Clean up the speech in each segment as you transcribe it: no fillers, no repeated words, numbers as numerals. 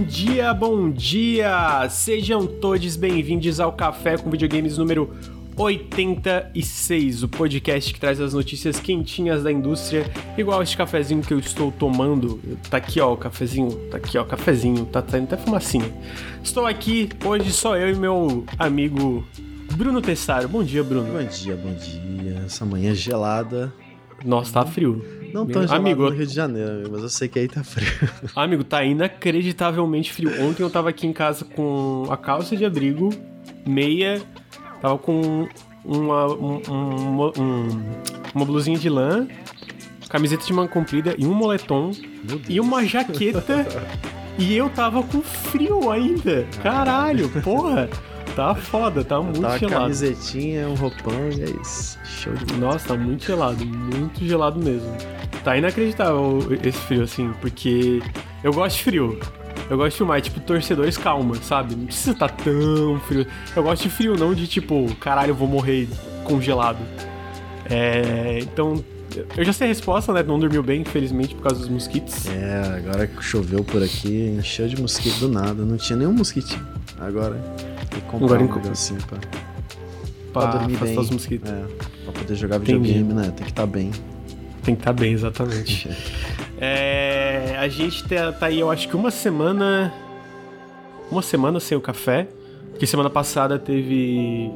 dia, bom dia! Sejam todos bem-vindos ao Café com Videogames número 86, o podcast que traz as notícias quentinhas da indústria, igual este cafezinho que eu estou tomando. Tá aqui, ó, o cafezinho, tá saindo até fumacinha. Estou aqui, hoje só eu e meu amigo Bruno Tessaro. Bom dia, Bruno. Bom dia. Essa manhã gelada. Nossa, tá frio. Não tão gelado no Rio de Janeiro, mas eu sei que aí tá frio. Amigo, tá inacreditavelmente frio. Ontem eu tava aqui em casa com a calça de abrigo, meia, tava com uma blusinha de lã, camiseta de manga comprida e um moletom e uma jaqueta e eu tava com frio ainda. Caralho, porra. Tá foda, tá muito gelado. Uma camisetinha, um roupão e é isso. Show de bola. Nossa, tá muito gelado mesmo. Tá inacreditável esse frio, assim, porque eu gosto de frio. Eu gosto de filmar, tipo, torcedores calma, sabe? Não precisa tá tão frio. Eu gosto de frio, não de tipo, caralho, eu vou morrer congelado. Então, eu já sei a resposta, né? Não dormiu bem, infelizmente, por causa dos mosquitos. Agora que choveu por aqui, encheu de mosquito do nada. Não tinha nenhum mosquitinho. Agora tem que comprar um negocinho pra dormir bem. Os mosquitos. Pra poder jogar videogame, né? Tem que estar bem. Tem que estar bem, exatamente. A gente tá aí, eu acho que uma semana sem o café, porque semana passada teve,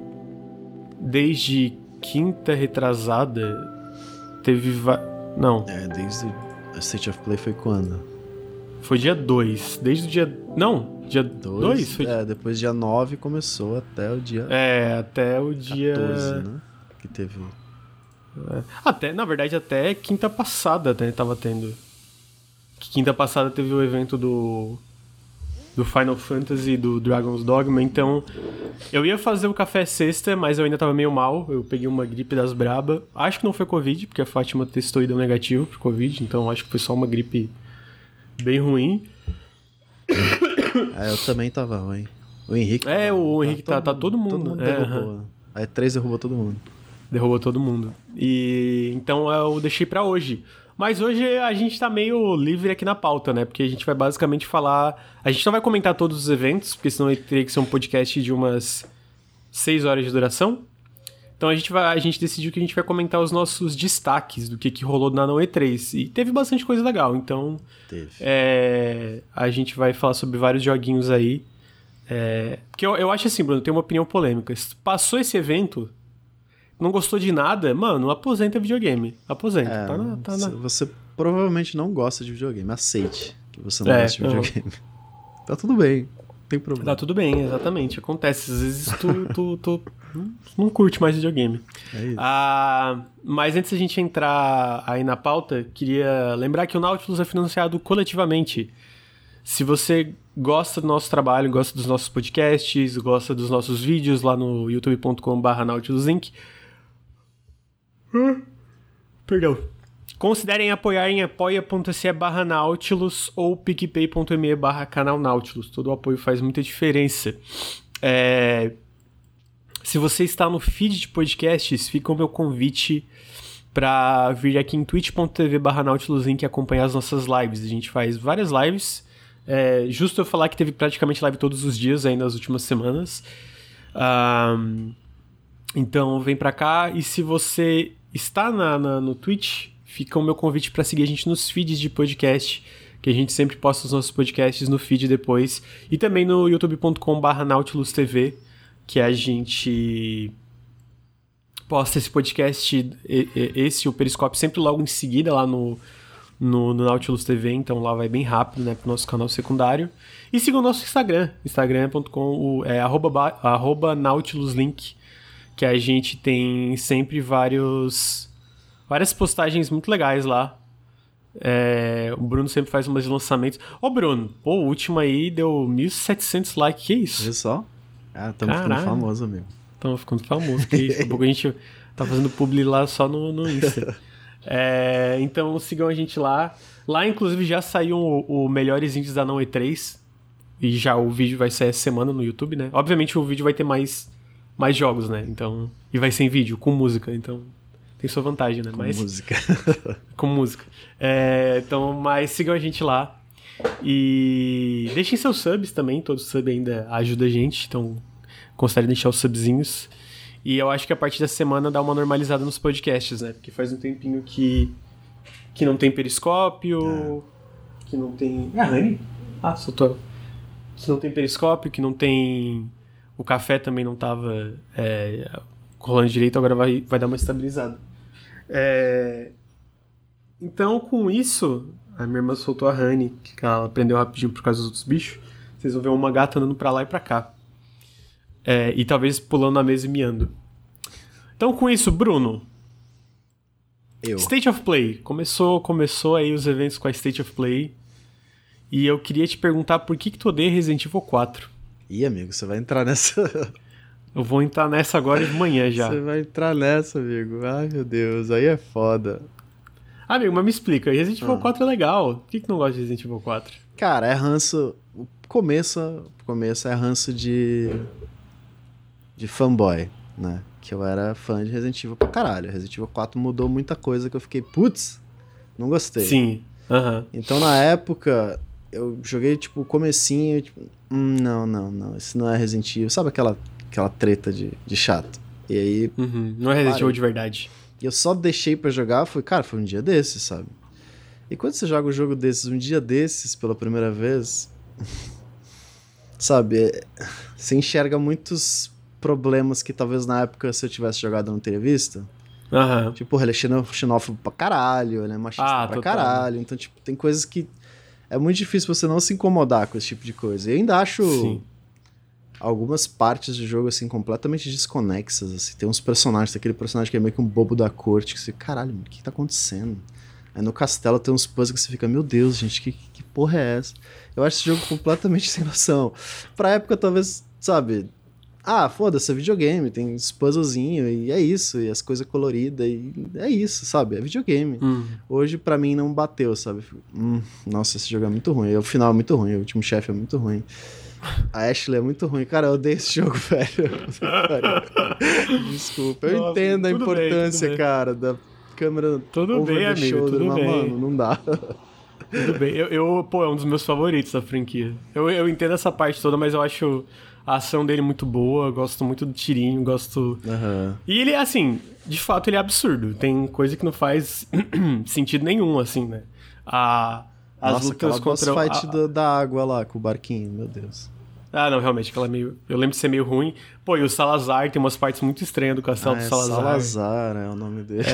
desde quinta retrasada, teve, não. Desde a State of Play foi quando? Foi dia 2, desde o dia, não, dia 2? Depois dia 9 começou até o dia... até o dia... 14, né? Que teve... Na verdade, até quinta passada, né, tava tendo. Quinta passada teve o evento do Final Fantasy, do Dragon's Dogma, então eu ia fazer o café sexta, mas eu ainda tava meio mal, eu peguei uma gripe das braba. Acho que não foi Covid, porque a Fátima testou e deu negativo pro Covid, então acho que foi só uma gripe bem ruim. Eu também tava ruim. O Henrique... o Henrique tá todo mundo. Todo mundo derrubou. A E3 derrubou todo mundo. Derrubou todo mundo. E então eu deixei pra hoje. Mas hoje a gente tá meio livre aqui na pauta, né? Porque a gente vai basicamente falar... A gente não vai comentar todos os eventos, porque senão teria que ser um podcast de umas 6 horas de duração. Então a gente decidiu que a gente vai comentar os nossos destaques do que rolou na E3. E teve bastante coisa legal, então... Teve. A gente vai falar sobre vários joguinhos aí. Porque eu acho assim, Bruno, tem uma opinião polêmica. Passou esse evento... Não gostou de nada, mano, aposenta videogame. Aposenta. Você provavelmente não gosta de videogame. Aceite que você não gosta de videogame. Tá tudo bem, não tem problema. Tá tudo bem, exatamente. Acontece. Às vezes tu não curte mais videogame. É isso. Mas antes da gente entrar aí na pauta, queria lembrar que o Nautilus é financiado coletivamente. Se você gosta do nosso trabalho, gosta dos nossos podcasts, gosta dos nossos vídeos lá no youtube.com/nautilusinc, perdão. Considerem apoiar em apoia.se/Nautilus ou picpay.me/canal Nautilus. Todo o apoio faz muita diferença. Se você está no feed de podcasts, fica o meu convite para vir aqui em twitch.tv/nautilusinc e acompanhar as nossas lives. A gente faz várias lives. Justo eu falar que teve praticamente live todos os dias aí nas últimas semanas. Então vem pra cá. E se você está no Twitch, fica o meu convite para seguir a gente nos feeds de podcast, que a gente sempre posta os nossos podcasts no feed depois, e também no youtube.com/NautilusTV, que a gente posta esse podcast, o Periscope, sempre logo em seguida lá no Nautilus TV, então lá vai bem rápido, né, pro nosso canal secundário. E siga o nosso Instagram, instagram.com, @nautiluslink, que a gente tem sempre várias postagens muito legais lá. O Bruno sempre faz umas lançamentos. Bruno, o último aí deu 1.700 likes, que isso? Viu só? Estamos ficando famosos, amigo. Estamos ficando famosos, que isso? Daqui a pouco a gente tá fazendo publi lá só no Insta. Então sigam a gente lá. Lá, inclusive, já saiu o Melhores Indies da Não E3. E já o vídeo vai sair essa semana no YouTube, né? Obviamente o vídeo vai ter mais jogos, né? Então, e vai ser em vídeo, com música. Então, tem sua vantagem, né? Com música. Com música. Então, mas sigam a gente lá. E deixem seus subs também, todo sub ainda ajuda a gente, então considere deixar os subzinhos. E eu acho que a partir da semana dá uma normalizada nos podcasts, né? Porque faz um tempinho que não tem periscópio, que não tem... Rani? Soltou. Que não tem periscópio, que não tem... O café também não tava rolando direito, agora vai dar uma estabilizada. Então, com isso, a minha irmã soltou a Honey, que ela aprendeu rapidinho por causa dos outros bichos. Vocês vão ver uma gata andando pra lá e pra cá. E talvez pulando na mesa e miando. Então, com isso, Bruno... State of Play. Começou aí os eventos com a State of Play. E eu queria te perguntar por que tu odeia Resident Evil 4. Ih, amigo, você vai entrar nessa... Eu vou entrar nessa agora de manhã já. Você vai entrar nessa, amigo. Ai, meu Deus, aí é foda. Amigo, mas me explica. Resident Evil 4 é legal. Por que tu não gosta de Resident Evil 4? Cara, é ranço... O começo é ranço de fanboy, né? Que eu era fã de Resident Evil pra caralho. Resident Evil 4 mudou muita coisa que eu fiquei, putz, não gostei. Sim, Então, na época, eu joguei, tipo, o comecinho, tipo, não, isso não é Resident Evil. Sabe aquela treta de chato? E aí... Não é Resident Evil de verdade. E eu só deixei pra jogar, foi um dia desses, sabe? E quando você joga um jogo desses, um dia desses, pela primeira vez, sabe, você enxerga muitos problemas que talvez na época, se eu tivesse jogado, eu não teria visto. Tipo, ele é xenófobo pra caralho, ele é machista pra caralho. Então, tipo, tem coisas que é muito difícil você não se incomodar com esse tipo de coisa. E eu ainda acho algumas partes do jogo, assim, completamente desconexas, assim. Tem uns personagens, aquele personagem que é meio que um bobo da corte, que você, caralho, o que tá acontecendo? Aí no castelo tem uns puzzles que você fica, meu Deus, gente, que porra é essa? Eu acho esse jogo completamente sem noção. Pra época, talvez, sabe... foda-se, é videogame, tem uns puzzlezinhos e é isso, e as coisas coloridas, e é isso, sabe? É videogame. Hoje, pra mim, não bateu, sabe? Nossa, esse jogo é muito ruim. O final é muito ruim, o último chefe é muito ruim. A Ashley é muito ruim. Cara, eu odeio esse jogo, velho. Desculpa. Eu entendo a importância, cara, da câmera over the shoulder, mas, mano, não dá. Tudo bem. Pô, é um dos meus favoritos da franquia. Eu entendo essa parte toda, mas eu acho a ação dele muito boa, gosto muito do tirinho, gosto... E ele, assim, de fato, ele é absurdo. Tem coisa que não faz sentido nenhum, assim, né? As lutas contra... Nossa, fight da água lá, com o barquinho, meu Deus. Não, realmente, aquela meio... Eu lembro de ser meio ruim. Pô, e o Salazar tem umas partes muito estranhas do castelo do Salazar. Salazar, é o nome dele.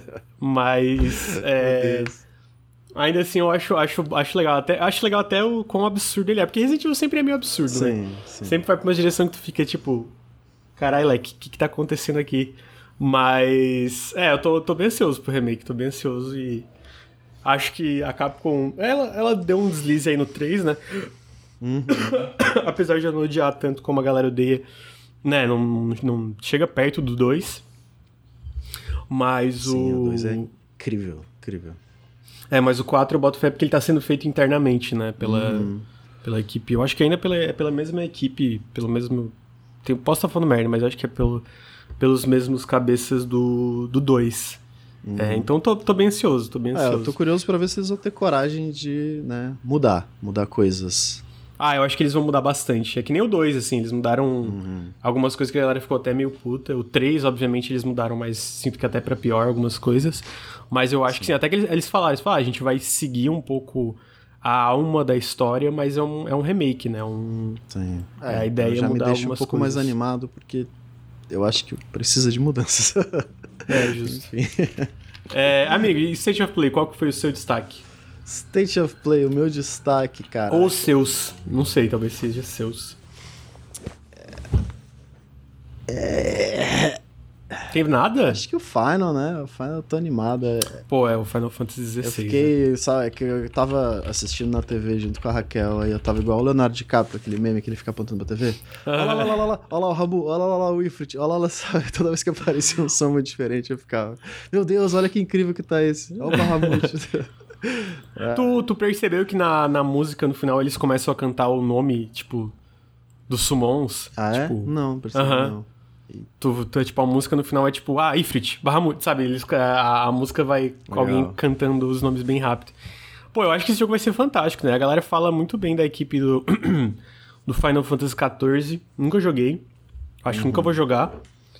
Mas... Meu Deus. Ainda assim, eu acho legal. Acho legal até o quão absurdo ele é. Porque Resident Evil sempre é meio absurdo, né? Sim. Sempre vai pra uma direção que tu fica, tipo... Caralho, o que tá acontecendo aqui? Mas... eu tô bem ansioso pro remake. Tô bem ansioso e... Acho que a Capcom... Ela deu um deslize aí no 3, né? Apesar de eu não odiar tanto como a galera odeia, né? Não chega perto do 2. Mas o 2 é incrível. Mas o 4 eu boto fé porque ele tá sendo feito internamente, né? Pela equipe. Eu acho que ainda é pela mesma equipe, pelo mesmo... Posso estar falando merda, mas eu acho que é pelos mesmos cabeças do 2. Então tô bem ansioso, eu tô curioso pra ver se eles vão ter coragem de, né, mudar coisas. Eu acho que eles vão mudar bastante. É que nem o 2, assim, eles mudaram algumas coisas que a galera ficou até meio puta. O 3, obviamente, eles mudaram, mas sinto que até pra pior algumas coisas. Mas eu acho que sim, até que eles falaram, a gente vai seguir um pouco a alma da história, mas é um remake, né? Sim. A ideia já é mudar me deixa algumas um pouco coisas. mais animado, porque eu acho que precisa de mudanças. Justo. Amigo, e State of Play, qual que foi o seu destaque? State of Play, o meu destaque, cara... Ou seus, não sei, talvez seja seus. Teve nada? Acho que o Final, né? O Final eu tô animado. Pô, o Final Fantasy XVI. Eu fiquei, sabe, que eu tava assistindo na TV junto com a Raquel, aí eu tava igual o Leonardo DiCaprio, aquele meme que ele fica apontando pra TV. Olha lá o Rabu, olha lá o Ifrit, olha lá, sabe? Toda vez que aparecia um som muito diferente, eu ficava, meu Deus, olha que incrível que tá esse. Olha o Bahamut. Tu percebeu que na música, no final, eles começam a cantar o nome, tipo, dos summons? Tipo... Não, percebi não. Tipo, a música no final é tipo, Ifrit, Bahamut, sabe? A música vai com alguém cantando os nomes bem rápido. Pô, eu acho que esse jogo vai ser fantástico, né? A galera fala muito bem da equipe do, do Final Fantasy XIV. Nunca joguei. Acho que nunca vou jogar.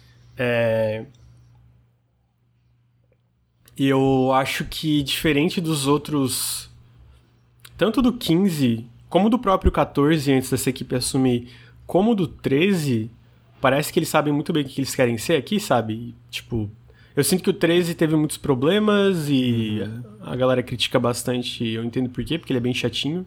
E eu acho que, diferente dos outros... Tanto do 15, como do próprio 14, antes dessa equipe assumir, como do 13, parece que eles sabem muito bem o que eles querem ser aqui, sabe? Tipo, eu sinto que o 13 teve muitos problemas e a galera critica bastante, eu entendo por quê, porque ele é bem chatinho.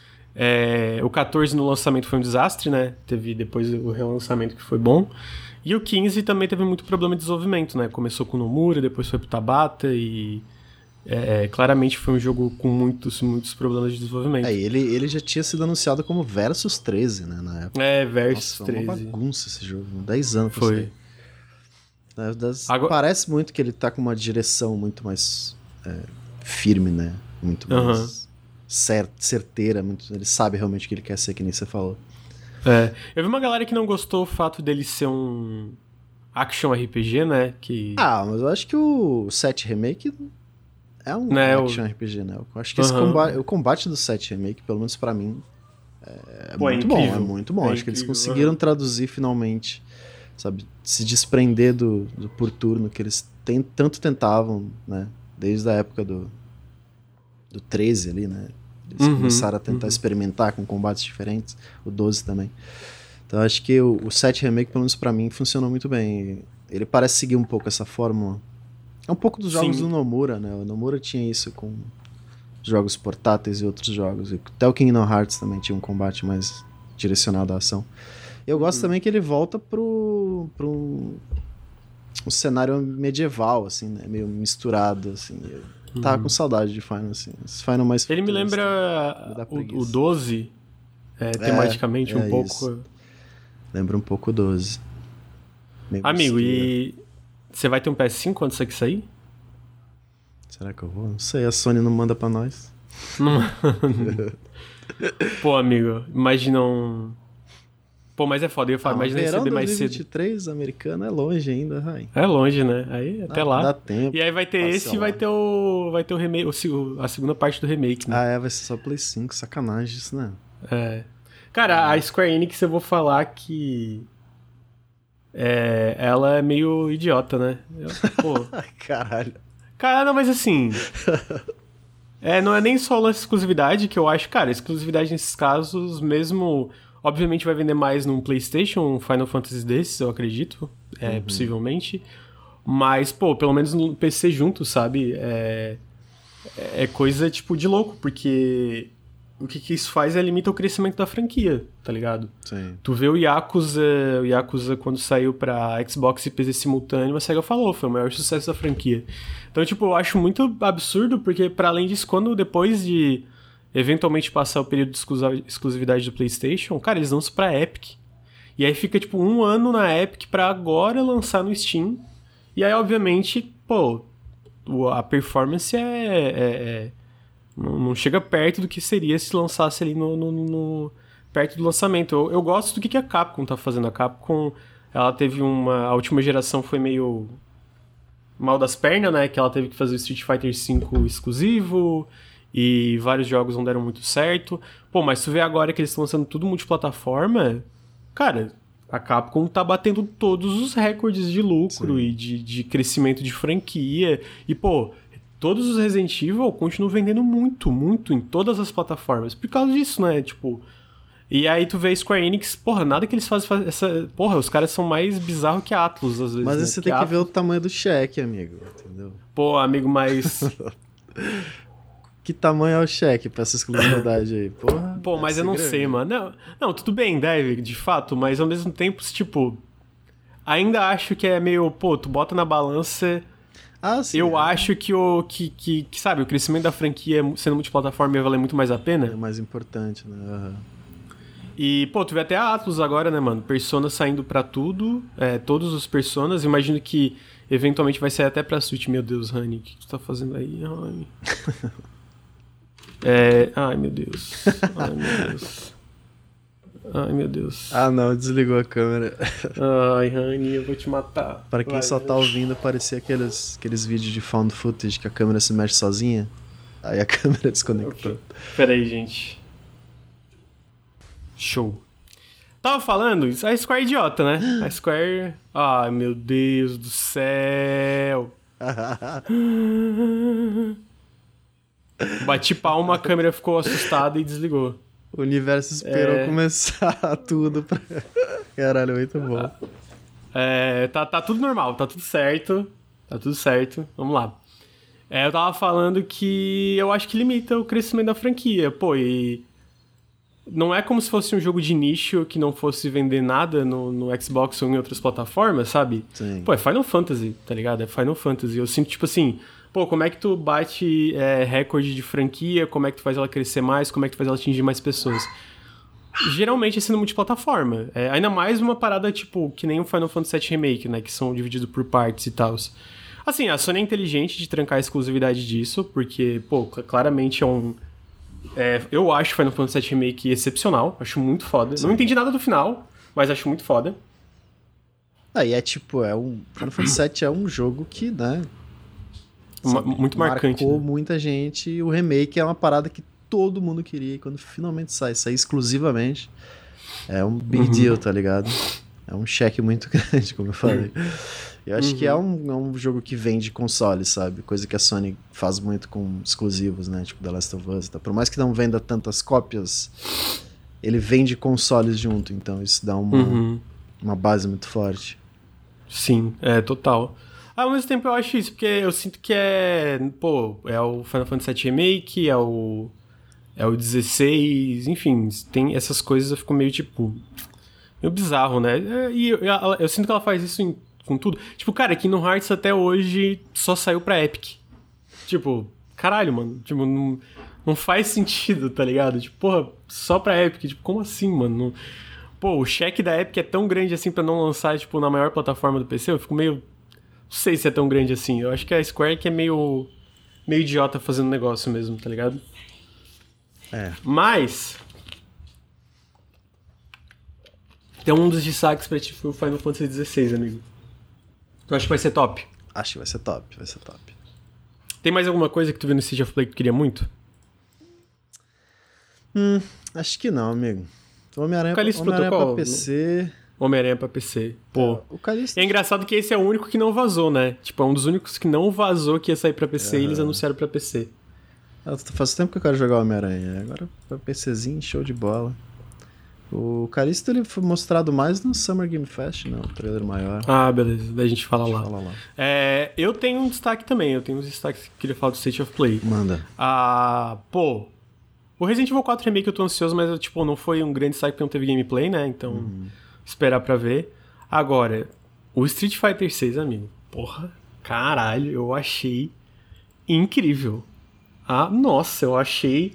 O 14 no lançamento foi um desastre, né? Teve depois o relançamento que foi bom. E o 15 também teve muito problema de desenvolvimento, né? Começou com o Nomura, depois foi pro Tabata e... claramente foi um jogo com muitos problemas de desenvolvimento. Ele já tinha sido anunciado como Versus 13, né, na época. Versus 13. Foi uma bagunça esse jogo, 10 anos foi. Agora... Parece muito que ele tá com uma direção muito mais firme, né? Muito mais certeira, ele sabe realmente o que ele quer ser, que nem você falou. Eu vi uma galera que não gostou do fato dele ser um action RPG, né? Mas eu acho que o 7 Remake é um action RPG, né? Eu acho que o combate do 7 Remake, pelo menos pra mim, é muito bom. É muito bom. Acho que eles conseguiram traduzir finalmente, sabe? Se desprender do por turno que eles tanto tentavam, né? Desde a época do 13 ali, né? Eles começaram a tentar experimentar com combates diferentes. O 12 também. Então acho que o 7 Remake, pelo menos pra mim, funcionou muito bem. Ele parece seguir um pouco essa fórmula. É um pouco dos jogos do Nomura, né? O Nomura tinha isso com jogos portáteis e outros jogos. Até o Kingdom Hearts também tinha um combate mais direcionado à ação. Eu gosto também que ele volta pro um cenário medieval, assim, né? Meio misturado, assim. Eu tava com saudade de Final, assim. Esse Final mais... Ele me lembra o 12, tematicamente um pouco. Isso. Lembra um pouco o 12. Amigo, e... Você vai ter um PS5 quando isso aqui sair? Será que eu vou? Não sei, a Sony não manda pra nós. Pô, amigo, imagina um... Pô, mas é foda, eu falo, imagina receber mais cedo. 2023 americano é longe ainda, vai. É longe, né? Aí, até lá. Dá tempo. E aí vai ter esse e vai ter o remake, a segunda parte do remake, né? Vai ser só Play 5, sacanagem isso, né? Cara, a Square Enix, eu vou falar que... ela é meio idiota, né? Caralho. Cara, não, mas assim... não é nem só a exclusividade que eu acho... Cara, exclusividade nesses casos, mesmo... Obviamente vai vender mais num PlayStation, um Final Fantasy desses, eu acredito. Possivelmente. Mas, pô, pelo menos no PC junto, sabe? É coisa, tipo, de louco, porque... O que isso faz é limita o crescimento da franquia, tá ligado? Sim. Tu vê o Yakuza quando saiu pra Xbox e PC simultâneo, a SEGA falou, foi o maior sucesso da franquia. Então, tipo, eu acho muito absurdo, porque para além disso, quando depois de eventualmente passar o período de exclusividade do PlayStation, cara, eles lançam pra Epic. E aí fica, tipo, 1 ano na Epic pra agora lançar no Steam. E aí, obviamente, pô, a performance não chega perto do que seria se lançasse ali perto do lançamento. Eu gosto do que a Capcom tá fazendo. A Capcom, ela teve a última geração foi meio mal das pernas, né? Que ela teve que fazer o Street Fighter V exclusivo e vários jogos não deram muito certo. Pô, mas tu vê agora que eles estão lançando tudo multiplataforma, cara, a Capcom tá batendo todos os recordes de lucro e de crescimento de franquia. E, pô, todos os Resident Evil continuam vendendo muito, muito em todas as plataformas. Por causa disso, né? Tipo... E aí tu vê a Square Enix, porra, nada que eles fazem essa... Porra, os caras são mais bizarros que Atlus, às vezes. Mas né? você tem que ver o tamanho do cheque, amigo, entendeu? Pô, amigo, mas... Que tamanho é o cheque pra essa exclusividade aí? Porra, pô, mas eu não sei, mano. Não, tudo bem, deve, de fato, mas ao mesmo tempo, tipo... Ainda acho que é meio... Pô, tu bota na balança... Sim, eu acho que sabe, o crescimento da franquia sendo multiplataforma ia valer muito mais a pena. É mais importante, né? Uhum. E, pô, tu vê até a Atlus agora, né, mano? Persona saindo pra tudo, todos os Personas. Imagino que eventualmente vai sair até pra Switch. Meu Deus, Honey, o que tu tá fazendo aí, Honey? Ai, meu Deus. Ai, meu Deus. Ai, meu Deus. Ah, não, desligou a câmera. Ai, Honey, eu vou te matar. Pra quem só tá ouvindo, parecia aqueles vídeos de found footage que a câmera se mexe sozinha. Aí a câmera desconectou. Okay. Peraí, gente. Show. Tava falando, a Square é idiota, né? A Square... Ai, meu Deus do céu. Bati palma, a câmera ficou assustada e desligou. O universo esperou começar tudo pra... Caralho, muito bom. Tá tudo normal, tá tudo certo. Tá tudo certo. Vamos lá. Eu tava falando que eu acho que limita o crescimento da franquia. Pô, e... Não é como se fosse um jogo de nicho que não fosse vender nada no Xbox ou em outras plataformas, sabe? Sim. Pô, é Final Fantasy, tá ligado? É Final Fantasy. Eu sinto, tipo assim... Pô, como é que tu bate recorde de franquia? Como é que tu faz ela crescer mais? Como é que tu faz ela atingir mais pessoas? Geralmente é sendo multiplataforma. Ainda mais uma parada, tipo, que nem o Final Fantasy VII Remake, né? Que são divididos por partes e tal. Assim, a Sony é inteligente de trancar a exclusividade disso, porque, pô, claramente é um... eu acho Final Fantasy VII Remake excepcional, acho muito foda. Sim. Não entendi nada do final, mas acho muito foda. Aí Final Fantasy VII é um jogo que, né... muito marcante. Marcou né? muita gente, e o remake é uma parada que todo mundo queria, e quando finalmente sai exclusivamente, é um big deal, tá ligado? É um cheque muito grande, como eu falei. Eu acho que é um jogo que vende console, sabe? Coisa que a Sony faz muito com exclusivos, né? Tipo The Last of Us. Tá? Por mais que não venda tantas cópias, ele vende consoles junto. Então isso dá uma base muito forte. Sim, total. Ao mesmo tempo eu acho isso, porque eu sinto que é o Final Fantasy VII Remake, é o 16, enfim, tem essas coisas, eu fico meio tipo... meio bizarro, né? E eu sinto que ela faz isso com tudo. Tipo, cara, Kingdom Hearts até hoje só saiu pra Epic. Tipo, caralho, mano. Tipo, não faz sentido, tá ligado? Tipo, porra, só pra Epic. Tipo, como assim, mano? Pô, o cheque da Epic é tão grande assim pra não lançar, tipo, na maior plataforma do PC. Eu fico meio... Não sei se é tão grande assim. Eu acho que a Square que é meio idiota fazendo negócio mesmo, tá ligado? Mas... Tem um dos destaques pra ti foi o Final Fantasy XVI, amigo. Tu acha que vai ser top? Acho que vai ser top. Tem mais alguma coisa que tu viu no State of Play que tu queria muito? Acho que não, amigo. Homem-Aranha pra PC... Homem-Aranha pra PC. Pô. O Callisto... É engraçado que esse é o único que não vazou, né? Tipo, é um dos únicos que não vazou que ia sair pra PC e eles anunciaram pra PC. Faz tempo que eu quero jogar Homem-Aranha. Agora pra PCzinho, show de bola. O Callisto ele foi mostrado mais no Summer Game Fest, né? O trailer maior. Ah, beleza. Daí a gente fala lá. Eu tenho um destaque também. Eu tenho uns destaques que eu queria falar do State of Play. Manda. O Resident Evil 4 Remake eu tô ansioso, mas tipo, não foi um grande destaque porque não teve gameplay, né? Então, esperar pra ver. Agora, o Street Fighter 6, amigo. Porra, caralho, eu achei incrível. Nossa, eu achei...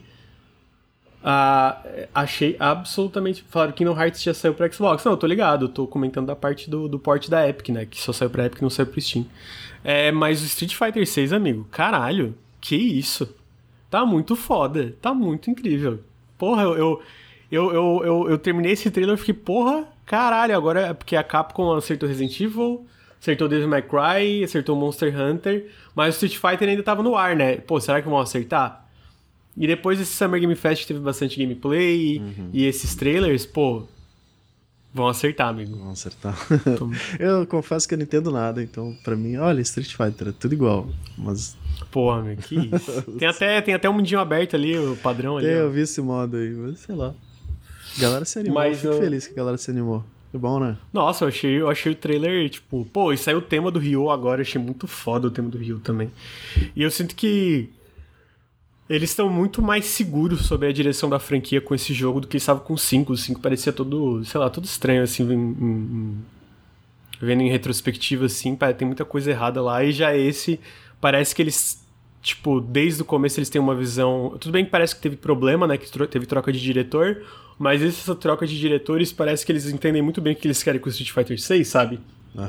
achei absolutamente... Falaram que Kingdom Hearts já saiu pra Xbox. Não, eu tô ligado, eu tô comentando da parte do port da Epic, né? Que só saiu pra Epic e não saiu pro Steam. Mas o Street Fighter 6, amigo, caralho, que isso? Tá muito foda, tá muito incrível. Porra, eu terminei esse trailer e fiquei, porra, caralho, agora é porque a Capcom acertou Resident Evil, acertou Devil May Cry, acertou Monster Hunter, mas o Street Fighter ainda tava no ar, né? Pô, será que vão acertar? E depois desse Summer Game Fest que teve bastante gameplay e esses trailers, pô, vão acertar, amigo. Vão acertar. Eu confesso que eu não entendo nada, então pra mim, olha, Street Fighter, é tudo igual, mas... Pô, amigo, que isso. Tem até um mundinho aberto ali, o padrão ali. Eu vi esse modo aí, mas sei lá. A galera se animou, eu fico feliz que a galera se animou. Foi bom, né? Nossa, eu achei o trailer, tipo... Pô, e saiu o tema do Ryu agora, eu achei muito foda o tema do Ryu também. E eu sinto que eles estão muito mais seguros sobre a direção da franquia com esse jogo do que eles estavam com o 5. O 5 parecia todo, sei lá, todo estranho, assim, vendo em retrospectiva, assim, tem muita coisa errada lá. E já esse, parece que eles, tipo, desde o começo eles têm uma visão... Tudo bem que parece que teve problema, né, que teve troca de diretor, mas essa troca de diretores parece que eles entendem muito bem o que eles querem com o Street Fighter 6, sabe?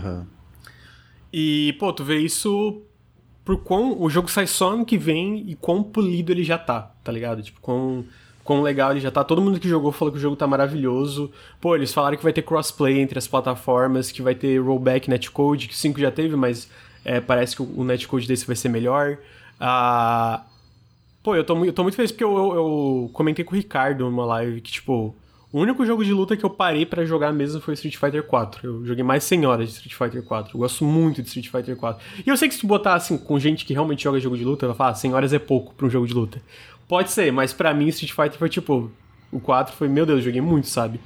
E, pô, tu vê isso... o jogo sai só ano que vem e quão polido ele já tá ligado? Tipo, quão legal ele já tá. Todo mundo que jogou falou que o jogo tá maravilhoso. Pô, eles falaram que vai ter crossplay entre as plataformas, que vai ter rollback netcode, que o 5 já teve, mas parece que o netcode desse vai ser melhor. Pô, eu tô muito feliz porque eu comentei com o Ricardo numa live que, tipo, o único jogo de luta que eu parei pra jogar mesmo foi Street Fighter 4. Eu joguei mais 100 horas de Street Fighter 4. Eu gosto muito de Street Fighter 4. E eu sei que se tu botar, assim, com gente que realmente joga jogo de luta, vai falar, 100 horas é pouco pra um jogo de luta. Pode ser, mas pra mim Street Fighter foi, tipo, o 4 foi, meu Deus, eu joguei muito, sabe?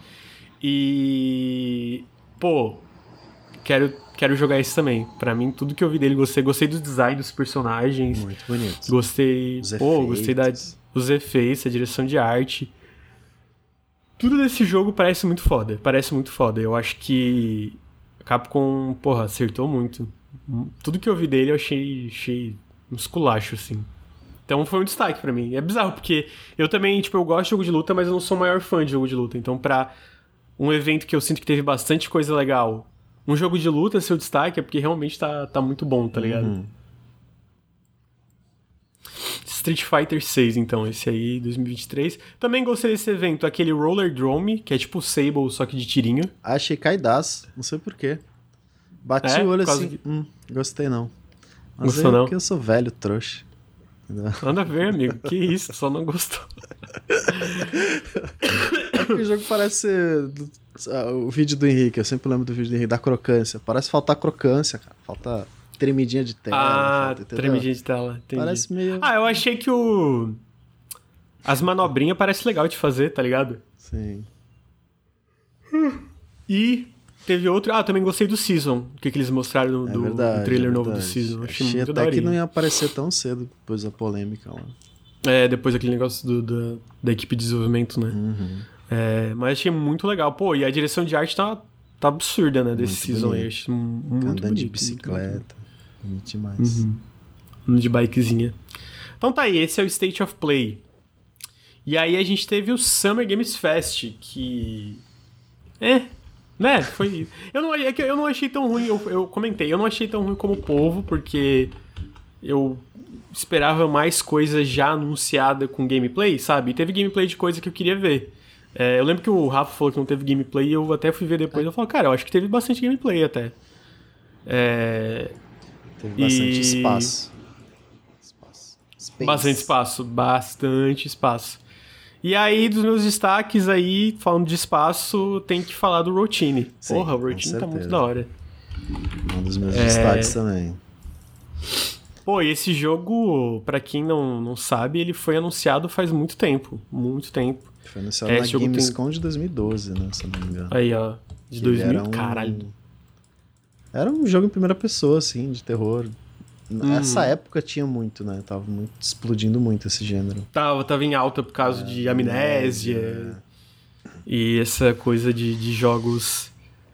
E... Pô, quero jogar esse também. Pra mim, tudo que eu vi dele, gostei do design dos personagens. Muito bonito. Gostei dos efeitos, a direção de arte. Tudo desse jogo parece muito foda. Eu acho que a Capcom, porra, acertou muito. Tudo que eu vi dele eu achei um esculacho, assim. Então foi um destaque pra mim. É bizarro, porque eu também, tipo, eu gosto de jogo de luta, mas eu não sou o maior fã de jogo de luta. Então pra um evento que eu sinto que teve bastante coisa legal, um jogo de luta, seu destaque, é porque realmente tá muito bom, tá ligado? Street Fighter 6, então, esse aí, 2023. Também gostei desse evento, aquele Roller Drome, que é tipo o Sable, só que de tirinho. Achei caidaço, não sei porquê. Bati o olho assim, gostei não. Mas é porque eu sou velho, trouxa. Nada a ver, amigo, que isso, só não gostou. É porque o jogo parece o vídeo do Henrique, eu sempre lembro do vídeo do Henrique, da crocância. Parece faltar crocância, cara, falta... tremidinha de tela. Tremidinha de tela, entendi. Parece meio... eu achei que as manobrinhas parecem legal de fazer, tá ligado? Sim. E teve outro... também gostei do Season, o que eles mostraram do trailer novo do Season. Achei muito até que não ia aparecer tão cedo depois da polêmica lá. Depois daquele negócio da equipe de desenvolvimento, né? Mas achei muito legal. Pô, e a direção de arte tá absurda, né? Desse Season aí. Achei muito andando bonito. De bicicleta. Muito demais. De bikezinha. Então tá aí, esse é o State of Play. E aí a gente teve o Summer Games Fest, que... né? Foi... Eu não achei tão ruim, eu comentei, eu não achei tão ruim como o povo, porque eu esperava mais coisa já anunciada com gameplay, sabe? E teve gameplay de coisa que eu queria ver. Eu lembro que o Rafa falou que não teve gameplay e eu até fui ver depois. Eu falei, cara, eu acho que teve bastante gameplay até. Teve bastante espaço. Bastante espaço. E aí, dos meus destaques aí, falando de espaço, tem que falar do Routine. Sim, porra, o Routine tá muito da hora. Um dos meus destaques também. Pô, e esse jogo, pra quem não sabe, ele foi anunciado faz muito tempo. Muito tempo. Foi anunciado na Gamescom de 2012, né? Se eu não me engano. Aí, ó. De 2000, caralho. Era um jogo em primeira pessoa, assim, de terror. Nessa época tinha muito, né? Tava explodindo muito esse gênero. Tava em alta por causa de amnésia. E essa coisa de jogos...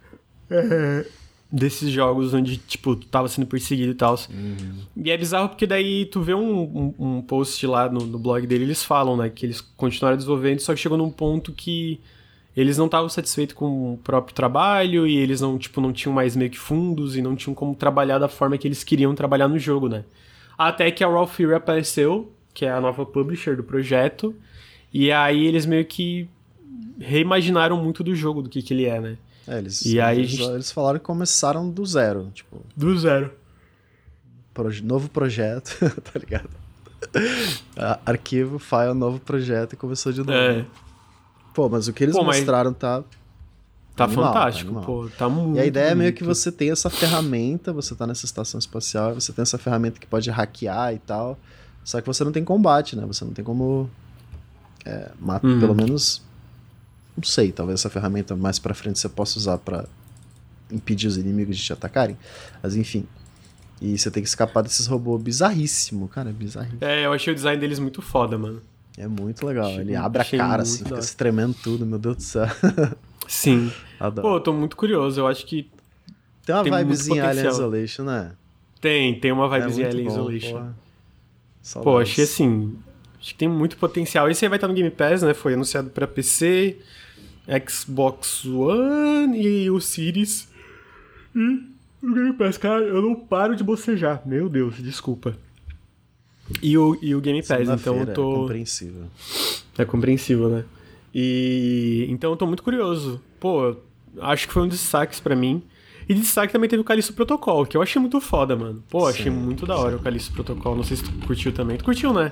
desses jogos onde, tipo, tu tava sendo perseguido e tal. E é bizarro porque daí tu vê um post lá no blog dele, eles falam, né? Que eles continuaram desenvolvendo, só que chegou num ponto que eles não estavam satisfeitos com o próprio trabalho e eles não tinham mais meio que fundos e não tinham como trabalhar da forma que eles queriam trabalhar no jogo, né? Até que a Raw Fury apareceu, que é a nova publisher do projeto, e aí eles meio que reimaginaram muito do jogo, do que ele é, né? Eles falaram que começaram do zero, tipo... Do zero. Novo projeto, tá ligado? Arquivo, file, novo projeto e começou de novo. Pô, mas o que eles mostraram tá animal, fantástico, pô. Tá muito E a ideia bonito. é meio que você tem essa ferramenta, você tá nessa estação espacial, você tem essa ferramenta que pode hackear e tal, só que você não tem combate, né? Você não tem como matar, pelo menos... Não sei, talvez essa ferramenta mais pra frente você possa usar pra impedir os inimigos de te atacarem. Mas enfim. E você tem que escapar desses robôs bizarríssimo, cara, bizarríssimo. Eu achei o design deles muito foda, mano. É muito legal. Ele abre a cara, assim, fica se tremendo tudo, meu Deus do céu. Sim. Adoro. Pô, eu tô muito curioso, eu acho que tem uma vibezinha Alien Isolation, né? Tem uma vibezinha Alien Isolation. Pô, achei assim... Acho que tem muito potencial. Esse aí vai estar no Game Pass, né? Foi anunciado pra PC, Xbox One e o Series. E o Game Pass, cara, eu não paro de bocejar. Meu Deus, desculpa. E o Game Pass, então eu tô... É compreensível. É compreensível, né? E... Então eu tô muito curioso. Pô, acho que foi um dos destaques pra mim. E de destaque também teve o Callisto Protocol, que eu achei muito foda, mano. Pô, achei muito da hora o Callisto Protocol. Não sei se tu curtiu também. Tu curtiu, né?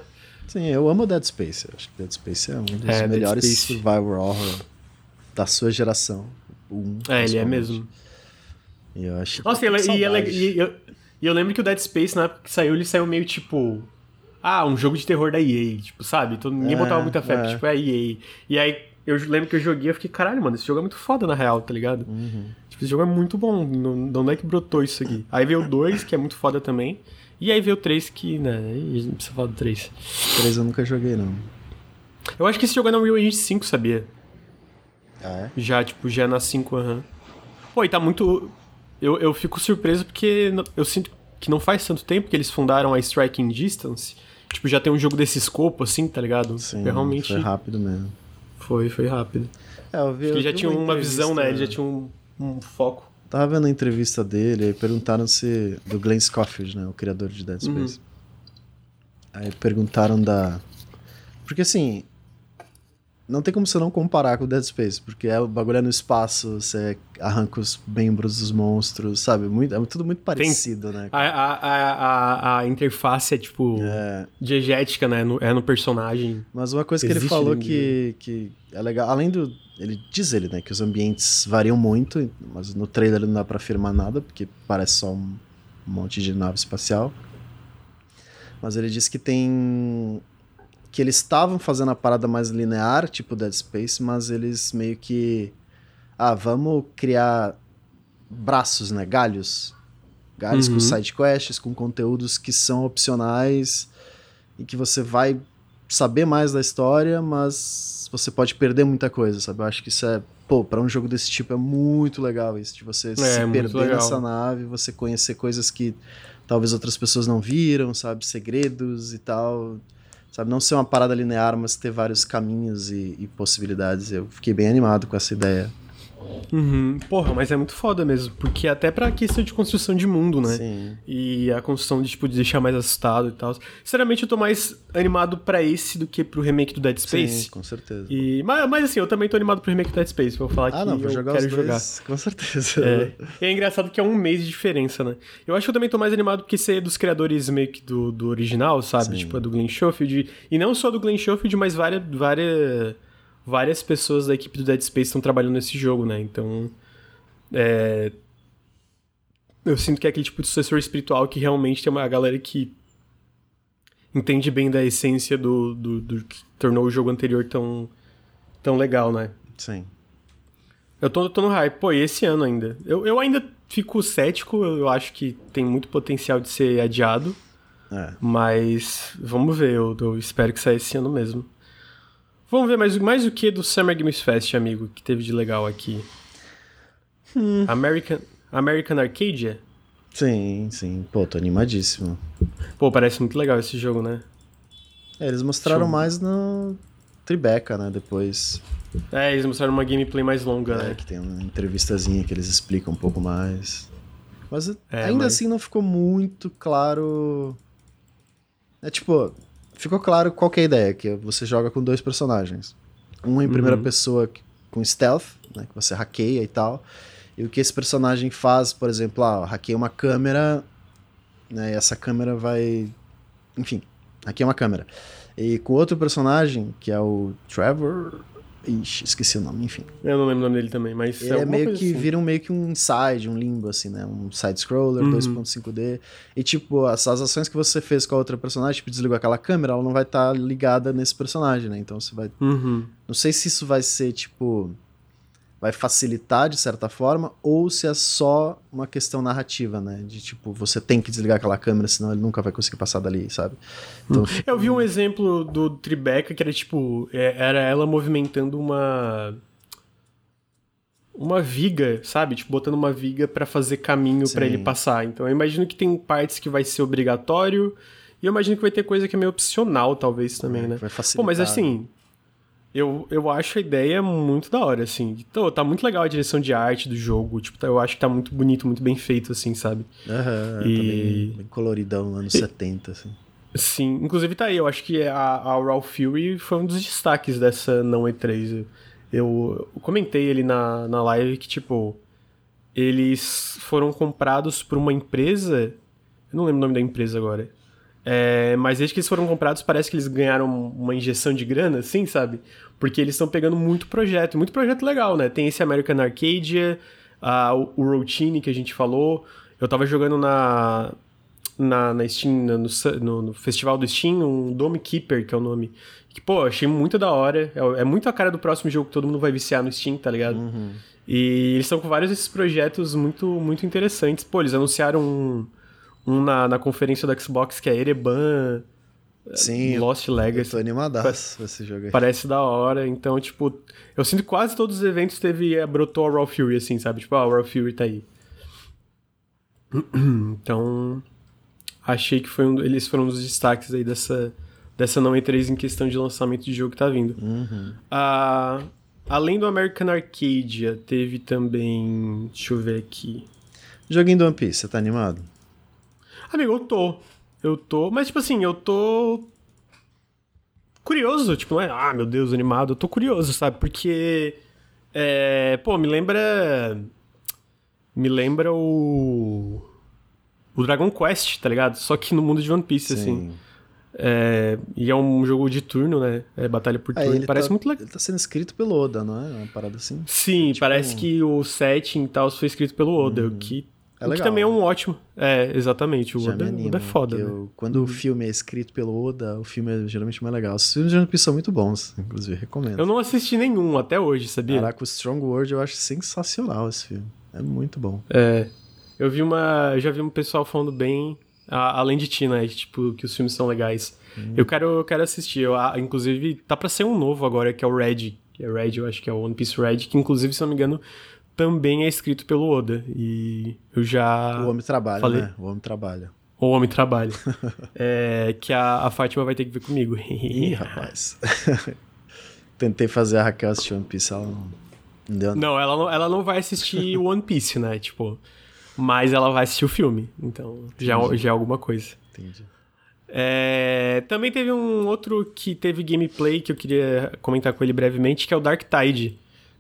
Sim, eu amo Dead Space. Eu acho que Dead Space é um dos melhores survival horror da sua geração. Ele é mesmo. E eu acho Nossa, eu lembro que o Dead Space, na época que saiu, ele saiu meio tipo... um jogo de terror da EA, tipo, sabe? Ninguém botava muita fé, tipo, é a EA. E aí, eu lembro que eu joguei e fiquei, caralho, mano, esse jogo é muito foda na real, tá ligado? Tipo, esse jogo é muito bom, de onde é que brotou isso aqui? Aí veio o 2, que é muito foda também, e aí veio o 3, que, né, a gente não precisa falar do 3. O 3 eu nunca joguei, não. Eu acho que esse jogo é na Unreal Engine 5, sabia? É? Já é na 5, Pô, e tá muito... Eu fico surpreso porque eu sinto que não faz tanto tempo que eles fundaram a Striking Distance. Tipo, já tem um jogo desse escopo, assim, tá ligado? Sim, realmente... foi rápido mesmo. Foi rápido. Acho que ele já tinha uma visão, né? Ele já tinha um foco. Tava vendo a entrevista dele e perguntaram se... do Glenn Scofield, né? O criador de Dead Space. Aí perguntaram porque assim... não tem como você não comparar com o Dead Space, porque o bagulho é no espaço, você arranca os membros dos monstros, sabe? É tudo muito parecido, né? A interface é, tipo, diegética, né? É no personagem. Mas uma coisa que ele falou que é legal, além do... Ele, né, que os ambientes variam muito, mas no trailer não dá pra afirmar nada, porque parece só um monte de nave espacial. Mas ele disse que que eles estavam fazendo a parada mais linear, tipo Dead Space, mas eles meio que... vamos criar braços, né? Galhos com side quests, com conteúdos que são opcionais e que você vai saber mais da história, mas você pode perder muita coisa, sabe? Eu acho que isso pra um jogo desse tipo é muito legal isso, de você se perder nessa nave, você conhecer coisas que talvez outras pessoas não viram, sabe? Segredos e tal... sabe, não ser uma parada linear, mas ter vários caminhos e possibilidades. Eu fiquei bem animado com essa ideia. Porra, mas é muito foda mesmo, porque até pra questão de construção de mundo, né? Sim. E a construção de, tipo, de deixar mais assustado e tal. Sinceramente, eu tô mais animado pra esse do que pro remake do Dead Space. Sim, com certeza. Mas assim, eu também tô animado pro remake do Dead Space, vou falar que não, vou jogar quero jogar. Com certeza. É engraçado que é um mês de diferença, né? Eu acho que eu também tô mais animado porque esse é dos criadores meio que do original, sabe? Sim. Tipo, é do Glenn Schofield. E não só do Glenn Schofield, mas várias pessoas da equipe do Dead Space estão trabalhando nesse jogo, né? Então, eu sinto que é aquele tipo de sucessor espiritual que realmente tem uma galera que entende bem da essência do que tornou o jogo anterior tão legal, né? Sim. Eu tô no hype. Pô, e esse ano ainda? Eu ainda fico cético, eu acho que tem muito potencial de ser adiado. Mas vamos ver, eu espero que saia esse ano mesmo. Vamos ver mais o que do Summer Games Fest, amigo, que teve de legal aqui. American Arcadia? Sim. Pô, tô animadíssimo. Pô, parece muito legal esse jogo, né? Eles mostraram mais no Tribeca, né, depois. Eles mostraram uma gameplay mais longa, né? Que tem uma entrevistazinha que eles explicam um pouco mais. Mas assim não ficou muito claro... ficou claro qual que é a ideia, que você joga com 2 personagens. Um em primeira pessoa com stealth, né, que você hackeia e tal. E o que esse personagem faz, por exemplo, hackeia uma câmera, né, e essa câmera vai... Enfim, hackeia uma câmera. E com outro personagem, que é o Trevor... Ixi, esqueci o nome, enfim. Eu não lembro o nome dele também, mas... Ele meio que assim. Vira meio que um inside, um limbo, assim, né? Um side-scroller, 2.5D. E, tipo, as ações que você fez com a outra personagem, tipo, desligou aquela câmera, ela não vai estar ligada nesse personagem, né? Então você vai... Não sei se isso vai ser, tipo... vai facilitar, de certa forma, ou se é só uma questão narrativa, né? De, tipo, você tem que desligar aquela câmera, senão ele nunca vai conseguir passar dali, sabe? Então, eu vi um exemplo do Tribeca que era, tipo... era ela movimentando uma viga, sabe? Tipo, botando uma viga pra fazer caminho pra ele passar. Então, eu imagino que tem partes que vai ser obrigatório, e eu imagino que vai ter coisa que é meio opcional, talvez, também, né? Vai facilitar. Pô, mas assim... Eu acho a ideia muito da hora, assim. Então, tá muito legal a direção de arte do jogo. Tipo, eu acho que tá muito bonito, muito bem feito, assim, sabe? Tá bem coloridão, anos 70, assim. Sim, inclusive tá aí. Eu acho que a Raw Fury foi um dos destaques dessa não E3. Eu comentei ele na live que, tipo, eles foram comprados por uma empresa... Eu não lembro o nome da empresa agora. Mas desde que eles foram comprados, parece que eles ganharam uma injeção de grana, assim, sabe? Porque eles estão pegando muito projeto legal, né? Tem esse American Arcadia, o Routine que a gente falou. Eu tava jogando na Steam, no festival do Steam, um Dome Keeper, que é o nome. Que, pô, achei muito da hora. É muito a cara do próximo jogo que todo mundo vai viciar no Steam, tá ligado? Uhum. E eles estão com vários desses projetos muito, muito interessantes. Pô, eles anunciaram na conferência do Xbox, que é Ereban, sim, Lost Legacy. Eu tô animadaço esse jogo aí. Parece da hora. Então, tipo, eu sinto que quase todos os eventos brotou a Raw Fury, assim, sabe? Tipo, a Raw Fury tá aí. Então, achei que eles foram um dos destaques aí dessa não E3 em questão de lançamento de jogo que tá vindo. Uhum. Além do American Arcadia, teve também... Deixa eu ver aqui. Joguinho do One Piece, você tá animado? Amigo, eu tô... Mas, tipo assim, eu tô... curioso. Tipo, não é... meu Deus, animado. Eu tô curioso, sabe? Porque... pô, me lembra o Dragon Quest, tá ligado? Só que no mundo de One Piece, sim, assim. E é um jogo de turno, né? Batalha por turno. Parece muito legal. Ele tá sendo escrito pelo Oda, não é? Uma parada assim? Sim, tipo, parece que o setting e tal foi escrito pelo Oda, o que também é um ótimo... exatamente. O Oda é foda, né? Quando o filme é escrito pelo Oda, o filme é geralmente mais legal. Os filmes de One Piece são muito bons, inclusive, recomendo. Eu não assisti nenhum até hoje, sabia? Caraca, o Strong World eu acho sensacional esse filme. É muito bom. Eu já vi um pessoal falando bem, além de ti, né? Tipo, que os filmes são legais. Eu quero assistir. Inclusive, tá pra ser um novo agora, que é o Red. Eu acho que é o One Piece Red, que inclusive, se não me engano, também é escrito pelo Oda. E eu já... O homem trabalha, falei... né? O homem trabalha. O homem trabalha. Que a Fátima vai ter que ver comigo. Ih, rapaz. Tentei fazer a Raquel assistir One Piece, ela não deu. Não, ela não vai assistir One Piece, né? Tipo... Mas ela vai assistir o filme. Então, já é alguma coisa. Entendi. Também teve um outro que teve gameplay que eu queria comentar com ele brevemente, que é o Dark Tide.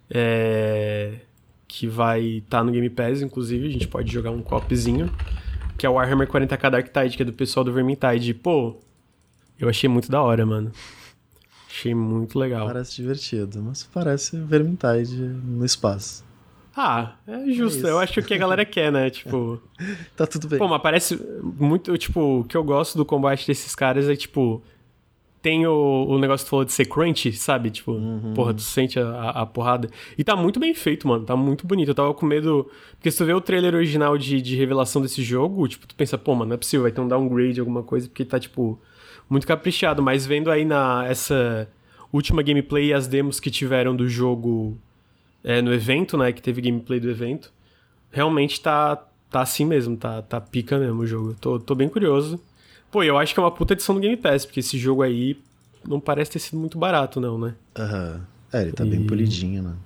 Que vai estar no Game Pass, inclusive. A gente pode jogar um copzinho. Que é o Warhammer 40k Dark Tide, que é do pessoal do Vermintide. Pô, eu achei muito da hora, mano. Achei muito legal. Parece divertido, mas parece Vermintide no espaço. É justo. Eu acho que a galera quer, né? Tipo... Tá tudo bem. Pô, mas parece muito... Tipo, o que eu gosto do combate desses caras é, tipo... Tem o negócio que tu falou de ser crunchy, sabe? Tipo, porra, tu sente a porrada. E tá muito bem feito, mano. Tá muito bonito. Eu tava com medo... Porque se tu vê o trailer original de revelação desse jogo, tipo, tu pensa, pô, mano, não é possível. Vai ter um downgrade, alguma coisa, porque tá, tipo... Muito caprichado. Mas vendo aí essa última gameplay e as demos que tiveram do jogo... no evento, né, que teve gameplay do evento, realmente tá assim mesmo, tá pica mesmo o jogo. Tô bem curioso. Pô, eu acho que é uma puta edição do Game Pass, porque esse jogo aí não parece ter sido muito barato, não, né? Ele tá bem polidinho, né?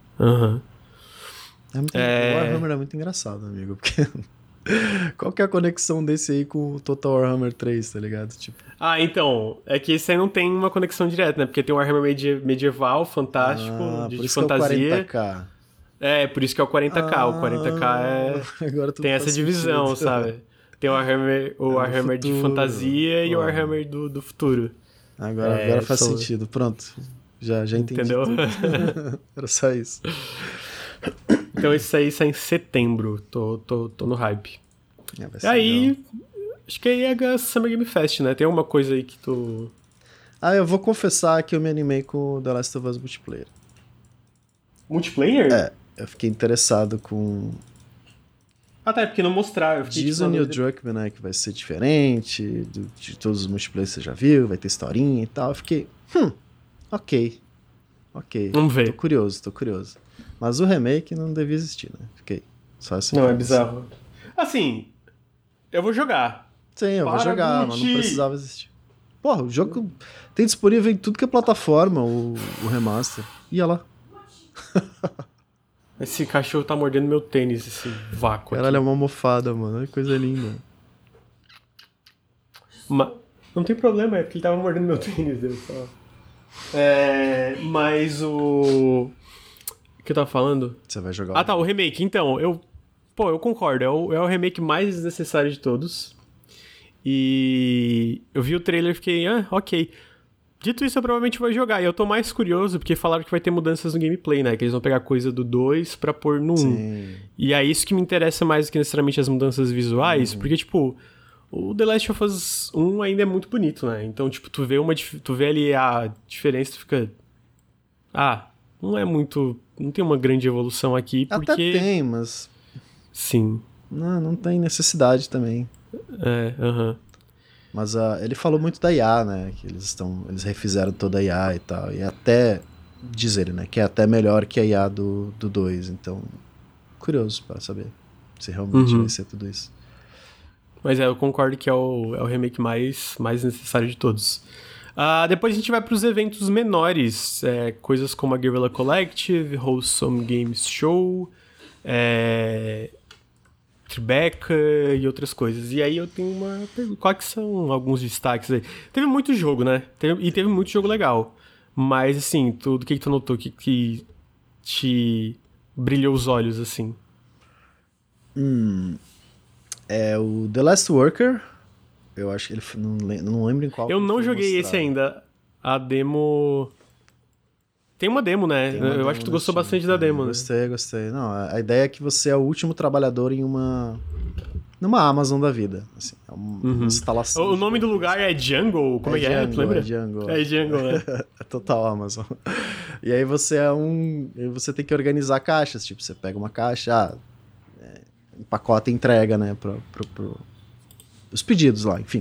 O Warhammer é muito engraçado, amigo, porque... Qual que é a conexão desse aí com o Total Warhammer 3, tá ligado? Tipo... então, é que esse aí não tem uma conexão direta, né? Porque tem o Warhammer medieval, fantástico, de fantasia. Que é o 40k. Por isso que é o 40k. O 40k tem essa divisão, sabe? Tem o Warhammer de fantasia e o Warhammer do futuro. Agora faz sentido. Pronto. Já entendi. Entendeu? Era só isso. Então isso aí sai em setembro. Tô no hype. Aí, acho que aí é a Summer Game Fest, né? Tem alguma coisa aí que tu... Eu vou confessar que eu me animei com o The Last of Us Multiplayer. Multiplayer? Eu fiquei interessado com... É porque não mostraram. Diz o Neil Druckmann, né, que vai ser diferente de todos os multiplayers que você já viu, vai ter historinha e tal. Eu fiquei, ok. Vamos ver. Tô curioso. Mas o remake não devia existir, né? Fiquei só assim. Não, é bizarro. Assim, eu vou jogar. Sim, eu vou jogar, mas não precisava existir. Porra, o jogo tem disponível em tudo que é plataforma, o remaster. Ia lá. Esse cachorro tá mordendo meu tênis, esse vácuo. Caralho, é uma almofada, mano. Olha que coisa linda. Não tem problema, é porque ele tava mordendo meu tênis. Só. Mas o que eu tava falando? Você vai jogar o remake. Então, eu concordo. É o remake mais desnecessário de todos. E eu vi o trailer e fiquei, ok. Dito isso, eu provavelmente vou jogar. E eu tô mais curioso, porque falaram que vai ter mudanças no gameplay, né? Que eles vão pegar coisa do 2 pra pôr no 1. E é isso que me interessa mais do que necessariamente as mudanças visuais, porque, tipo, o The Last of Us 1 ainda é muito bonito, né? Então, tipo, tu vê ali a diferença, tu fica... não é muito... Não tem uma grande evolução aqui, porque... Até tem, mas... Sim. Não tem necessidade também. Mas ele falou muito da IA, né? Que eles refizeram toda a IA e tal. E até dizer, né? Que é até melhor que a IA do 2. Então, curioso para saber se realmente vai ser tudo isso. Mas eu concordo que é o remake mais necessário de todos. Depois a gente vai para os eventos menores. Coisas como a Guerrilla Collective, Wholesome Games Show... Tribeca e outras coisas. E aí eu tenho uma pergunta. Quais são alguns destaques aí? Teve muito jogo, né? Teve muito jogo legal. Mas, assim, do que tu notou? O que te brilhou os olhos, assim? O The Last Worker. Eu acho que ele... Não lembro em qual. Eu não joguei esse ainda. A demo... Tem uma demo, né? Eu acho que tu gostou bastante da demo, né? Gostei. Não, a ideia é que você é o último trabalhador numa Amazon da vida. Assim, é uma instalação. O nome do lugar é Jungle? Como é que é? Tu lembra? É Jungle. É Jungle, né? É total Amazon. E aí você você tem que organizar caixas. Tipo, você pega uma caixa, empacota e entrega, né? Os pedidos lá, enfim.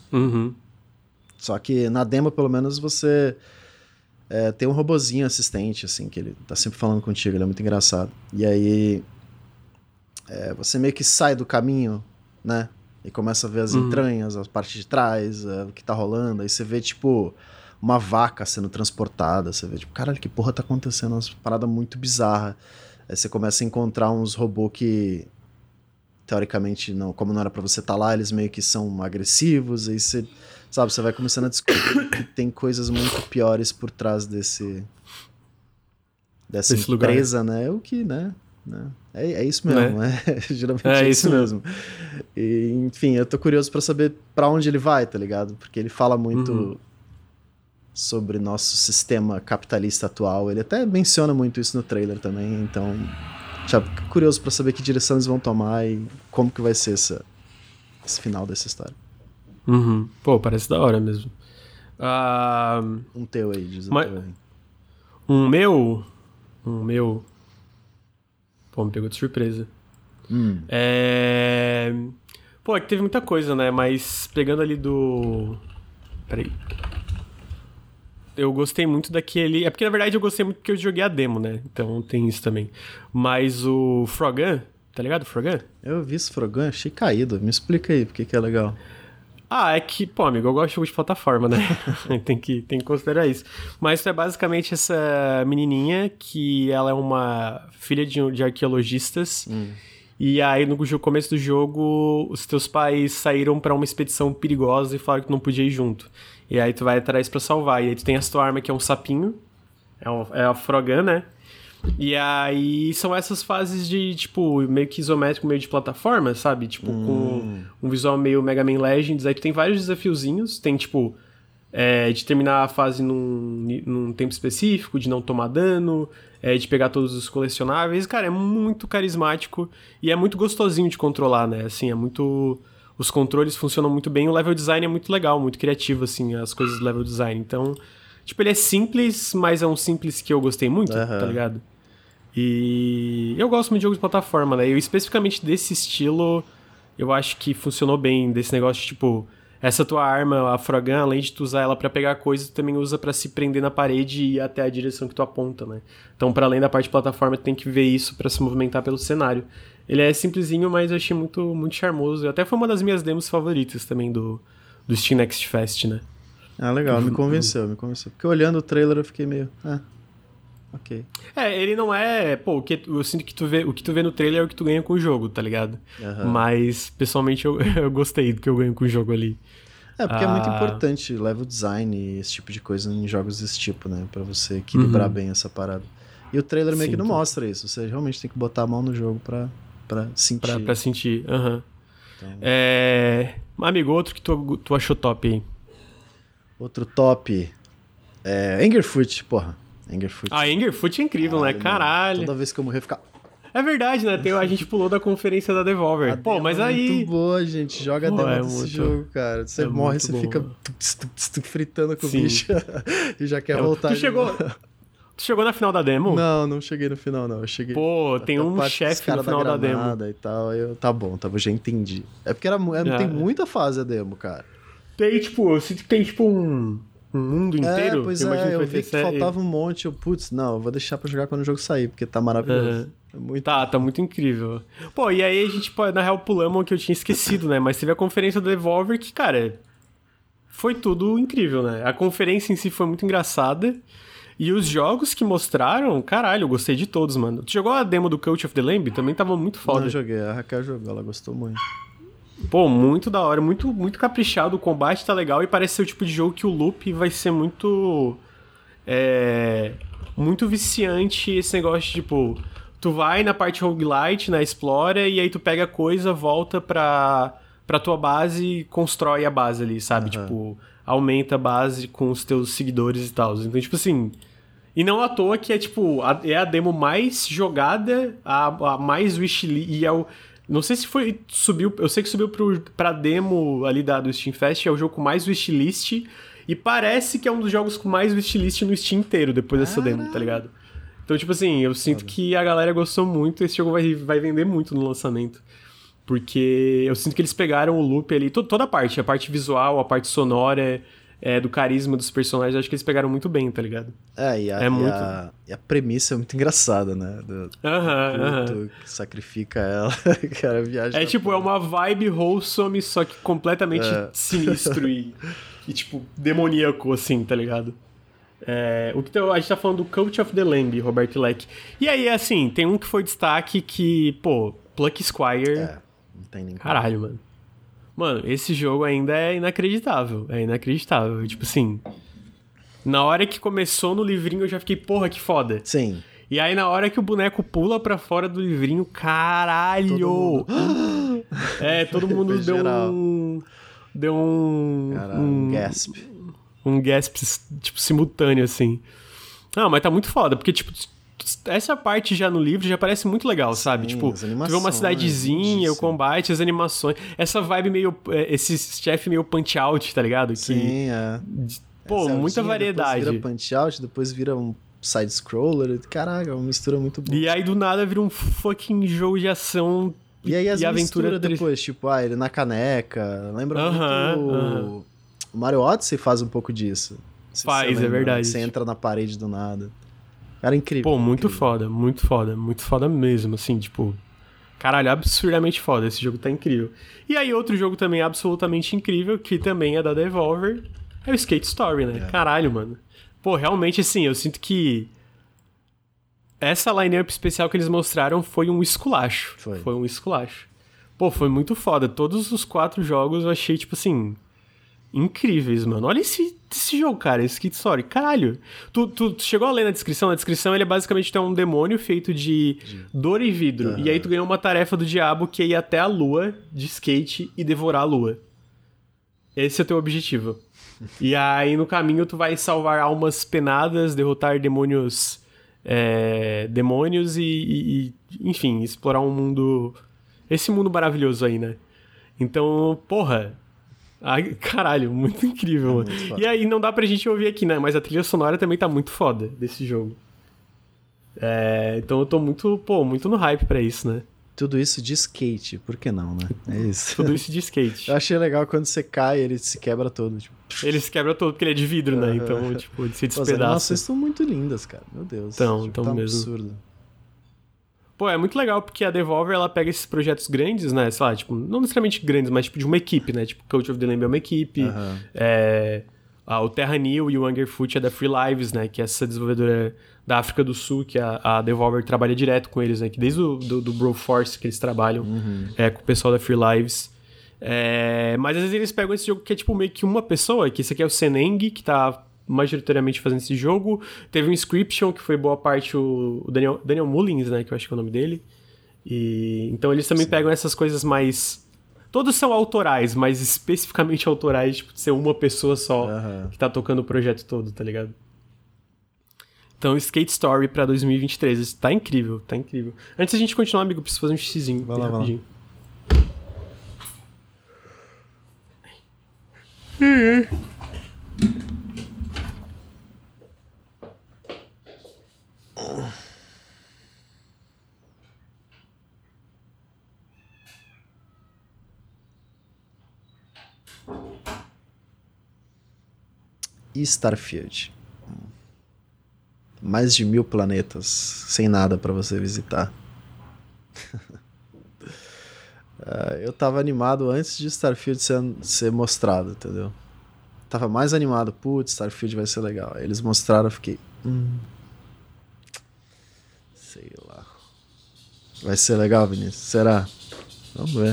Só que na demo, pelo menos, você... tem um robozinho assistente, assim, que ele tá sempre falando contigo, ele é muito engraçado. E aí, você meio que sai do caminho, né? E começa a ver as entranhas, a parte de trás, o que tá rolando. Aí você vê, tipo, uma vaca sendo transportada. Você vê, tipo, caralho, que porra tá acontecendo? Uma parada muito bizarra. Aí você começa a encontrar uns robôs que, teoricamente, como não era pra você estar lá, eles meio que são agressivos. Aí você... Sabe, você vai começando a descobrir que tem coisas muito piores por trás dessa empresa, lugar. Né? O que, né? É isso mesmo, geralmente é isso mesmo. E, enfim, eu tô curioso pra saber pra onde ele vai, tá ligado? Porque ele fala muito sobre nosso sistema capitalista atual. Ele até menciona muito isso no trailer também, então já curioso pra saber que direção eles vão tomar e como que vai ser esse final dessa história. Pô, parece da hora mesmo. Um teu aí, diz o teu aí. Um meu... Pô, me pegou de surpresa. Pô, é que teve muita coisa, né? Mas pegando ali do... Peraí. Eu gostei muito daquele... É porque, na verdade, eu gostei muito porque eu joguei a demo, né? Então tem isso também. Mas o Frogun, tá ligado? Frogun? Eu vi esse Frogun, achei caído. Me explica aí, porque que é legal. É que, pô, amigo, eu gosto de jogo de plataforma, né? tem que considerar isso. Mas é basicamente essa menininha que ela é uma filha de arqueologistas. E aí, no começo do jogo, os teus pais saíram pra uma expedição perigosa e falaram que não podia ir junto. E aí tu vai atrás pra salvar. E aí tu tem a tua arma, que é um sapinho. É a Frogun, né? E aí são essas fases de, tipo, meio que isométrico, meio de plataforma, sabe? Tipo, com um visual meio Mega Man Legends. Aí tu tem vários desafiozinhos. Tem, tipo, de terminar a fase num tempo específico, de não tomar dano, de pegar todos os colecionáveis. Cara, é muito carismático e é muito gostosinho de controlar, né? Assim, é muito... Os controles funcionam muito bem. O level design é muito legal, muito criativo, assim, as coisas do level design. Então, tipo, ele é simples, mas é um simples que eu gostei muito, tá ligado? E eu gosto muito de jogos de plataforma, né? Eu, especificamente desse estilo, eu acho que funcionou bem, desse negócio de, tipo, essa tua arma, a Frogun, além de tu usar ela pra pegar coisas, tu também usa pra se prender na parede e ir até a direção que tu aponta, né? Então, pra além da parte de plataforma, tu tem que ver isso pra se movimentar pelo cenário. Ele é simplesinho, mas eu achei muito, muito charmoso. Até foi uma das minhas demos favoritas também do Steam Next Fest, né? Legal, me convenceu. Porque olhando o trailer eu fiquei meio... ok. Ele não é... Pô, eu sinto que o que tu vê no trailer é o que tu ganha com o jogo, tá ligado? Mas, pessoalmente, eu gostei do que eu ganho com o jogo ali. Porque é muito importante level design e esse tipo de coisa em jogos desse tipo, né? Pra você equilibrar bem essa parada. E o trailer meio que não mostra isso. Você realmente tem que botar a mão no jogo pra sentir. Pra sentir, Então... Amigo, outro que tu achou top aí? Outro top Angerfoot, porra. Angerfoot. Angerfoot é incrível, né? Caralho. Toda vez que eu morrer, ficar... É verdade, né? A gente pulou da conferência da Devolver. Mas aí... É muito boa, gente. Joga a demo desse jogo, cara. Você morre, você fica fritando com o bicho e já quer voltar. Tu chegou na final da demo? Não cheguei no final, não. Eu cheguei... Tem um chefe no final da demo. E tal, tá bom, já entendi. É porque tem muita fase a demo, cara. Eu sinto que tem, um mundo inteiro. Pois eu vi que faltava um monte. Eu vou deixar pra jogar quando o jogo sair, porque tá maravilhoso. Tá muito incrível. E aí a gente, na real, pulamos o que eu tinha esquecido, né? Mas teve a conferência da Devolver que, cara, foi tudo incrível, né? A conferência em si foi muito engraçada. E os jogos que mostraram, caralho, eu gostei de todos, mano. Tu jogou a demo do Cult of the Lamb? Também tava muito foda. Não joguei, a Raquel jogou, ela gostou muito. Muito da hora, muito, muito caprichado, o combate tá legal e parece ser o tipo de jogo que o loop vai ser muito... muito viciante esse negócio de, tu vai na parte roguelite, explora, e aí tu pega a coisa, volta pra tua base e constrói a base ali, sabe? Aumenta a base com os teus seguidores e tal. Então, assim... E não à toa que é a demo mais jogada, a mais wishlist, e não sei se subiu, eu sei que subiu pra demo ali do Steam Fest, é o jogo com mais wishlist, e parece que é um dos jogos com mais wishlist no Steam inteiro, depois dessa demo, tá ligado? Então, eu sinto que a galera gostou muito, esse jogo vai vender muito no lançamento. Porque eu sinto que eles pegaram o loop ali, toda a parte visual, a parte sonora, do carisma dos personagens, acho que eles pegaram muito bem, tá ligado? E a premissa é muito engraçada, né? Do culto que sacrifica ela, cara, viaja. É uma vibe wholesome, só que completamente sinistro e demoníaco, assim, tá ligado? A gente tá falando do Cult of the Lamb, Roberto Leck. E aí, assim, tem um que foi destaque que, Pluck Squire... Não tem nem caralho, mano. Mano, esse jogo ainda é inacreditável. Na hora que começou no livrinho, eu já fiquei, porra, que foda. Sim. E aí, na hora que o boneco pula pra fora do livrinho, caralho! Todo mundo deu um gasp. Um gasp, simultâneo, assim. Não, mas tá muito foda, porque, essa parte já no livro já parece muito legal, sabe? Tu vê uma cidadezinha, o combate, as animações. Essa vibe meio... esse chefe meio punch-out, tá ligado? Sim, muita variedade. Depois vira punch-out, depois vira um side-scroller. Caraca, uma mistura muito boa. E aí, do nada, vira um fucking jogo de ação e aí as aventura depois, ele na caneca. Lembra muito... O Mario Odyssey faz um pouco disso. É verdade. Você entra na parede do nada. Cara, incrível. Muito incrível. foda, muito foda mesmo, assim, caralho, absurdamente foda, esse jogo tá incrível. E aí, outro jogo também absolutamente incrível, que também é da Devolver, é o Skate Story, né? Caralho, mano. Realmente, assim, eu sinto que essa line-up especial que eles mostraram foi um esculacho. Foi um esculacho. Foi muito foda. Todos os 4 jogos eu achei, incríveis, mano. Olha esse jogo, cara, esse Skate Story. Caralho. Tu chegou a ler na descrição? Na descrição ele é basicamente um demônio feito de dor e vidro. E aí tu ganhou uma tarefa do diabo que é ir até a lua de skate e devorar a lua. Esse é o teu objetivo. E aí no caminho tu vai salvar almas penadas, derrotar demônios e enfim, explorar um mundo... Esse mundo maravilhoso aí, né? Então, porra... Ai, caralho, muito incrível, mano. E aí não dá pra gente ouvir aqui, né? Mas a trilha sonora também tá muito foda desse jogo. Então eu tô muito no hype pra isso, né? Tudo isso de skate, por que não, né? É isso. Tudo isso de skate. Eu achei legal quando você cai, ele se quebra todo. Ele se quebra todo porque ele é de vidro, né? Então, ele se despedaça. As animações estão muito lindas, cara. Meu Deus. Então tá mesmo. Absurdo. É muito legal porque a Devolver, ela pega esses projetos grandes, né? Sei lá, não necessariamente grandes, mas de uma equipe, né? Cult of the Lamb é uma equipe. O Terra Nil e o Angerfoot é da Free Lives, né? Que é essa desenvolvedora da África do Sul, que a Devolver trabalha direto com eles, né? Que desde do Broforce que eles trabalham com o pessoal da Free Lives. Mas às vezes eles pegam esse jogo que é meio que uma pessoa, que esse aqui é o Seneng, que tá majoritariamente fazendo esse jogo. Teve um Inscription, que foi boa parte o Daniel Mullins, né? Que eu acho que é o nome dele. Então eles também pegam essas coisas mais Todos são autorais, mas especificamente autorais, tipo, de ser uma pessoa só que tá tocando o projeto todo, tá ligado? Então, Skate Story pra 2023. Tá incrível, tá incrível. Antes da gente continuar, amigo, eu preciso fazer um xizinho. Vai lá, rapidinho. E Starfield. Mais de 1000 planetas, sem nada pra você visitar. Eu tava animado antes de Starfield ser mostrado, entendeu? Tava mais animado, putz, Starfield vai ser legal. Aí eles mostraram, eu fiquei... sei lá. Vai ser legal, Vinícius? Será? Vamos ver.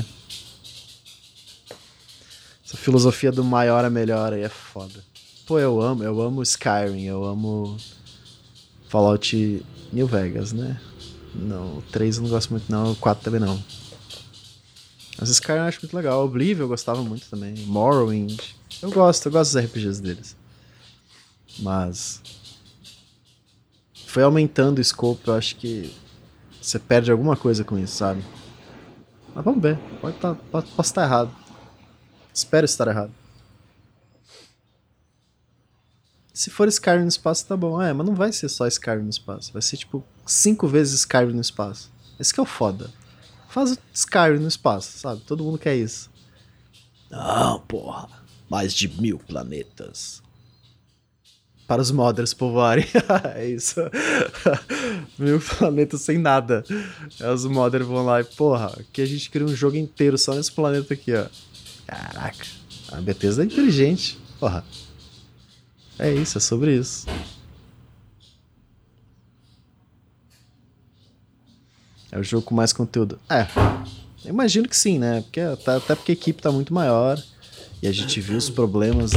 Essa filosofia do maior é melhor aí é foda. Pô, eu amo Skyrim, eu amo Fallout New Vegas, né? Não, o 3 eu não gosto muito não, o 4 também não. Mas Skyrim eu acho muito legal. Oblivion eu gostava muito também. Morrowind. Eu gosto dos RPGs deles. Mas foi aumentando o escopo, eu acho que você perde alguma coisa com isso, sabe? Mas vamos ver. Posso estar errado. Espero estar errado. Se for Skyrim no espaço, tá bom. Mas não vai ser só Skyrim no espaço. Vai ser, tipo, 5 vezes Skyrim no espaço. Esse que é o foda. Faz o Skyrim no espaço, sabe? Todo mundo quer isso. Não, porra. Mais de 1000 planetas. Para os modders povoarem. É isso. 1000 planetas sem nada. Aí os modders vão lá e, porra, aqui a gente cria um jogo inteiro só nesse planeta aqui, ó. Caraca. A Bethesda é inteligente. Porra. É isso, é sobre isso. É o jogo com mais conteúdo. Eu imagino que sim, né? Porque, até porque a equipe tá muito maior. E a gente viu os problemas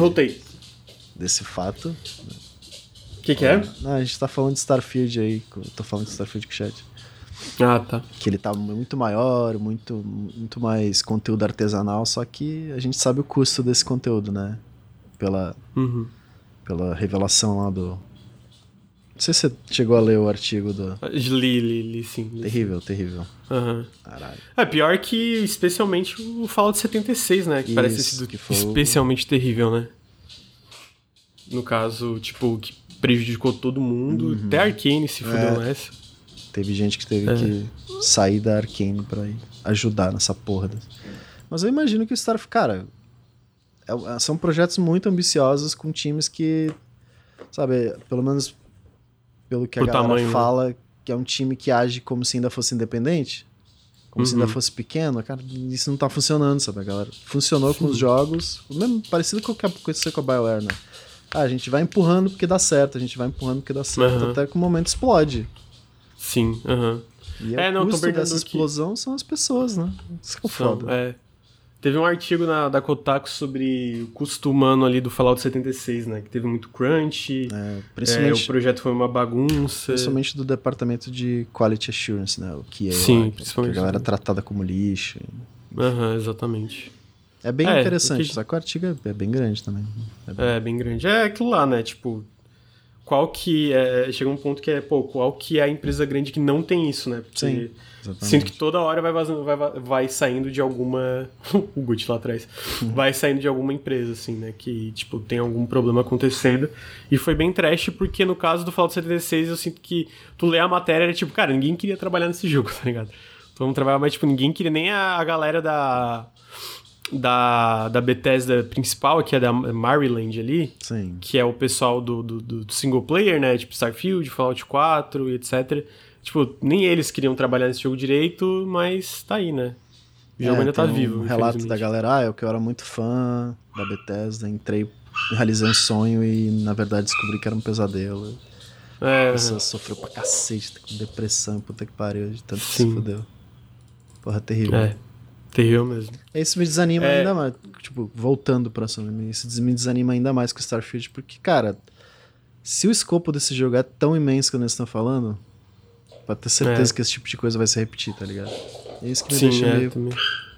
desse fato. O que é? Não, a gente tá falando de Starfield aí. Tô falando de Starfield com o chat. Ah, tá. Que ele tá muito maior, muito mais conteúdo artesanal, só que a gente sabe o custo desse conteúdo, né? Pela revelação lá do... Não sei se você chegou a ler o artigo do... Li, sim. Terrível. Caralho. Pior que especialmente o Fallout 76, né? Que parece ter sido especialmente terrível, né? No caso, tipo, que prejudicou todo mundo. Até a Arcane se fudeu nessa. Teve gente que teve que sair da Arcane pra ir ajudar nessa porra. Mas eu imagino que o Starfield... Cara, são projetos muito ambiciosos com times que, sabe, pelo menos pelo que a galera fala, que é um time que age como se ainda fosse independente, como se ainda fosse pequeno. Cara, isso não tá funcionando, sabe, a galera? Funcionou com os jogos, mesmo parecido com o que aconteceu com a BioWare, né? A gente vai empurrando porque dá certo, até que o momento explode. Sim, E o custo dessa explosão são as pessoas, né? Isso que é foda. Teve um artigo da Kotaku sobre o custo humano ali do Fallout 76, né? Que teve muito crunch, principalmente, o projeto foi uma bagunça. Principalmente do departamento de Quality Assurance, né? O que é principalmente. Que a galera é tratada como lixo. exatamente. É bem interessante, só que o artigo é bem grande também. Bem grande. É aquilo lá, né? Tipo, qual que é... Chega um ponto que qual que é a empresa grande que não tem isso, né? Porque sim, exatamente. Sinto que toda hora vai saindo de alguma... o Gucci lá atrás. Vai saindo de alguma empresa, assim, né? Que, tipo, tem algum problema acontecendo. E foi bem trash, porque no caso do Fallout 76, eu sinto que tu lê a matéria, era tipo, cara, ninguém queria trabalhar nesse jogo, tá ligado? Todo mundo trabalhava, mas, tipo, ninguém queria, nem a galera da Bethesda principal, que é da Maryland ali. Sim. Que é o pessoal do single player, né? Tipo, Starfield, Fallout 4 e etc. Tipo, nem eles queriam trabalhar nesse jogo direito, mas tá aí, né? O jogo ainda tá vivo. Um relato da galera, eu era muito fã da Bethesda, entrei, realizei um sonho e, na verdade, descobri que era um pesadelo. A pessoa sofreu pra cacete, com depressão, puta que pariu, de tanto que se fudeu. Porra, terrível. Terrível mesmo. Isso me desanima ainda mais, tipo, voltando pro assunto, isso me desanima ainda mais com o Starfield, porque, cara, se o escopo desse jogo é tão imenso que eles estão falando, pode ter certeza que esse tipo de coisa vai se repetir, tá ligado? É isso que me deixa meio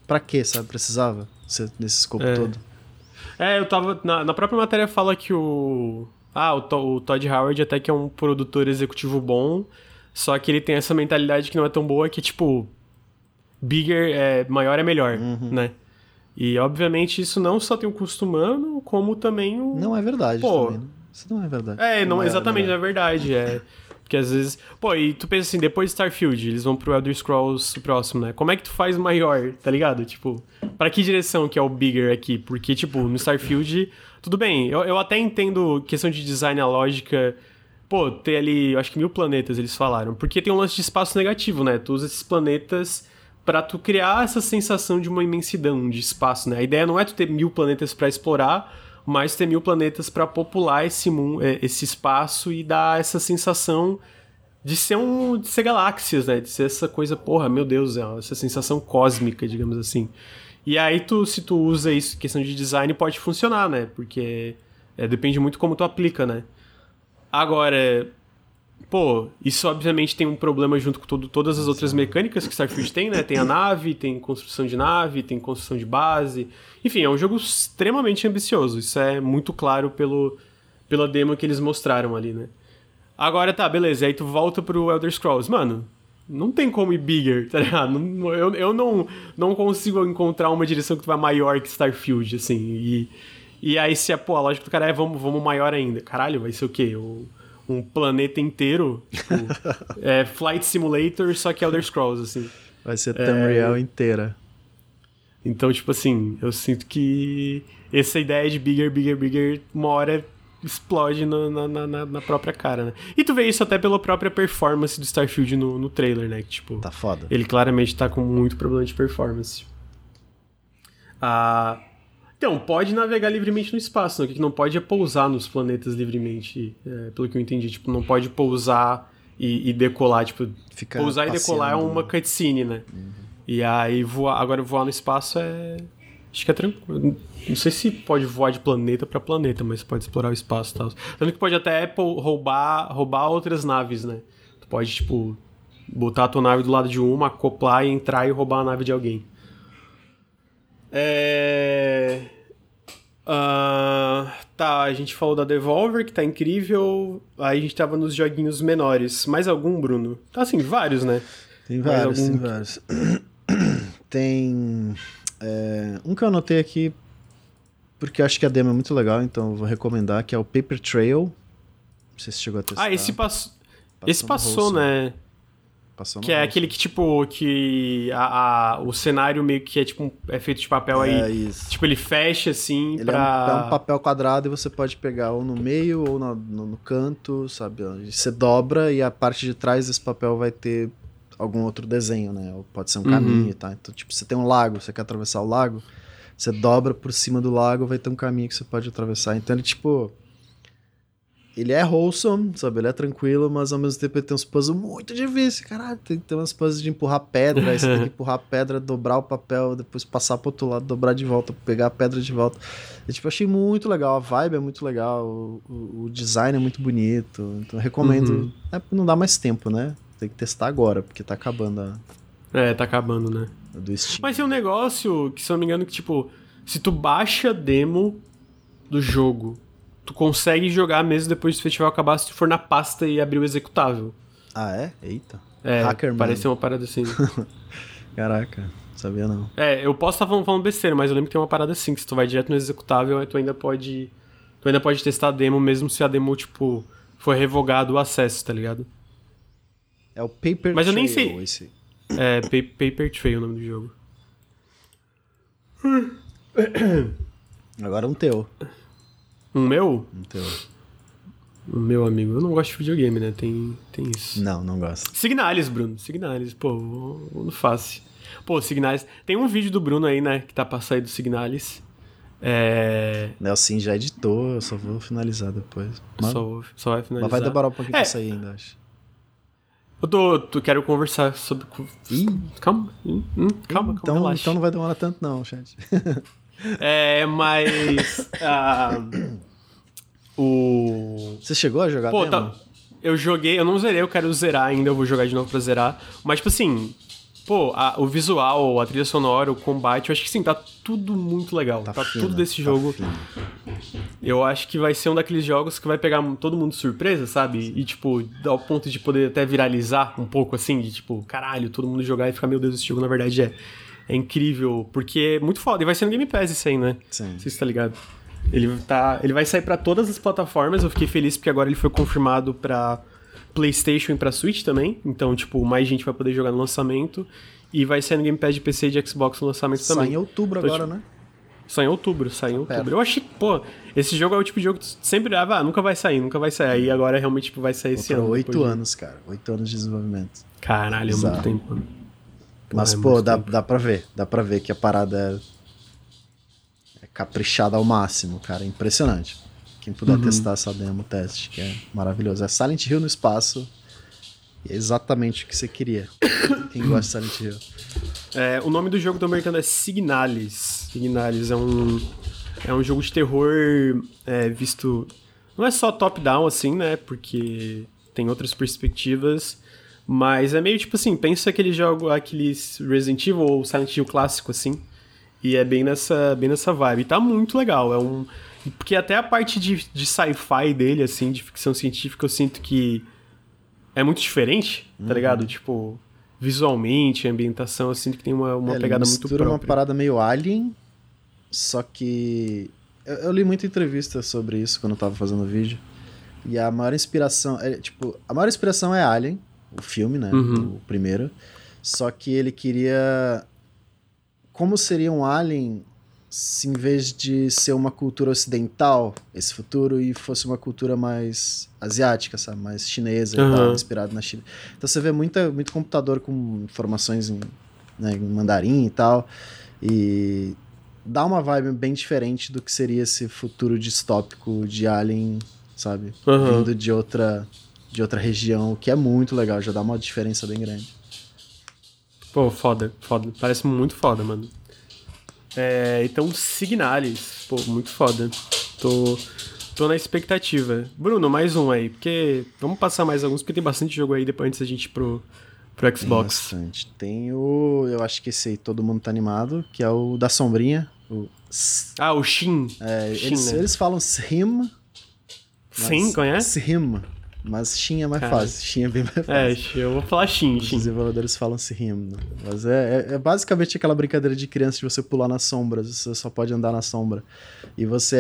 pra quê, sabe? Precisava ser nesse escopo todo. Eu tava... Na própria matéria fala que o Todd Howard até que é um produtor executivo bom, só que ele tem essa mentalidade que não é tão boa, que tipo... maior é melhor, né? E, obviamente, isso não só tem um custo humano, como também o... Não é verdade também, né? Isso não é verdade. Não exatamente, não é verdade. Porque às vezes... Pô, e tu pensa assim, depois de Starfield, eles vão pro Elder Scrolls próximo, né? Como é que tu faz maior, tá ligado? Tipo, pra que direção que é o bigger aqui? Porque, tipo, no Starfield, tudo bem. Eu até entendo questão de design, a lógica... Pô, ter ali, acho que 1000 planetas, eles falaram. Porque tem um lance de espaço negativo, né? Tu usa esses planetas... pra tu criar essa sensação de uma imensidão de espaço, né? A ideia não é tu ter 1000 planetas pra explorar, mas ter 1000 planetas pra popular esse espaço e dar essa sensação de ser galáxias, né? De ser essa coisa, porra, meu Deus, essa sensação cósmica, digamos assim. E aí, se tu usa isso, questão de design, pode funcionar, né? Porque depende muito como tu aplica, né? Agora... Pô, isso obviamente tem um problema junto com todas as outras mecânicas que Starfield tem, né? Tem a nave, tem construção de nave, tem construção de base. Enfim, é um jogo extremamente ambicioso. Isso é muito claro pela demo que eles mostraram ali, né? Agora tá, beleza. Aí tu volta pro Elder Scrolls. Mano, não tem como ir bigger, tá ligado? Eu não consigo encontrar uma direção que tu vai maior que Starfield, assim. E aí se a lógica do cara é vamos maior ainda. Caralho, vai ser o quê? Um planeta inteiro, tipo, Flight Simulator, só que Elder Scrolls, assim. Vai ser Tamriel inteira. Então, tipo assim, eu sinto que essa ideia de bigger, uma hora explode na própria cara, né? E tu vê isso até pela própria performance do Starfield no trailer, né? Que, tipo, tá foda. Ele claramente tá com muito problema de performance. Então, pode navegar livremente no espaço, né? O que não pode é pousar nos planetas livremente, pelo que eu entendi. Tipo, não pode pousar e decolar. Tipo, pousar e decolar é uma cutscene, né? E aí, agora voar no espaço acho que é tranquilo. Não sei se pode voar de planeta pra planeta, mas pode explorar o espaço e tal. Tanto que pode até roubar outras naves, né? Tu pode, tipo, botar a tua nave do lado de uma, acoplar e entrar e roubar a nave de alguém. Tá, a gente falou da Devolver, que tá incrível. Aí a gente tava nos joguinhos menores. Mais algum, Bruno? Tá, assim, vários, né? Tem vários. Tem um que eu anotei aqui, porque eu acho que a demo é muito legal, então eu vou recomendar, que é o Paper Trail. Não sei se chegou a testar. Esse passou, né? Que é aquele que, tipo, o cenário meio que é feito de papel aí. Isso. Tipo, ele fecha assim ele é um papel quadrado e você pode pegar ou no meio ou no canto, sabe? Você dobra e a parte de trás desse papel vai ter algum outro desenho, né? Ou pode ser um caminho, tá? Então, tipo, você tem um lago, você quer atravessar o lago, você dobra por cima do lago, vai ter um caminho que você pode atravessar. Então, ele, tipo... Ele é wholesome, sabe? Ele é tranquilo, mas ao mesmo tempo ele tem uns puzzles muito difíceis. Caralho, tem umas puzzles de empurrar pedra, aí você tem que empurrar a pedra, dobrar o papel, depois passar pro outro lado, dobrar de volta, pegar a pedra de volta. E, tipo, eu achei muito legal, a vibe é muito legal, o design é muito bonito, então eu recomendo. Não dá mais tempo, né? Tem que testar agora, porque tá acabando tá acabando, né? Do Steam. Mas tem um negócio que, se eu não me engano, que, tipo, se tu baixa a demo do jogo, tu consegue jogar mesmo depois do festival acabar se tu for na pasta e abrir o executável. Ah, é? Eita. Hacker, parece uma parada assim. Caraca, não sabia não. Eu posso estar falando besteira, mas eu lembro que tem uma parada assim, que se tu vai direto no executável, tu ainda pode testar a demo, mesmo se a demo, tipo, foi revogado o acesso, tá ligado? É o Paper mas Trail, eu nem sei. Esse. Paper Trail o nome do jogo. Agora um teu. Um meu? Um teu. O meu amigo. Eu não gosto de videogame, né? Tem isso. Não gosto. Signalis, Bruno. Signalis. Pô, não faço. Pô, Signalis. Tem um vídeo do Bruno aí, né? Que tá pra sair do Signalis. Nelson já editou, eu só vou finalizar depois. Só vai finalizar. Mas vai demorar um pouquinho pra sair ainda, acho. Eu quero conversar sobre... Calma. Calma, relaxa. Então não vai demorar tanto não, chat. Mas... Você chegou a jogar demo? Eu joguei, eu não zerei, eu quero zerar ainda, eu vou jogar de novo pra zerar. Mas, tipo assim, Pô, o visual, a trilha sonora, o combate, eu acho que sim, tá tudo muito legal. Tá fino, tudo desse jogo. Fino. Eu acho que vai ser um daqueles jogos que vai pegar todo mundo de surpresa, sabe? E, tipo, ao ponto de poder até viralizar um pouco, assim, de tipo, caralho, todo mundo jogar e ficar, meu Deus, esse jogo na verdade é incrível. Porque é muito foda. E vai ser no Game Pass isso aí, né? Sim. Não sei se tá ligado. Ele vai sair pra todas as plataformas. Eu fiquei feliz porque agora ele foi confirmado pra PlayStation e pra Switch também. Então, tipo, mais gente vai poder jogar no lançamento. E vai sair no Game Pass de PC e de Xbox no lançamento também. Sai em outubro então, agora, tipo, né? Sai em outubro. Eu achei que, pô, esse jogo é o tipo de jogo que sempre nunca vai sair. Aí agora realmente tipo, vai sair esse ano. 8 anos, cara. 8 anos de desenvolvimento. Caralho, exato. É muito tempo, mano. Mas, dá pra ver. Dá pra ver que a parada é caprichada ao máximo, cara. É impressionante. Quem puder testar essa demo, teste, que é maravilhoso. É Silent Hill no espaço. E é exatamente o que você queria. Quem gosta de Silent Hill. O nome do jogo do americano é Signalis. Signalis é um jogo de terror visto... Não é só top-down, assim, né? Porque tem outras perspectivas. Mas é meio tipo assim, pensa aqueles Resident Evil ou Silent Hill clássico, assim. E é bem nessa vibe. E tá muito legal. Porque até a parte de sci-fi dele, assim, de ficção científica, eu sinto que é muito diferente, tá ligado? Tipo, visualmente, a ambientação, eu sinto que tem uma pegada muito própria. Uma parada meio Alien, só que... Eu li muita entrevista sobre isso quando eu tava fazendo o vídeo. E a maior inspiração... a maior inspiração é Alien, o filme, né? O primeiro. Só que ele queria... Como seria um Alien se em vez de ser uma cultura ocidental, esse futuro, e fosse uma cultura mais asiática, sabe? Mais chinesa e tal, inspirado na China. Então você vê muito computador com informações em mandarim e tal, e dá uma vibe bem diferente do que seria esse futuro distópico de Alien, sabe? Vindo de outra região, o que é muito legal, já dá uma diferença bem grande. Pô, foda. Parece muito foda, mano. Então, Signalis. Pô, muito foda. Tô na expectativa. Bruno, mais um aí, porque... Vamos passar mais alguns, porque tem bastante jogo aí depois antes da gente ir pro Xbox. Tem bastante. Tem eu acho que esse aí todo mundo tá animado, que é o da sombrinha. O Shin. Eles falam Sim. Sim, conhece? Sim. Mas Shin é mais fácil. Shin é bem mais fácil. Eu vou falar Shin. Os desenvolvedores falam Sim. Mas é basicamente aquela brincadeira de criança de você pular nas sombras. Você só pode andar na sombra. E você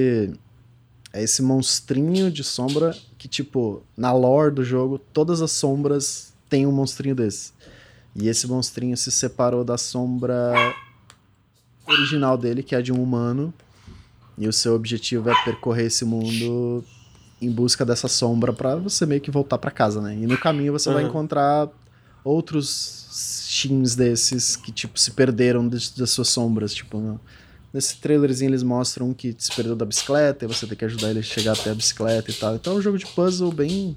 é esse monstrinho de sombra que, tipo, na lore do jogo, todas as sombras têm um monstrinho desse. E esse monstrinho se separou da sombra original dele, que é de um humano. E o seu objetivo é percorrer esse mundo em busca dessa sombra pra você meio que voltar pra casa, né? E no caminho você vai encontrar outros Shins desses que, tipo, se perderam das suas sombras. Tipo, nesse trailerzinho eles mostram que se perdeu da bicicleta e você tem que ajudar ele a chegar até a bicicleta e tal. Então é um jogo de puzzle bem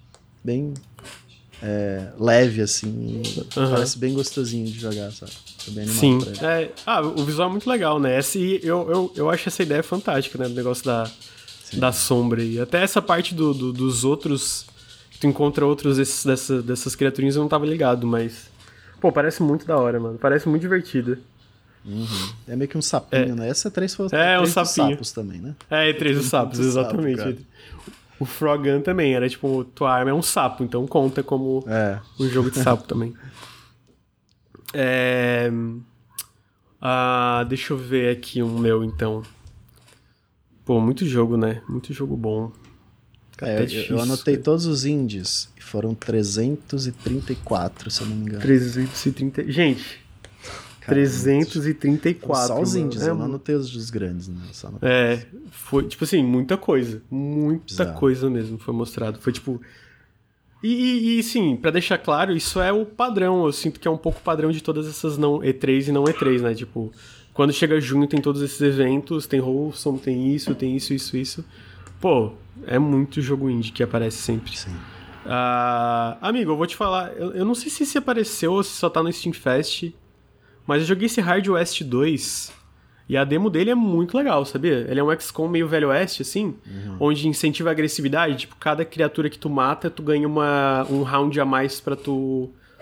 leve, assim. Parece bem gostosinho de jogar, sabe? Tô bem animado pra ele. O visual é muito legal, né? Eu acho essa ideia fantástica, né? O negócio da sombra. E até essa parte dos outros... Tu encontra outros dessas criaturinhas, eu não tava ligado, mas... Pô, parece muito da hora, mano. Parece muito divertida. É meio que um sapinho, né? Essa 3 foi um sapinho. Sapos também, né? Três dos sapos, exatamente. Sapo, o Frog Gun também, era tipo, tua arma é um sapo, então conta como um jogo de sapo também. Deixa eu ver aqui um meu, então. Pô, muito jogo, né? Muito jogo bom. Eu anotei todos os indies e foram 334, se eu não me engano. 330... Gente, caramba, 334. Só os indies, eu não anotei os dos grandes, né? Foi, tipo assim, muita coisa. Muita coisa mesmo foi mostrado. Foi tipo... E sim, pra deixar claro, isso é o padrão. Eu sinto que é um pouco padrão de todas essas não E3 e não E3, né? Tipo, quando chega junho tem todos esses eventos, tem Wholesome, tem isso. Pô, é muito jogo indie que aparece sempre. Sim. Amigo, eu vou te falar, eu não sei se esse apareceu ou se só tá no Steam Fest, mas eu joguei esse Hard West 2 e a demo dele é muito legal, sabia? Ele é um XCOM meio Velho Oeste, assim, onde incentiva a agressividade. Tipo, cada criatura que tu mata, tu ganha um round a mais pra tu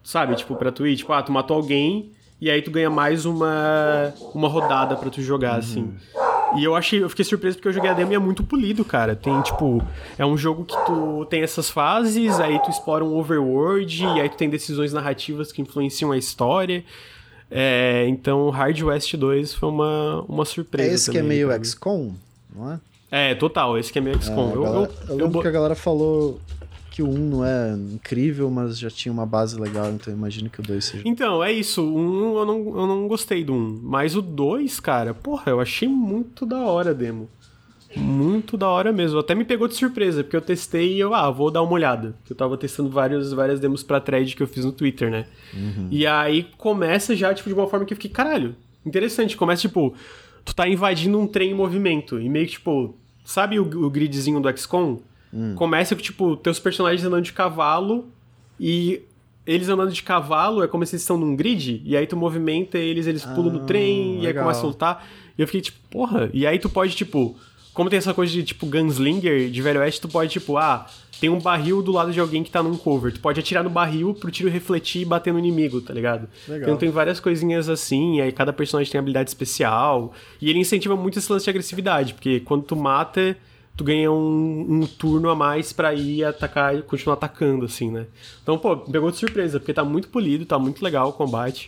sabe? Tipo, pra tu ir, tipo, tu matou alguém e aí tu ganha mais uma rodada pra tu jogar, assim. E eu fiquei surpreso porque eu joguei a demo e é muito polido, cara. Tem, tipo, é um jogo que tu tem essas fases, aí tu explora um overworld, e aí tu tem decisões narrativas que influenciam a história. Então, Hard West 2 foi uma surpresa. É esse também, que é meio XCOM, não é? Total, esse que é meio XCOM. Eu lembro que a galera falou que o 1 não é incrível, mas já tinha uma base legal, então eu imagino que o 2 seja. Então, é isso. O 1 eu não gostei do 1. Mas o 2, cara, porra, eu achei muito da hora a demo. Muito da hora mesmo. Até me pegou de surpresa, porque eu testei e vou dar uma olhada. Eu tava testando várias demos pra thread que eu fiz no Twitter, né? E aí começa já, tipo, de uma forma que eu fiquei, caralho, interessante. Começa, tipo, tu tá invadindo um trem em movimento. E meio que, tipo, sabe o gridzinho do XCOM? Começa com, tipo, teus personagens andando de cavalo e eles andando de cavalo é como se eles estão num grid e aí tu movimenta eles pulam no trem e aí começa a lutar. E eu fiquei, tipo, porra. E aí tu pode, tipo, como tem essa coisa de, tipo, gunslinger de Velho Oeste, tu pode, tipo, tem um barril do lado de alguém que tá num cover. Tu pode atirar no barril pro tiro refletir e bater no inimigo, tá ligado? Legal. Então tem várias coisinhas assim, e aí cada personagem tem habilidade especial. E ele incentiva muito esse lance de agressividade, porque quando tu mata, tu ganha um turno a mais pra ir atacar e continuar atacando, assim, né? Então, pô, pegou de surpresa, porque tá muito polido, tá muito legal o combate.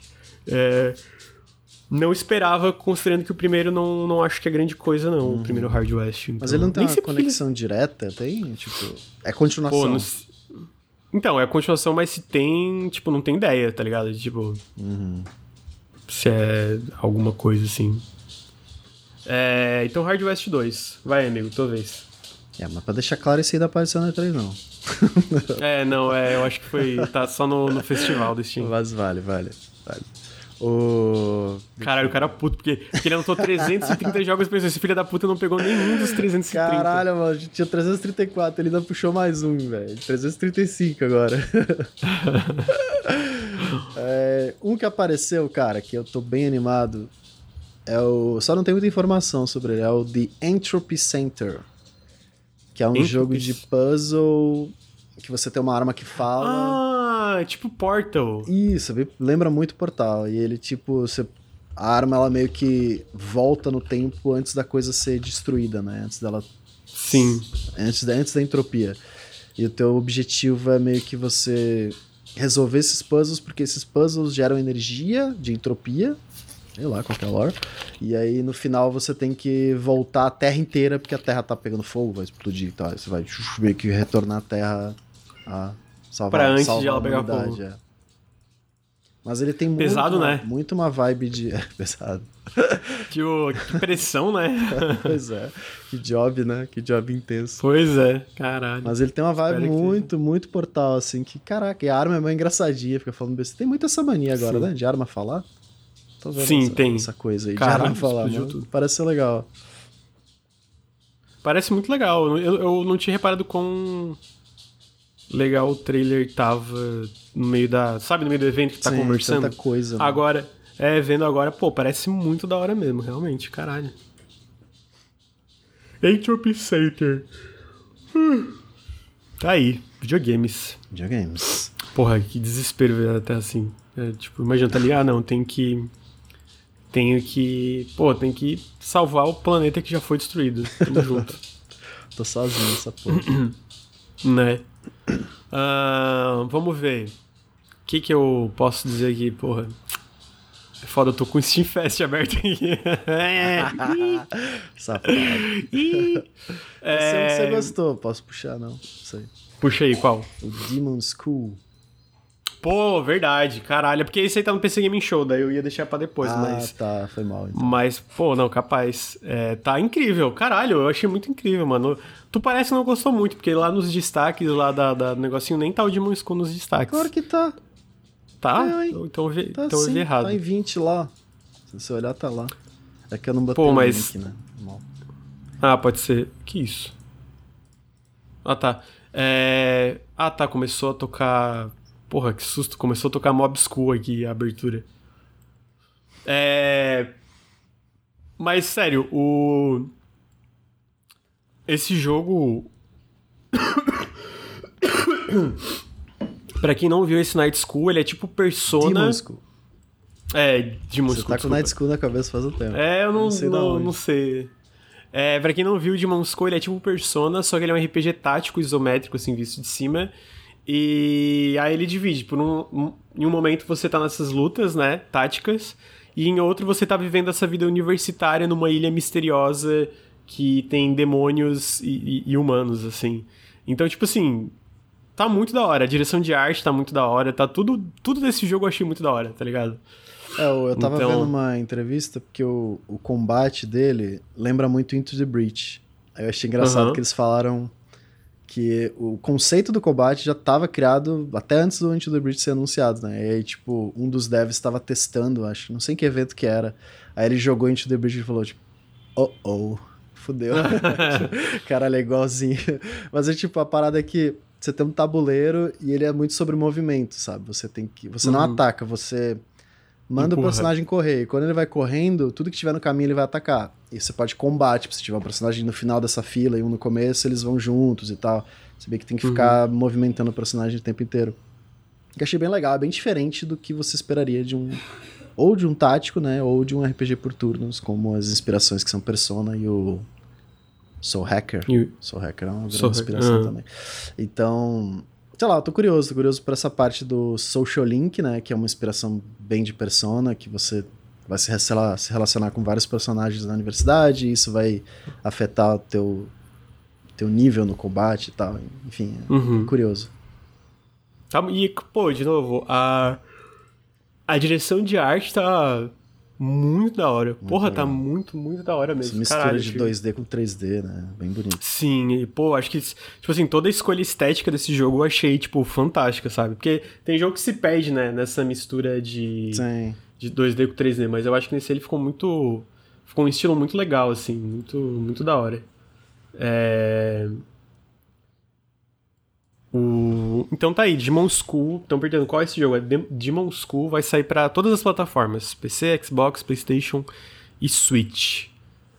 Não esperava, considerando que o primeiro não acho que é grande coisa, não, o primeiro Hard West. Então, mas ele não tem uma conexão direta? Tem? Tipo, é continuação? Pô, então, é a continuação, mas se tem, tipo, não tem ideia, tá ligado? Tipo, se é alguma coisa assim. Então Hard West 2. Vai, amigo, tua vez. Mas pra deixar claro, esse aí da aparição não é 3, não. Eu acho que tá só no festival do Steam. Mas vale. Caralho, o cara é puto, porque ele anotou 330 jogos e pensou, esse filho da puta não pegou nenhum dos 330. Caralho, mano, a gente tinha 334, ele ainda puxou mais um, velho. 335 agora. Um que apareceu, cara, que eu tô bem animado, só não tem muita informação sobre ele, é o The Entropy Center, que é um jogo de puzzle que você tem uma arma que fala. Tipo Portal. Isso, lembra muito Portal. E ele, tipo, a arma, ela meio que volta no tempo antes da coisa ser destruída, né? Antes dela... Sim. Antes da entropia. E o teu objetivo é meio que você resolver esses puzzles, porque esses puzzles geram energia de entropia, sei lá, qualquer lore. E aí, no final, você tem que voltar a Terra inteira, porque a Terra tá pegando fogo, vai explodir e tal. Você vai meio que retornar a Terra a salvar, pra antes de ela pegar fogo. Mas ele tem muito uma vibe de... pesado. Que pressão, né? Pois é. Que job, né? Que job intenso. Pois é, caralho. Mas ele tem uma vibe muito Portal, assim, que, caraca, e a arma é meio engraçadinha, fica falando besteira. Tem muito essa mania agora, né? De arma falar. Tô vendo tem. Essa coisa aí, caralho, de arma falar. Parece ser legal. Parece muito legal. Eu não tinha reparado quão legal o trailer tava no meio no meio do evento que tá conversando. Tanta coisa. Agora, vendo agora, pô, parece muito da hora mesmo, realmente, caralho. Entropy Center. Tá aí, videogames. Porra, que desespero até assim. Tipo, imagina, tá ali, tenho que salvar o planeta que já foi destruído. Tamo junto. Tô sozinho nessa porra. Né? Vamos ver. O que eu posso dizer aqui, porra? É foda, eu tô com o Steam Fest aberto aqui. Safado. Esse é um que você gostou, posso puxar, não? Sei. Puxa aí, qual? O Demon's School. Pô, verdade, caralho. Porque esse aí tá no PC Gaming Show, daí eu ia deixar pra depois, mas... tá, foi mal, então. Mas, pô, não, capaz. Tá incrível, caralho, eu achei muito incrível, mano. Tu parece que não gostou muito, porque lá nos destaques, lá da negocinho, nem tá o Demon's School nos destaques. Claro que tá. Tá? Então eu vi errado. Tá em 20 lá. Se você olhar, tá lá. É que eu não botei o link, né? Mal. Pode ser. Que isso? Tá. Tá, começou a tocar... Porra, que susto. Começou a tocar Mob School aqui, a abertura. Mas, sério, esse jogo... Pra quem não viu esse Night School, ele é tipo Persona... Demon School. Demon School, Você tá com Night School na cabeça faz um tempo. Eu não sei. Pra quem não viu, o Demon School, ele é tipo Persona, só que ele é um RPG tático, isométrico, assim, visto de cima. E aí ele divide. Em um momento você tá nessas lutas, né, táticas, e em outro você tá vivendo essa vida universitária numa ilha misteriosa que tem demônios e humanos, assim. Então, tipo assim, tá muito da hora. A direção de arte tá muito da hora. Tá tudo desse jogo eu achei muito da hora, tá ligado? Eu tava vendo uma entrevista porque o combate dele lembra muito Into the Breach. Aí eu achei engraçado que eles falaram que o conceito do combate já estava criado até antes do Into the Breach ser anunciado, né? E aí, tipo, um dos devs estava testando, acho, não sei que evento que era. Aí ele jogou Into the Breach e falou, tipo, fudeu. Caralho, é igualzinho. Mas é tipo, a parada é que você tem um tabuleiro e ele é muito sobre movimento, sabe? Você não ataca, você manda o personagem correr. E quando ele vai correndo, tudo que tiver no caminho ele vai atacar. E você pode combate, tipo, se tiver um personagem no final dessa fila e um no começo, eles vão juntos e tal. Você vê que tem que ficar movimentando o personagem o tempo inteiro. Que achei bem legal, é bem diferente do que você esperaria de um tático, né, ou de um RPG por turnos, como as inspirações que são Persona e o Soul Hacker. Soul Hacker é uma grande inspiração também. Então, sei lá, eu tô curioso por essa parte do Social Link, né, que é uma inspiração bem de Persona, que você vai se relacionar com vários personagens da universidade, e isso vai afetar o teu nível no combate e tal. Enfim, é curioso. E, pô, de novo, a direção de arte tá muito da hora. Porra, tá muito, muito da hora mesmo. Essa mistura de 2D com 3D, né? Bem bonito. Sim, e, pô, acho que, tipo assim, toda a escolha estética desse jogo eu achei, tipo, fantástica, sabe? Porque tem jogo que se perde, né, nessa mistura de 2D com 3D, mas eu acho que nesse ele ficou um estilo muito legal, assim, muito, muito da hora. Então tá aí, Demon School. Estão perguntando qual é esse jogo. Demon School vai sair pra todas as plataformas: PC, Xbox, PlayStation e Switch.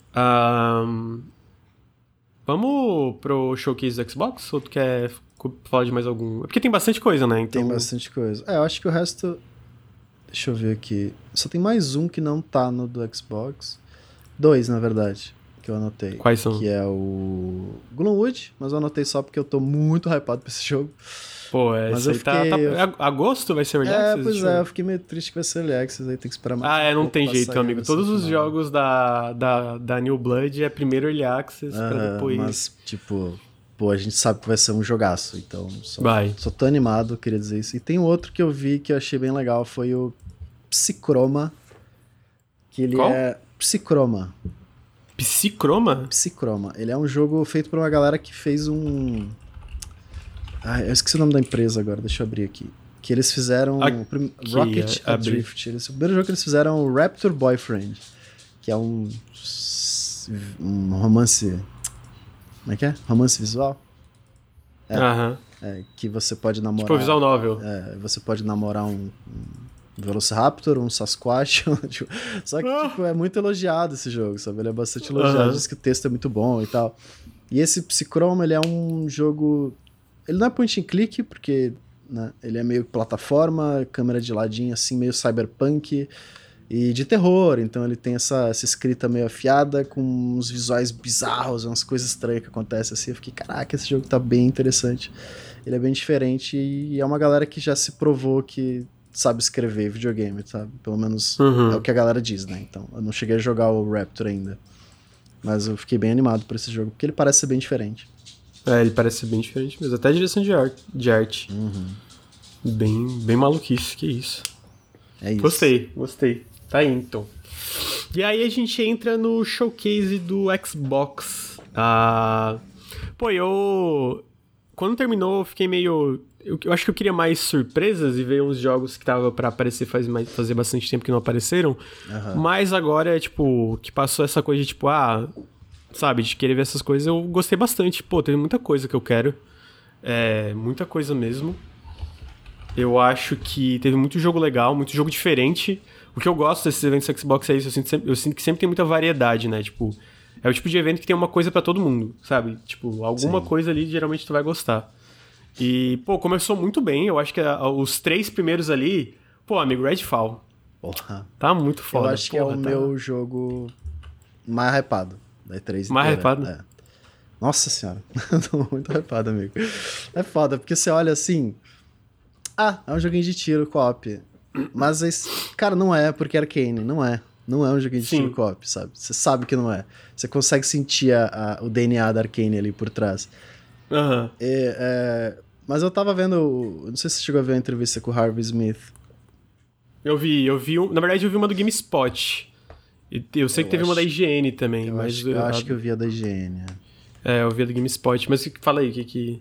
Vamos pro showcase do Xbox? Ou tu quer falar de mais algum? É porque tem bastante coisa, né? Então... Tem bastante coisa. Eu acho que o resto... Deixa eu ver aqui. Só tem mais um que não tá no do Xbox. 2, na verdade, que eu anotei. Quais são? Que é o Gloomwood, mas eu anotei só porque eu tô muito hypado pra esse jogo. Pô, esse aí tá... Agosto vai ser Early Access? Pois é, eu fiquei meio triste que vai ser Early Access, aí tem que esperar mais. Não tem jeito, amigo. Todos os jogos da New Blood é primeiro Early Access pra depois... Mas, tipo... Pô, a gente sabe que vai ser um jogaço, então só tô animado, queria dizer isso. E tem outro que eu vi que eu achei bem legal, foi o Psychroma, que ele é... Psychroma. Psychroma. Ele é um jogo feito por uma galera que fez um... eu esqueci o nome da empresa agora, deixa eu abrir aqui. Que eles fizeram Rocket Adrift. O primeiro jogo que eles fizeram é o Raptor Boyfriend, que é um romance... Como é que é? Romance visual? Que você pode namorar... Tipo visual novel. Você pode namorar um Velociraptor, um Sasquatch. Só que, tipo, é muito elogiado esse jogo, sabe? Ele é bastante elogiado, diz que o texto é muito bom e tal. E esse Psychroma, ele é um jogo... Ele não é point and click, porque, né, ele é meio plataforma, câmera de ladinho, assim, meio cyberpunk... E de terror, então ele tem essa escrita meio afiada, com uns visuais bizarros, umas coisas estranhas que acontecem assim. Eu fiquei, caraca, esse jogo tá bem interessante. Ele é bem diferente e é uma galera que já se provou que sabe escrever videogame, sabe? Pelo menos é o que a galera diz, né? Então, eu não cheguei a jogar o Raptor ainda. Mas eu fiquei bem animado por esse jogo, porque ele parece ser bem diferente. Ele parece ser bem diferente mesmo. Até a direção de arte. Bem maluquice, que isso. É isso. Gostei. Tá aí, então. E aí a gente entra no showcase do Xbox. Quando terminou, eu fiquei meio... Eu acho que eu queria mais surpresas e ver uns jogos que tava pra aparecer fazer bastante tempo que não apareceram. Mas agora, tipo, que passou essa coisa de, tipo, sabe, de querer ver essas coisas, eu gostei bastante. Pô, teve muita coisa que eu quero. Muita coisa mesmo. Eu acho que teve muito jogo legal, muito jogo diferente. O que eu gosto desses eventos do Xbox é isso, eu sinto que sempre tem muita variedade, né? Tipo, é o tipo de evento que tem uma coisa pra todo mundo, sabe? Tipo, alguma coisa ali geralmente tu vai gostar. E, pô, começou muito bem. Eu acho que os 3 primeiros ali... Pô, amigo, Redfall. Porra. Tá muito foda. Eu acho que é o meu jogo mais hypado da E3 mais inteira. hypado? É. Nossa senhora. Eu tô muito hypado, amigo. É foda, porque você olha assim... Ah, é um joguinho de tiro co-op. Mas, cara, não é, porque é Arcane. Não é. Não é um joguinho de tiro co-op, sabe? Você sabe que não é. Você consegue sentir o DNA da Arcane ali por trás. Aham. Mas eu tava vendo... Não sei se você chegou a ver a entrevista com o Harvey Smith. Eu vi. Na verdade, eu vi uma do GameSpot. Eu sei que teve uma da IGN também. Eu acho que eu vi a da IGN. Eu vi a do GameSpot. Mas fala aí, o que...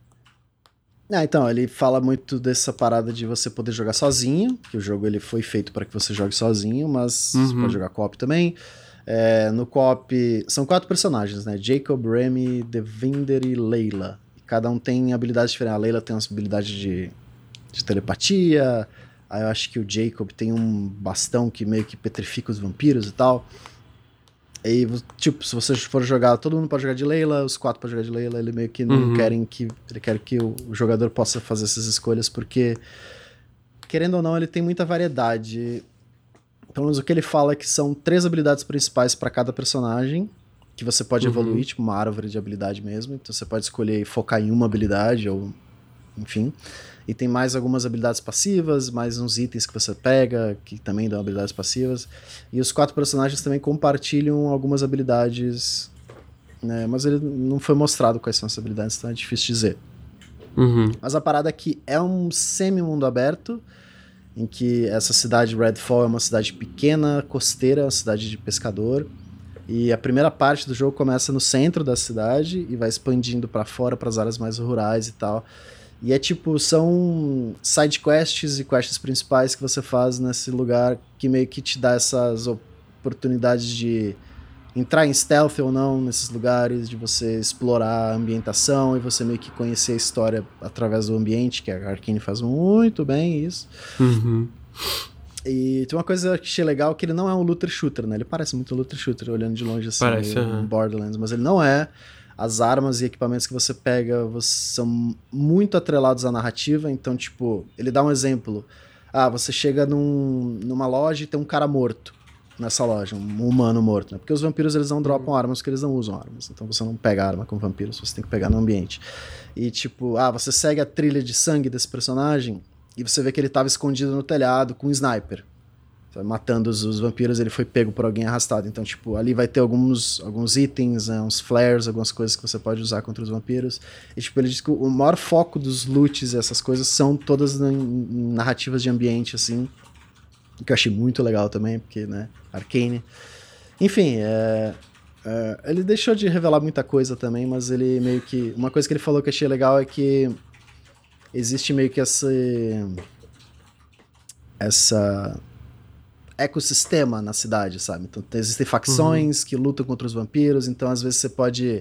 Então, ele fala muito dessa parada de você poder jogar sozinho, que o jogo ele foi feito para que você jogue sozinho, mas você pode jogar co-op também. No co-op, são 4 personagens, né? Jacob, Remy, Devinder e Layla. E cada um tem habilidades diferentes. A Layla tem uma habilidade de telepatia, aí eu acho que o Jacob tem um bastão que meio que petrifica os vampiros e tal. E, tipo, se você for jogar, todo mundo pode jogar de Layla, os 4 podem jogar de Layla, ele meio que não querem que... Ele quer que o jogador possa fazer essas escolhas, porque, querendo ou não, ele tem muita variedade. Pelo menos o que ele fala é que são 3 habilidades principais para cada personagem, que você pode evoluir, tipo uma árvore de habilidade mesmo. Então você pode escolher e focar em uma habilidade, ou enfim. E tem mais algumas habilidades passivas, mais uns itens que você pega, que também dão habilidades passivas. E os 4 personagens também compartilham algumas habilidades, né? Mas ele não foi mostrado quais são essas habilidades, então é difícil dizer. Mas a parada aqui é um semi-mundo aberto, em que essa cidade, Redfall, é uma cidade pequena, costeira, uma cidade de pescador. E a primeira parte do jogo começa no centro da cidade e vai expandindo pra fora, para as áreas mais rurais e tal. E é tipo, são side quests e quests principais que você faz nesse lugar que meio que te dá essas oportunidades de entrar em stealth ou não nesses lugares, de você explorar a ambientação e você meio que conhecer a história através do ambiente, que a Arcane faz muito bem isso. E tem uma coisa que achei legal, que ele não é um looter shooter, né? Ele parece muito um looter shooter, olhando de longe assim, um Borderlands, mas ele não é. As armas e equipamentos que você pega são muito atrelados à narrativa, então, tipo, ele dá um exemplo. Você chega numa loja e tem um cara morto nessa loja, um humano morto, né? Porque os vampiros, eles não dropam armas, porque eles não usam armas. Então você não pega arma com vampiros, você tem que pegar no ambiente. E, tipo, você segue a trilha de sangue desse personagem e você vê que ele tava escondido no telhado com um sniper. Matando os vampiros, ele foi pego por alguém arrastado. Então, tipo, ali vai ter alguns itens, né, uns flares, algumas coisas que você pode usar contra os vampiros. E, tipo, ele diz que o maior foco dos loots e essas coisas são todas em narrativas de ambiente, assim. Que eu achei muito legal também, porque, né, Arcane. Enfim, ele deixou de revelar muita coisa também, mas ele meio que... Uma coisa que ele falou que eu achei legal é que existe meio que essa ecossistema na cidade, sabe? Então existem facções que lutam contra os vampiros, então às vezes você pode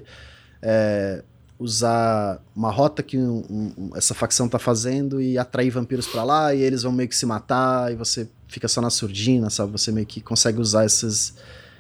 usar uma rota que essa facção tá fazendo e atrair vampiros pra lá, e eles vão meio que se matar, e você fica só na surdina, sabe? Você meio que consegue usar essas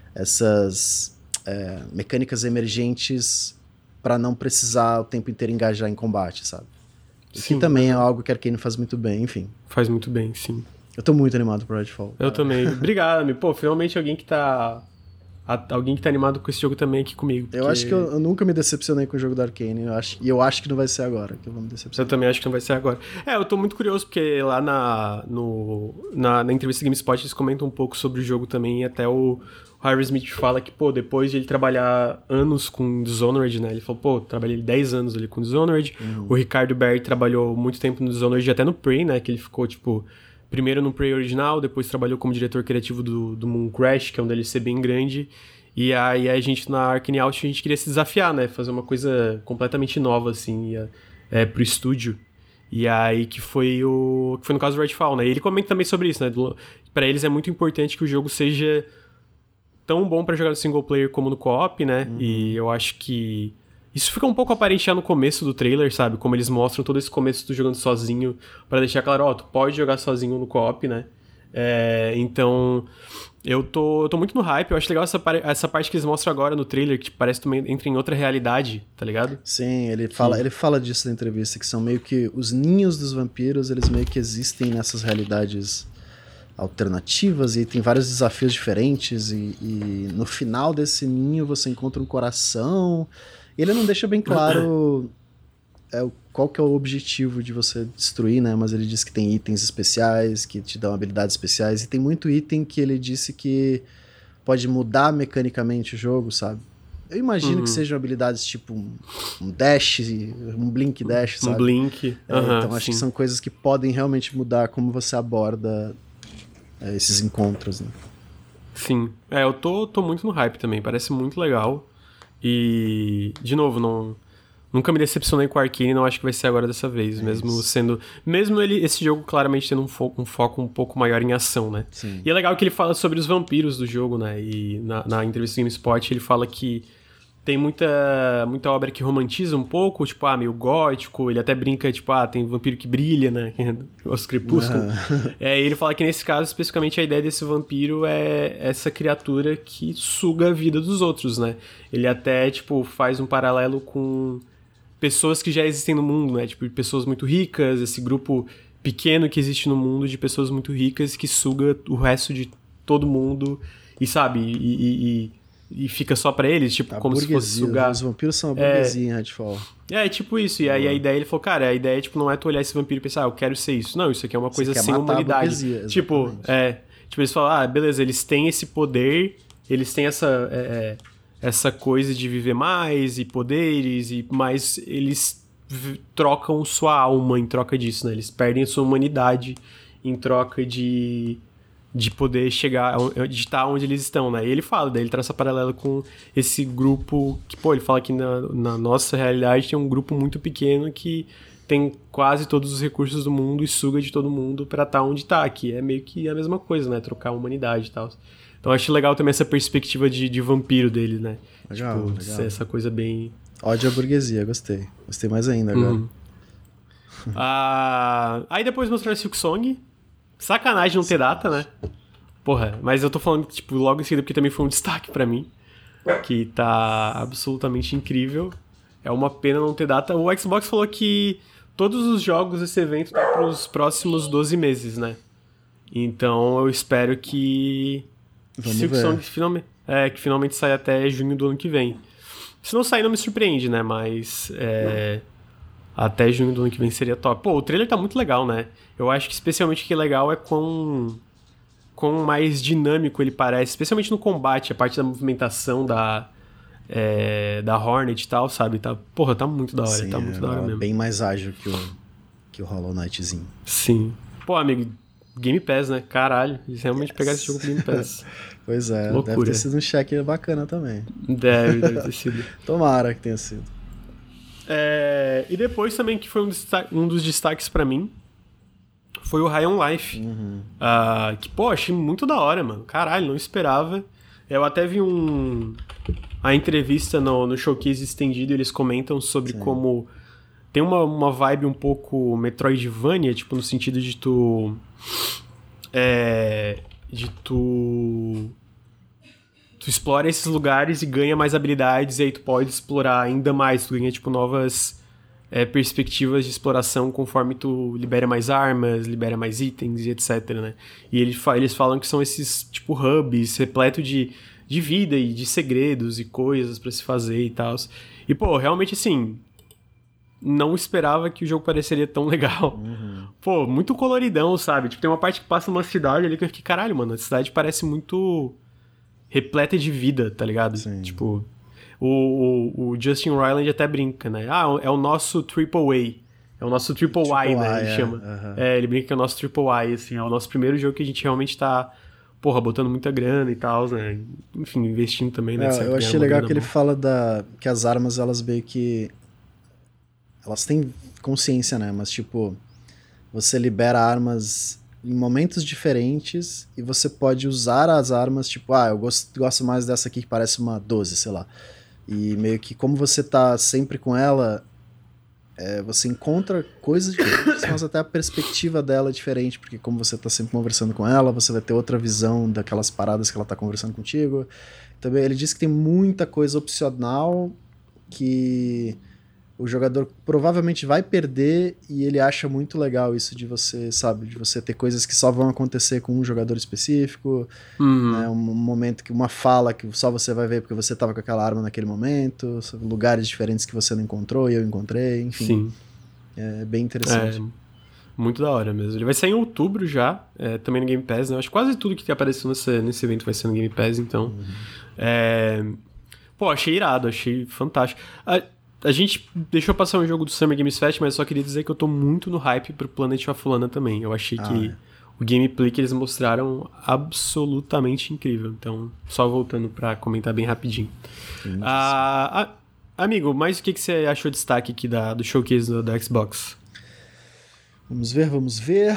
mecânicas emergentes pra não precisar o tempo inteiro engajar em combate, sabe? Sim, que também é algo que a Arcane faz muito bem, enfim. Faz muito bem, sim. Eu tô muito animado pro Redfall. Eu também. Obrigado, amigo. Pô, finalmente alguém que tá animado com esse jogo também aqui comigo. Porque... Eu acho que eu nunca me decepcionei com o jogo da Arcane. Eu acho que não vai ser agora que eu vou me decepcionar. Eu também acho que não vai ser agora. Eu tô muito curioso, porque lá na entrevista GameSpot eles comentam um pouco sobre o jogo também, e até o Harvey Smith fala que, pô, depois de ele trabalhar anos com Dishonored, né? Ele falou, pô, trabalhei 10 anos ali com Dishonored. O Ricardo Berry trabalhou muito tempo no Dishonored, até no Prey, né? Que ele ficou, tipo... Primeiro no Prey original, depois trabalhou como diretor criativo do Moon Crash, que é um DLC bem grande. E aí a gente, na Arcane Out, a gente queria se desafiar, né? Fazer uma coisa completamente nova, assim, pro estúdio. E aí que foi no caso do Redfall, né? E ele comenta também sobre isso, né? Pra eles é muito importante que o jogo seja tão bom pra jogar no single player como no co-op, né? E eu acho que... Isso fica um pouco aparente já no começo do trailer, sabe? Como eles mostram todo esse começo do jogando sozinho, pra deixar claro, tu pode jogar sozinho no co-op, né? Então, eu tô muito no hype. Eu acho legal essa parte que eles mostram agora no trailer, que parece que entra em outra realidade, tá ligado? Sim, ele fala disso na entrevista, que são meio que os ninhos dos vampiros, eles meio que existem nessas realidades alternativas e tem vários desafios diferentes e no final desse ninho você encontra um coração. E ele não deixa bem claro qual que é o objetivo de você destruir, né? Mas ele diz que tem itens especiais, que te dão habilidades especiais, e tem muito item que ele disse que pode mudar mecanicamente o jogo, sabe? Eu imagino que sejam habilidades tipo um dash, um blink dash, sabe? Um blink. Então acho que são coisas que podem realmente mudar como você aborda esses encontros, né? Sim. Eu tô muito no hype também, parece muito legal. E, de novo, nunca me decepcionei com o Arcane, não acho que vai ser agora dessa vez, mesmo esse jogo claramente tendo um foco um pouco maior em ação, né? Sim. E é legal que ele fala sobre os vampiros do jogo, né? E na entrevista do GameSpot ele fala que tem muita obra que romantiza um pouco, tipo, meio gótico, ele até brinca, tipo, tem vampiro que brilha, né? Os crepúsculos. E ele fala que nesse caso, especificamente, a ideia desse vampiro é essa criatura que suga a vida dos outros, né? Ele até, tipo, faz um paralelo com pessoas que já existem no mundo, né? Tipo, pessoas muito ricas, esse grupo pequeno que existe no mundo de pessoas muito ricas que suga o resto de todo mundo e, sabe, e fica só pra eles, tipo, como se fosse sugar. Os vampiros são a burguesia em Redfall. Tipo isso. E aí a ideia, ele falou, cara, a ideia, tipo, não é tu olhar esse vampiro e pensar, eu quero ser isso. Não, isso aqui é uma coisa sem humanidade. Tipo, eles falam, beleza, eles têm esse poder, eles têm essa coisa de viver mais e poderes, mas eles trocam sua alma em troca disso, né? Eles perdem sua humanidade em troca de poder chegar, de estar onde eles estão, né? E ele fala, daí ele traça paralelo com esse grupo que, ele fala que na nossa realidade tem um grupo muito pequeno que tem quase todos os recursos do mundo e suga de todo mundo pra estar onde tá, que é meio que a mesma coisa, né? Trocar a humanidade e tal. Então eu acho legal também essa perspectiva de vampiro dele, né? Legal. Essa coisa bem... Ódio à burguesia, gostei. Gostei mais ainda agora. Aí depois mostraram Silksong. Sacanagem não ter data, né? Porra, mas eu tô falando, tipo, logo em seguida porque também foi um destaque pra mim. Que tá absolutamente incrível. É uma pena não ter data. O Xbox falou que todos os jogos desse evento tá pros próximos 12 meses, né? Então eu espero que Silksong que finalmente saia até junho do ano que vem. Se não sair, não me surpreende, né? Mas até junho do ano que vem seria top. O trailer tá muito legal, né? Eu acho que especialmente o que é legal é quão mais dinâmico ele parece, especialmente no combate, a parte da movimentação da Hornet e tal, sabe? Tá muito da hora. Sim, tá muito da hora mesmo. Bem mais ágil que o Hollow Knightzinho. Sim. Amigo, Game Pass, né? Caralho, eles realmente pegaram esse jogo pro Game Pass. Pois é, loucura. Deve ter sido um cheque bacana também. Deve ter sido. Tomara que tenha sido. E depois também, que foi um dos destaques pra mim, foi o High on Life. Que, achei muito da hora, mano. Caralho, não esperava. Eu até vi a entrevista no Showcase estendido, eles comentam sobre como tem uma vibe um pouco Metroidvania, tipo, no sentido de tu explora esses lugares e ganha mais habilidades, e aí tu pode explorar ainda mais, tu ganha, tipo, novas perspectivas de exploração conforme tu libera mais armas, libera mais itens e etc, né? E eles falam que são esses, tipo, hubs repleto de vida e de segredos e coisas pra se fazer e tal. E, realmente, assim, não esperava que o jogo pareceria tão legal. Muito coloridão, sabe? Tipo, tem uma parte que passa numa cidade ali que eu fiquei, caralho, mano, a cidade parece muito repleta de vida, tá ligado? Sim. Tipo, o Justin Roiland até brinca, né? É o nosso AAA. É o nosso Triple Y, né? Ele chama. Ele brinca que é o nosso Triple Y, assim. É o nosso primeiro jogo que a gente realmente tá, botando muita grana e tal, né? Enfim, investindo também, né? Eu achei legal que ele fala que as armas, elas meio que... Elas têm consciência, né? Mas, tipo, você libera armas em momentos diferentes e você pode usar as armas, tipo, eu gosto mais dessa aqui que parece uma 12, sei lá. E meio que como você tá sempre com ela, você encontra coisas diferentes, mas até a perspectiva dela é diferente, porque como você tá sempre conversando com ela, você vai ter outra visão daquelas paradas que ela tá conversando contigo. Também ele diz que tem muita coisa opcional que o jogador provavelmente vai perder, e ele acha muito legal isso de você, sabe, de você ter coisas que só vão acontecer com um jogador específico, né, um momento, uma fala que só você vai ver porque você tava com aquela arma naquele momento, lugares diferentes que você não encontrou e eu encontrei, enfim. Sim. É bem interessante. Muito da hora mesmo. Ele vai sair em outubro já, também no Game Pass, né? Eu acho que quase tudo que apareceu nesse evento vai ser no Game Pass, então... Pô, achei irado, achei fantástico. A gente deixou passar um jogo do Summer Games Fest, mas eu só queria dizer que eu tô muito no hype pro Planet of Lana também. Eu achei que o gameplay que eles mostraram absolutamente incrível. Então, só voltando pra comentar bem rapidinho. Amigo, mas o que você achou de destaque aqui do showcase da Xbox? Vamos ver.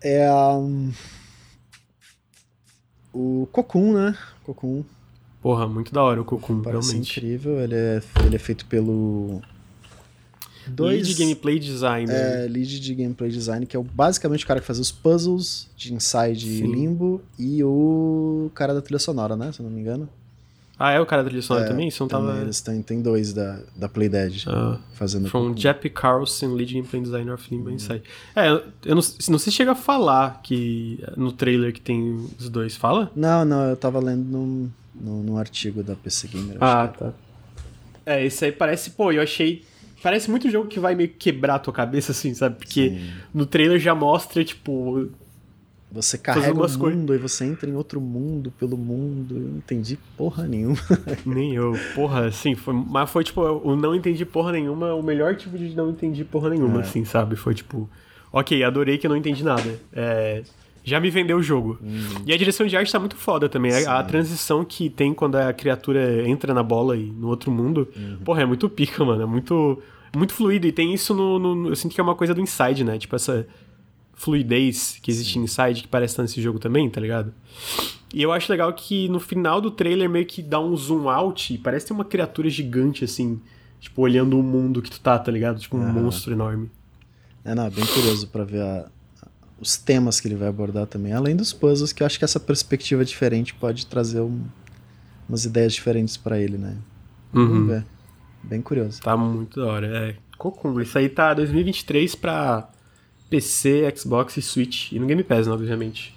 O Cocoon, né? Cocoon. Porra, muito da hora o Cocoon, parece realmente. Incrível, ele é feito pelo... Lead Gameplay Design. Lead de Gameplay Design, que é basicamente o cara que faz os puzzles de Inside e Limbo, e o cara da trilha sonora, né? Se eu não me engano. É o cara da trilha sonora também? Isso não também, tava... Eles tem dois da Playdead fazendo... From Jeppe Carlson, Lead Gameplay Designer of Limbo Inside. Eu não sei se chega a falar que no trailer que tem os dois. Fala? Não, eu tava lendo num artigo da PC Gamer. Tá. Esse aí parece... Pô, eu achei... Parece muito jogo que vai meio quebrar a tua cabeça, assim, sabe? Porque no trailer já mostra, tipo... Você carrega o mundo e você entra em outro mundo, pelo mundo. Eu não entendi porra nenhuma. Nem eu. Porra, assim, mas foi tipo, eu não entendi porra nenhuma, o melhor tipo de não entendi porra nenhuma, assim, sabe? Foi tipo, ok, adorei que eu não entendi nada. Já me vendeu o jogo. E a direção de arte tá muito foda também. A transição que tem quando a criatura entra na bola e no outro mundo, porra, é muito pica, mano. É muito fluido. E tem isso eu sinto que é uma coisa do Inside, né? Tipo, essa fluidez que existe em Inside, que parece estar nesse jogo também, tá ligado? E eu acho legal que no final do trailer meio que dá um zoom out e parece ter uma criatura gigante, assim, tipo, olhando o mundo que tu tá ligado? Tipo, um monstro enorme. É bem curioso pra ver os temas que ele vai abordar também, além dos puzzles, que eu acho que essa perspectiva diferente pode trazer umas ideias diferentes pra ele, né? Vamos ver. Bem curioso. Tá muito da hora. Cocoon, isso aí tá 2023 pra PC, Xbox e Switch. E no Game Pass, né, obviamente.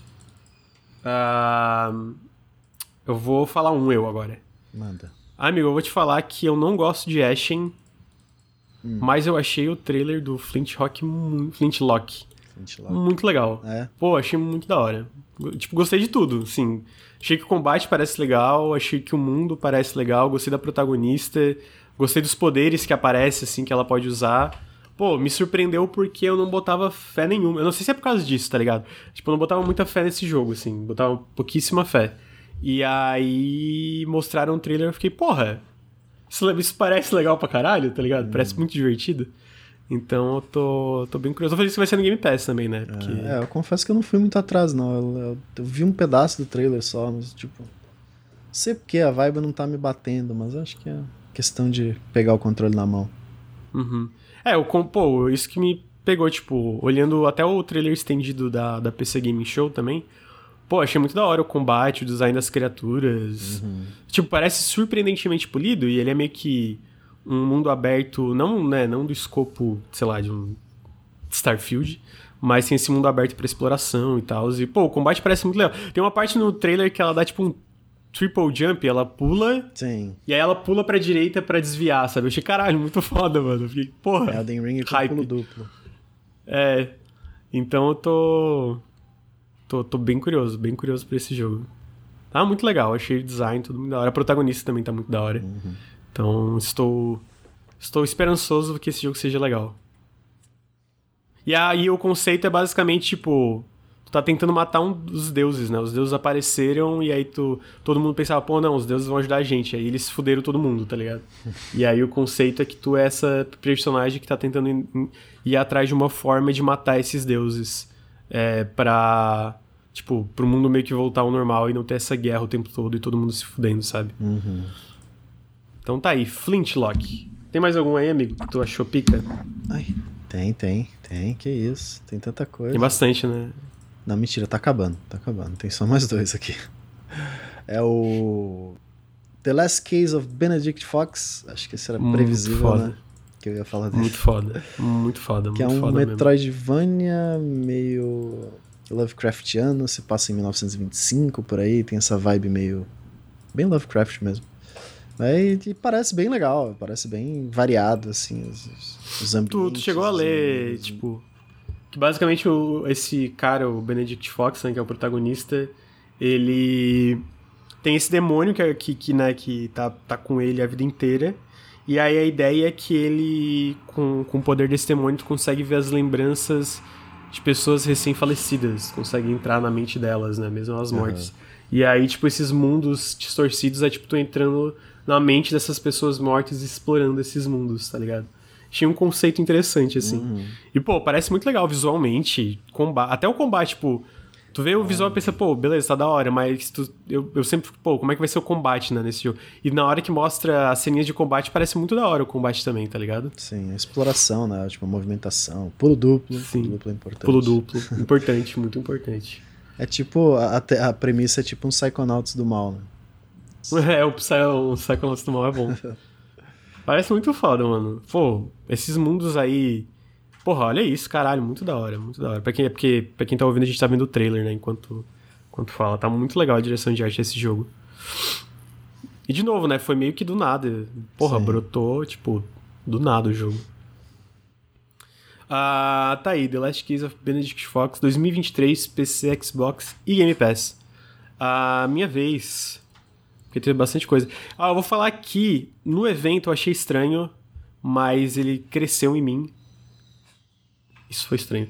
Eu vou falar agora. Manda. Amigo, eu vou te falar que eu não gosto de Ashen, mas eu achei o trailer do Flintlock muito legal. Pô, achei muito da hora. Tipo, gostei de tudo, assim. Achei que o combate parece legal, achei que o mundo parece legal, gostei da protagonista, gostei dos poderes que aparece, assim, que ela pode usar. Pô, me surpreendeu porque eu não botava fé nenhuma. Eu não sei se é por causa disso, tá ligado? Tipo, eu não botava muita fé nesse jogo, assim. Botava pouquíssima fé. E aí mostraram um trailer e eu fiquei, porra, isso parece legal pra caralho, tá ligado? Parece muito divertido. Então eu tô bem curioso. Eu falei que vai ser no Game Pass também, né? Porque... eu confesso que eu não fui muito atrás, não. Eu vi um pedaço do trailer só, mas tipo... Não sei porque a vibe não tá me batendo, mas eu acho que é questão de pegar o controle na mão. Isso que me pegou, tipo, olhando até o trailer estendido da PC Gaming Show também, pô, achei muito da hora o combate, o design das criaturas. Tipo, parece surpreendentemente polido e ele é meio que um mundo aberto, não do escopo, sei lá, de um Starfield, mas tem esse mundo aberto pra exploração e tal. E, pô, o combate parece muito legal. Tem uma parte no trailer que ela dá, tipo, um triple jump, ela pula, e aí ela pula pra direita pra desviar, sabe? Eu achei, caralho, muito foda, mano. Eu fiquei, porra, Elden Ring com pulo duplo. Então eu tô bem curioso pra esse jogo. Tá muito legal, achei o design tudo muito da hora. A protagonista também tá muito da hora. Então estou esperançoso que esse jogo seja legal. E aí o conceito é basicamente, tipo... Tu tá tentando matar um dos deuses, né? Os deuses apareceram e aí todo mundo pensava, pô, não, os deuses vão ajudar a gente. Aí eles fuderam todo mundo, tá ligado? E aí o conceito é que tu é essa personagem que tá tentando ir atrás de uma forma de matar esses deuses. Pro mundo meio que voltar ao normal e não ter essa guerra o tempo todo e todo mundo se fudendo, sabe? Então tá aí, Flintlock. Tem mais algum aí, amigo, que tu achou pica? Ai, tem, que isso. Tem tanta coisa. Tem bastante, né? Não, mentira, tá acabando. Tem só mais 2 aqui. É o The Last Case of Benedict Fox. Acho que esse era previsível, foda. Né? Que eu ia falar dele. Muito foda. Que é um Metroidvania meio Lovecraftiano. Se passa em 1925, por aí. Tem essa vibe meio... bem Lovecraft mesmo. E parece bem legal. Parece bem variado, assim, os ambientes. Tu chegou a ler, tipo... que basicamente esse cara, o Benedict Fox, né, que é o protagonista, ele tem esse demônio que tá com ele a vida inteira. E aí a ideia é que ele, com o poder desse demônio, tu consegue ver as lembranças de pessoas recém-falecidas. Consegue entrar na mente delas, né? Mesmo as mortes. E aí, tipo, esses mundos distorcidos é tipo tu entrando na mente dessas pessoas mortas e explorando esses mundos, tá ligado? Tinha um conceito interessante, assim. E, pô, parece muito legal visualmente. Até o combate, tipo... Tu vê o visual e pensa, pô, beleza, tá da hora, mas eu sempre fico, pô, como é que vai ser o combate, né, nesse jogo? E na hora que mostra as ceninhas de combate, parece muito da hora o combate também, tá ligado? Sim, a exploração, né, tipo, a movimentação, pulo duplo. Sim, pulo duplo é importante. Pulo duplo, importante, muito importante. É tipo, a premissa é tipo um Psychonauts do mal, né? O Psychonauts do mal é bom. Parece muito foda, mano. Pô, esses mundos aí... Porra, olha isso, caralho, muito da hora, muito da hora. Pra quem tá ouvindo, a gente tá vendo o trailer, né, enquanto fala. Tá muito legal a direção de arte desse jogo. E de novo, né, foi meio que do nada. Porra, sim, brotou, tipo, do nada o jogo. Tá aí, The Last Case of Benedict Fox, 2023, PC, Xbox e Game Pass. Minha vez... porque teve bastante coisa. Eu vou falar que no evento eu achei estranho, mas ele cresceu em mim. Isso foi estranho.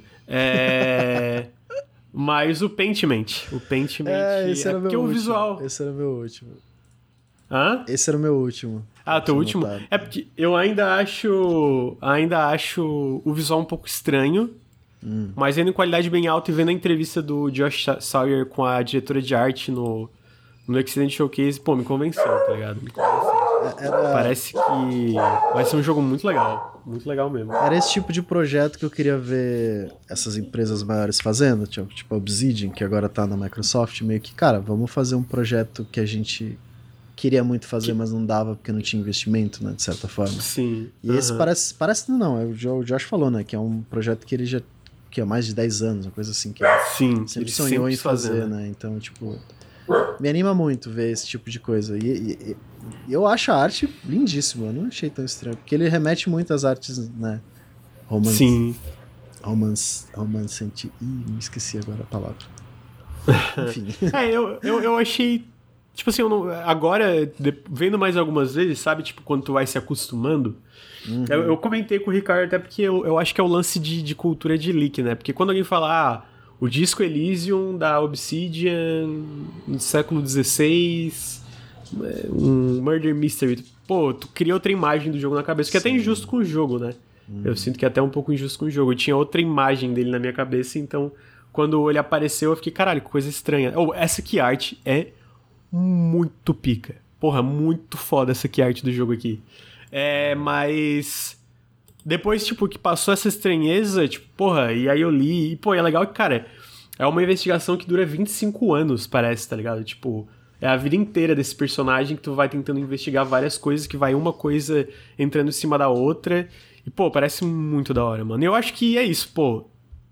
Mas o Pentiment. Esse era porque meu o visual... Esse era o meu último. Hã? Esse era o meu último. Teu último? Notado. É porque eu ainda acho o visual um pouco estranho, mas vendo em qualidade bem alta e vendo a entrevista do Josh Sawyer com a diretora de arte no Accident Showcase, pô, me convenceu, tá ligado? Me convenceu. Parece que vai ser um jogo muito legal. Muito legal mesmo. Era esse tipo de projeto que eu queria ver essas empresas maiores fazendo, tipo a Obsidian, que agora tá na Microsoft, meio que, cara, vamos fazer um projeto que a gente queria muito fazer, mas não dava porque não tinha investimento, né, de certa forma. Sim. E esse parece não, o Josh falou, né, que é um projeto que ele já, que há mais de 10 anos, uma coisa assim, que ele sempre sonhou em fazer, né, então, tipo... Me anima muito ver esse tipo de coisa. E eu acho a arte lindíssima. Eu não achei tão estranho. Porque ele remete muito às artes, né? Sim. Romancante. Me esqueci agora a palavra. Enfim. Eu achei... Tipo assim, agora, vendo mais algumas vezes, sabe? Tipo, quando tu vai se acostumando... Eu comentei com o Ricardo até porque eu acho que é o lance de cultura de leak, né? Porque quando alguém fala... o Disco Elysium da Obsidian no século XVI, um Murder Mystery. Pô, tu cria outra imagem do jogo na cabeça, que é até injusto com o jogo, né? Eu sinto que é até um pouco injusto com o jogo. Eu tinha outra imagem dele na minha cabeça, então quando ele apareceu eu fiquei, caralho, que coisa estranha. Essa key art é muito pica. Porra, muito foda essa key art do jogo aqui. Mas... depois, tipo, que passou essa estranheza, tipo, porra, e aí eu li, e, pô, é legal que, cara, é uma investigação que dura 25 anos, parece, tá ligado? Tipo, é a vida inteira desse personagem que tu vai tentando investigar várias coisas, que vai uma coisa entrando em cima da outra, e, pô, parece muito da hora, mano. E eu acho que é isso, pô.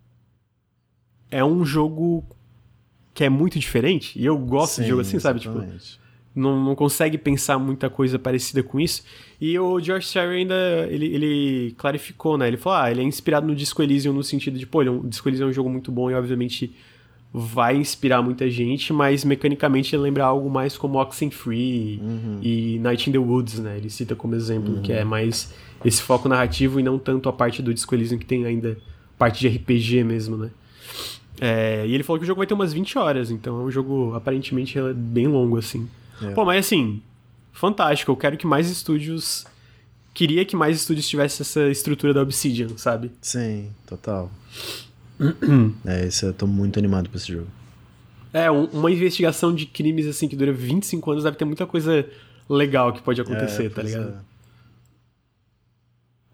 É um jogo que é muito diferente, e eu gosto de jogo assim, sabe? Exatamente. Tipo... Não consegue pensar muita coisa parecida com isso. E o Josh Sawyer ainda, ele clarificou, né? Ele falou, ele é inspirado no Disco Elysium no sentido de, pô, o Disco Elysium é um jogo muito bom e obviamente vai inspirar muita gente, mas mecanicamente ele lembra algo mais como Oxenfree e Night in the Woods, né? Ele cita como exemplo, que é mais esse foco narrativo e não tanto a parte do Disco Elysium que tem ainda parte de RPG mesmo, né? E ele falou que o jogo vai ter umas 20 horas, então é um jogo aparentemente bem longo, assim. Pô, mas assim, fantástico. Eu quero que mais estúdios... Queria que mais estúdios tivessem essa estrutura da Obsidian, sabe? Sim, total. Isso eu tô muito animado pra esse jogo. Uma investigação de crimes assim que dura 25 anos deve ter muita coisa legal que pode acontecer, tá ligado?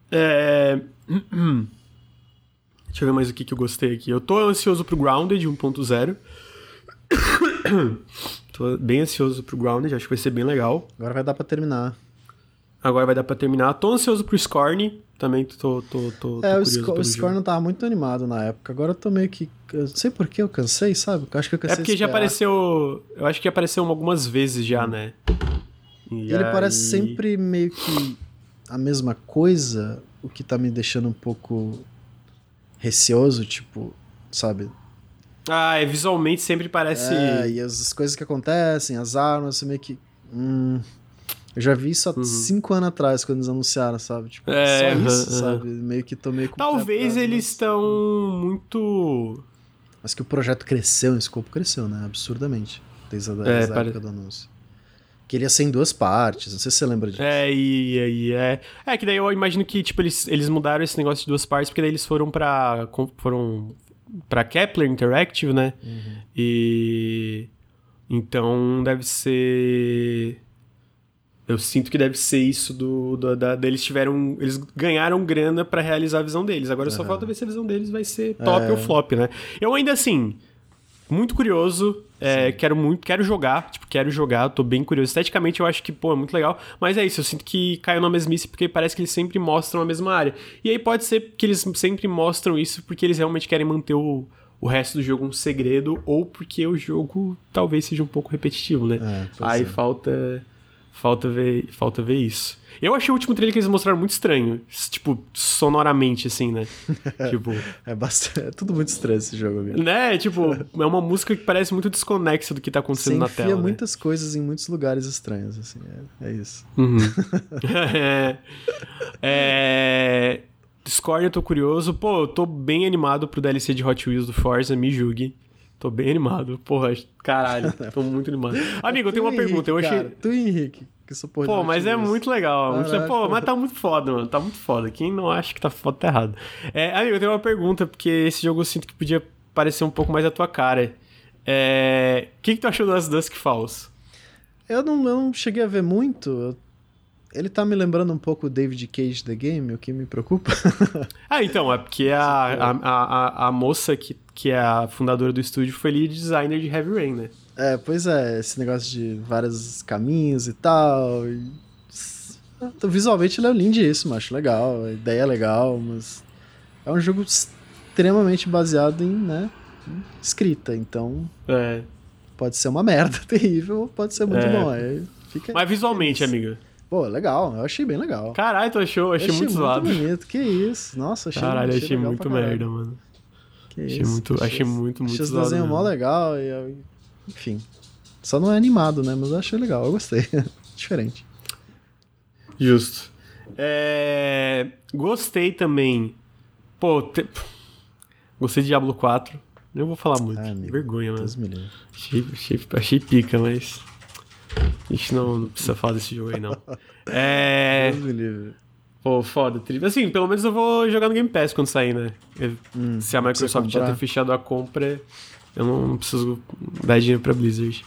Deixa eu ver mais o que eu gostei aqui. Eu tô ansioso pro Grounded 1.0. Tô bem ansioso pro Grounded, acho que vai ser bem legal. Agora vai dar pra terminar. Tô ansioso pro Scorn, também tô curioso. O Scorn não tava muito animado na época. Agora eu tô meio que... Eu não sei por que eu cansei, sabe? Eu acho que eu cansei. É porque já apareceu... Eu acho que apareceu algumas vezes já, né? E ele parece sempre meio que a mesma coisa, o que tá me deixando um pouco receoso, tipo, sabe? Visualmente sempre parece... e as coisas que acontecem, as armas, meio que... Eu já vi isso há 5 anos atrás, quando eles anunciaram, sabe? Tipo, só isso, sabe? Meio que tô meio com... Talvez eles estão muito... Mas que o projeto cresceu, o escopo cresceu, né? Absurdamente. Desde a época do anúncio. Queria ser em 2 partes, não sei se você lembra disso. Que daí eu imagino que, tipo, eles mudaram esse negócio de 2 partes, porque daí eles foram pra Kepler Interactive, né? E... Então, deve ser... Eu sinto que deve ser isso deles eles ganharam grana pra realizar a visão deles. Agora só falta ver se a visão deles vai ser top ou flop, né? Eu ainda assim, muito curioso, quero jogar, tô bem curioso. Esteticamente eu acho que, é muito legal, mas é isso, eu sinto que caiu na mesmice porque parece que eles sempre mostram a mesma área. E aí pode ser que eles sempre mostram isso porque eles realmente querem manter o resto do jogo um segredo, ou porque o jogo talvez seja um pouco repetitivo, né? Aí falta ver isso. Eu achei o último trailer que eles mostraram muito estranho. Tipo, sonoramente, assim, né? Tipo... É tudo muito estranho esse jogo, amigo. Né? Tipo, é uma música que parece muito desconexa do que tá acontecendo na tela. Você enfia muitas coisas em muitos lugares estranhos, assim. É isso. Discord, eu tô curioso. Eu tô bem animado pro DLC de Hot Wheels do Forza, me julgue. Tô bem animado. Porra, caralho. Tô muito animado. Amigo, eu tenho uma pergunta. Eu achei... Tu, Henrique. Que mas é muito legal. Mas tá muito foda, mano. Tá muito foda. Quem não acha que tá foda, tá errado. Amigo, eu tenho uma pergunta, porque esse jogo eu sinto que podia parecer um pouco mais a tua cara. O que tu achou das Dusk Falls? Eu não cheguei a ver muito. Ele tá me lembrando um pouco o David Cage The Game, o que me preocupa. Então, é porque a moça que é a fundadora do estúdio foi lead designer de Heavy Rain, né? Pois é, esse negócio de vários caminhos e tal. Visualmente ele é lindíssimo, acho legal, a ideia é legal, mas é um jogo extremamente baseado em escrita, então pode ser uma merda terrível, pode ser muito bom. Mas visualmente, amiga? Legal, eu achei bem legal. Caralho, tu achou? Achei muito zoado. Bonito, que isso. Nossa, achei muito merda, mano. Achei muito zoado. Achei os desenhos mó legal enfim. Só não é animado, né? Mas eu achei legal, eu gostei. Diferente. Justo. Gostei também. Gostei de Diablo 4. Nem vou falar muito. Vergonha, mano. Achei pica, mas... A gente não precisa falar desse jogo aí, não. Deus me livre. Foda. Assim, pelo menos eu vou jogar no Game Pass quando sair, né? Se a Microsoft já ter fechado a compra, eu não preciso dar dinheiro pra Blizzard.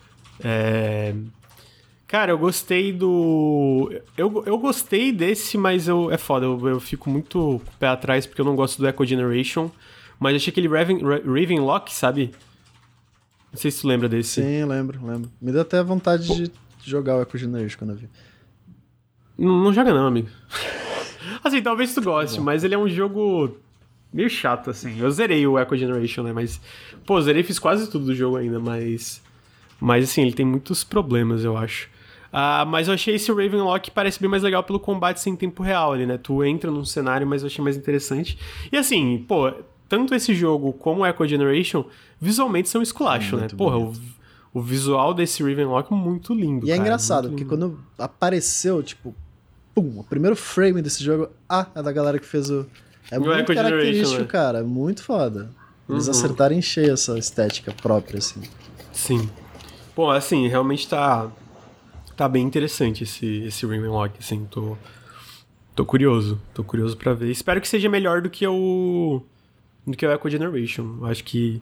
Cara, eu gostei do... Eu gostei desse, mas é foda. Eu fico muito com o pé atrás porque eu não gosto do Echo Generation. Mas achei aquele Ravenlock, sabe? Não sei se tu lembra desse. Sim, lembro. Me deu até vontade de jogar o Echo Generation quando eu vi. Não joga não, amigo. Assim, talvez tu goste, mas ele é um jogo meio chato, assim. Eu zerei o Echo Generation, né? Mas, zerei, fiz quase tudo do jogo ainda, mas assim, ele tem muitos problemas, eu acho. Mas eu achei esse Ravenlock parece bem mais legal pelo combate sem tempo real ali, né? Tu entra num cenário, mas eu achei mais interessante. E assim, tanto esse jogo como o Echo Generation, visualmente são esculacho, né? O visual desse Ravenlock é muito lindo, E é engraçado, porque quando apareceu, tipo, o primeiro frame desse jogo, é da galera que fez o... É muito característico, né? Cara, é muito foda. Eles acertaram em cheio essa estética própria, assim. Sim. Assim, realmente tá bem interessante esse Ravenlock, assim, tô curioso pra ver. Espero que seja melhor do que o Echo Generation. Acho que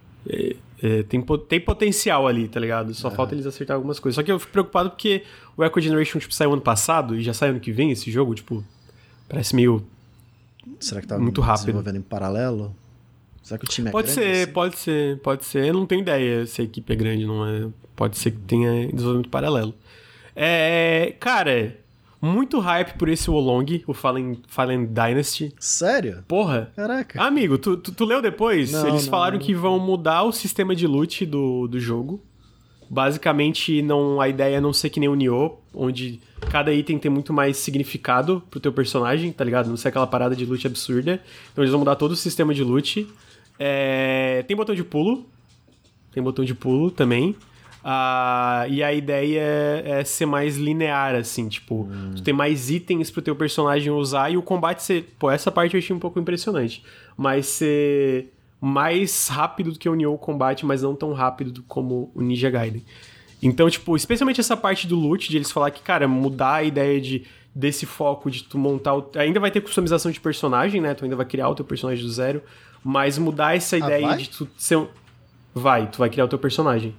tem potencial ali, tá ligado? Só falta eles acertar algumas coisas. Só que eu fico preocupado porque o Echo Generation, tipo, saiu ano passado e já sai ano que vem esse jogo, tipo... Parece meio... Será que tá muito rápido. Desenvolvendo em paralelo? Será que o time é grande? Pode ser. Eu não tenho ideia se a equipe é grande, não é. Pode ser que tenha desenvolvimento paralelo. Cara, muito hype por esse Wolong, o Fallen Dynasty. Sério? Porra. Caraca. Amigo, tu leu depois? Não, Eles falaram que vão mudar o sistema de loot do jogo. Basicamente, a ideia é não ser que nem o Nioh, onde cada item tem muito mais significado pro teu personagem, tá ligado? Não ser aquela parada de loot absurda. Então eles vão mudar todo o sistema de loot. Tem botão de pulo. Tem botão de pulo também. E a ideia é ser mais linear, assim, tipo, tu tem mais itens pro teu personagem usar e o combate ser... Pô, essa parte eu achei um pouco impressionante. Mas ser mais rápido do que o Nioh combate, mas não tão rápido como o Ninja Gaiden. Então, tipo, especialmente essa parte do loot, de eles falar que, cara, mudar a ideia desse foco de tu montar... Ainda vai ter customização de personagem, né? Tu ainda vai criar o teu personagem do zero, mas mudar essa ideia de tu ser... tu vai criar o teu personagem.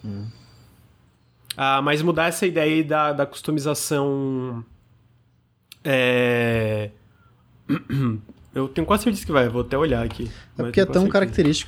Mas mudar essa ideia da customização... Eu tenho quase certeza que vai, vou até olhar aqui. É porque é tão característico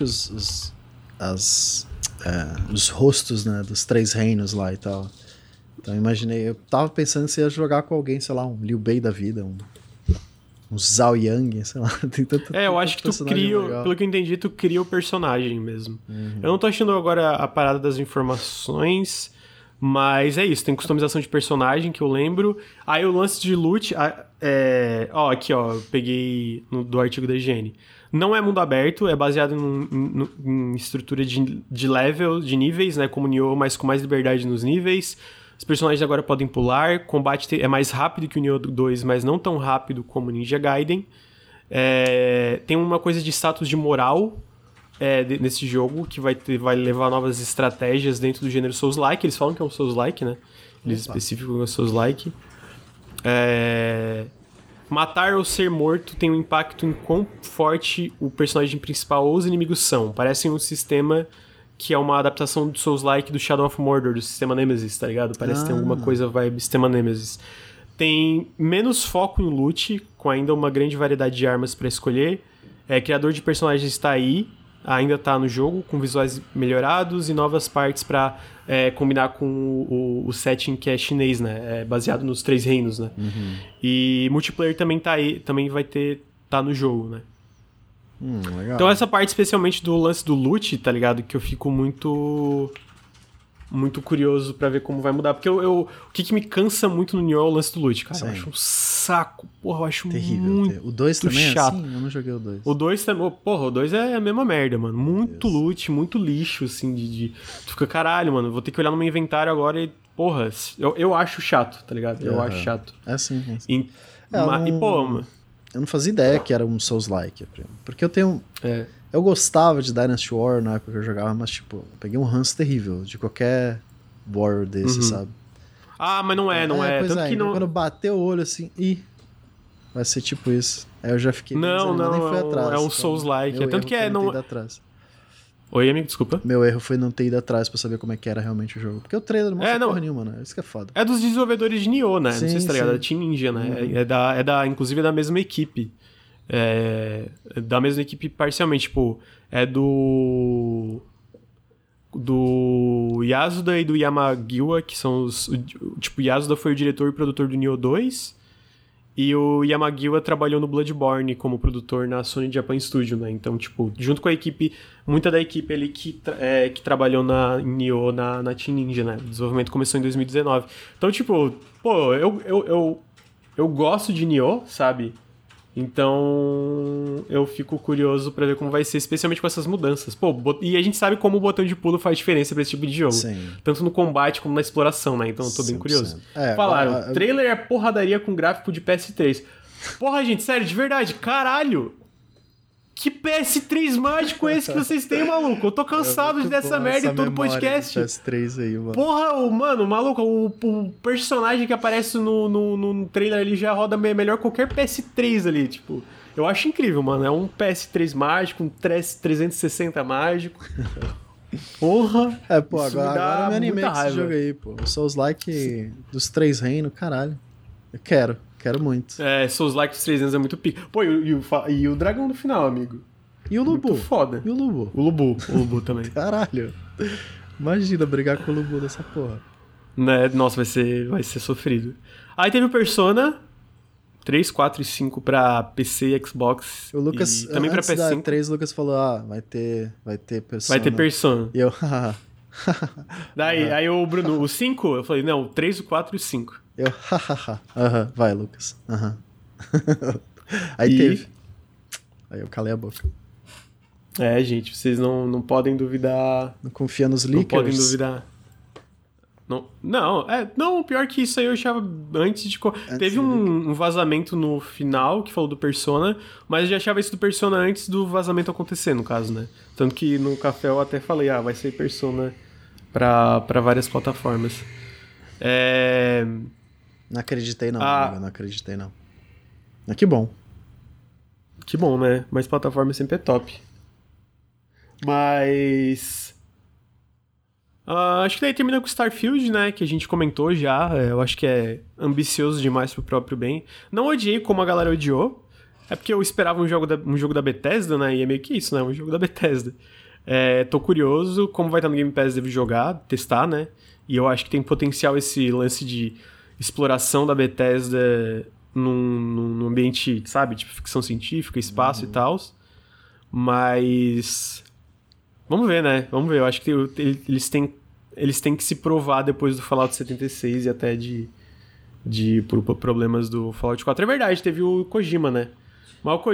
os rostos, né, dos 3 reinos lá e tal. Então eu tava pensando se ia jogar com alguém, sei lá, um Liu Bei da vida, um Zhao Yang, sei lá. Tem eu acho que tu cria, pelo que eu entendi, tu cria o personagem mesmo. Eu não tô achando agora a parada das informações, mas é isso, tem customização de personagem, que eu lembro. Aí o lance de loot, aqui ó, eu peguei do artigo da IGN. Não é mundo aberto, é baseado em estrutura de level, de níveis, né, como Nioh, mas com mais liberdade nos níveis. Os personagens agora podem pular, combate é mais rápido que o Nioh 2, mas não tão rápido como o Ninja Gaiden. Tem uma coisa de status de moral nesse jogo, que vai levar novas estratégias dentro do gênero Souls-like. Eles falam que é um Souls-like, né? Eles especificam que é um Souls-like. Matar ou ser morto tem um impacto em quão forte o personagem principal ou os inimigos são. Parece um sistema que é uma adaptação do Souls-like do Shadow of Mordor, do sistema Nemesis, tá ligado? Parece que tem alguma coisa vibe sistema Nemesis. Tem menos foco em loot, com ainda uma grande variedade de armas pra escolher. Criador de personagens está aí, ainda tá no jogo, com visuais melhorados e novas partes pra combinar com o setting que é chinês, né? Baseado nos 3 reinos, né? E multiplayer também tá aí, também vai tá no jogo, né? Legal. Então essa parte especialmente do lance do loot, tá ligado? Que eu fico muito curioso pra ver como vai mudar. Porque o que me cansa muito no Nioh é o lance do loot, cara. Sim. Eu acho um saco. Porra, eu acho terrível, muito O 2 também chato. É assim? Eu não joguei o 2. O 2 também... Porra, o 2 é a mesma merda, mano. Muito loot, muito lixo, assim, Tu fica, caralho, mano, vou ter que olhar no meu inventário agora e... Porra, eu acho chato, tá ligado? Eu acho chato. Sim. Mano... Eu não fazia ideia que era um Souls-like. Porque eu tenho... Eu gostava de Dynasty War na época que eu jogava, mas, tipo, eu peguei um ranço terrível de qualquer Warrior desse, sabe? Mas não é. Tanto que não... Quando bateu o olho assim, vai ser tipo isso. Aí eu já fiquei... nem fui atrás. É um Souls-like. Tanto que não... Ido atrás. Oi, amigo, desculpa. Meu erro foi não ter ido atrás pra saber como é que era realmente o jogo. Porque o trailer não mostra porra nenhuma, né? Isso que é foda. É dos desenvolvedores de Nioh, né? Sim, não sei se tá ligado, da Team Ninja, né? Inclusive é da mesma equipe. Da mesma equipe parcialmente, tipo, é do Yasuda e do Yamagiwa, que são os... Tipo, Yasuda foi o diretor e produtor do Nioh 2, e o Yamagiwa trabalhou no Bloodborne como produtor na Sony Japan Studio, né? Então, tipo, junto com a equipe, muita da equipe ali que trabalhou em Nioh na Team Ninja, né? O desenvolvimento começou em 2019. Então, tipo, pô, eu gosto de Nioh, sabe? Então, eu fico curioso pra ver como vai ser, especialmente com essas mudanças. Pô, e a gente sabe como o botão de pulo faz diferença pra esse tipo de jogo. Sim. Tanto no combate como na exploração, né? Então eu tô bem curioso. Falaram, trailer é porradaria com gráfico de PS3. Porra, gente, sério, de verdade, caralho! Que PS3 mágico é esse que vocês têm, maluco? Eu tô cansado dessa merda em todo podcast. PS3 aí, mano. Porra, mano, maluco, o personagem que aparece no trailer ali já roda melhor qualquer PS3 ali, tipo... Eu acho incrível, mano. É um PS3 mágico, um 360 mágico. Porra! Agora eu me animei com esse jogo aí, pô. O Souls-like dos 3 reinos, caralho. Eu quero quero muito. Souls-like dos 300 é muito pica. Pô, e o dragão no final, amigo? E o Lubu? Muito foda. E o Lubu? O Lubu também. Caralho. Imagina brigar com o Lubu dessa porra. Né? Nossa, vai ser sofrido. Aí teve o Persona 3, 4 e 5 pra PC e Xbox. O Lucas, e também pra PS5. Da 3, o Lucas falou, vai ter Persona. Vai ter Persona. E eu, Aí o Bruno, o 5? Eu falei, não, o 3, o 4 e o 5. Eu, vai, Lucas. Aí teve. Aí eu calei a boca. Gente, vocês não podem duvidar. Não confia nos leakers? Não podem duvidar. Não, pior que isso aí eu achava antes de... Teve um vazamento no final que falou do Persona, mas eu já achava isso do Persona antes do vazamento acontecer, no caso, né? Tanto que no café eu até falei, vai ser Persona pra várias plataformas. Não acreditei não, amigo, não acreditei não. Mas que bom. Que bom, né? Mas plataforma sempre é top. Mas... acho que daí termina com Starfield, né? Que a gente comentou já. Eu acho que é ambicioso demais pro próprio bem. Não odiei como a galera odiou. É porque eu esperava um jogo da Bethesda, né? E é meio que isso, né? Um jogo da Bethesda. Tô curioso. Como vai estar no Game Pass, devo jogar, testar, né? E eu acho que tem potencial esse lance de exploração da Bethesda num ambiente, sabe? Tipo ficção científica, espaço e tal. Mas... Vamos ver, né? Vamos ver. Eu acho que eles têm que se provar depois do Fallout 76 e até por problemas do Fallout 4. É verdade, teve o Kojima, né? Mas o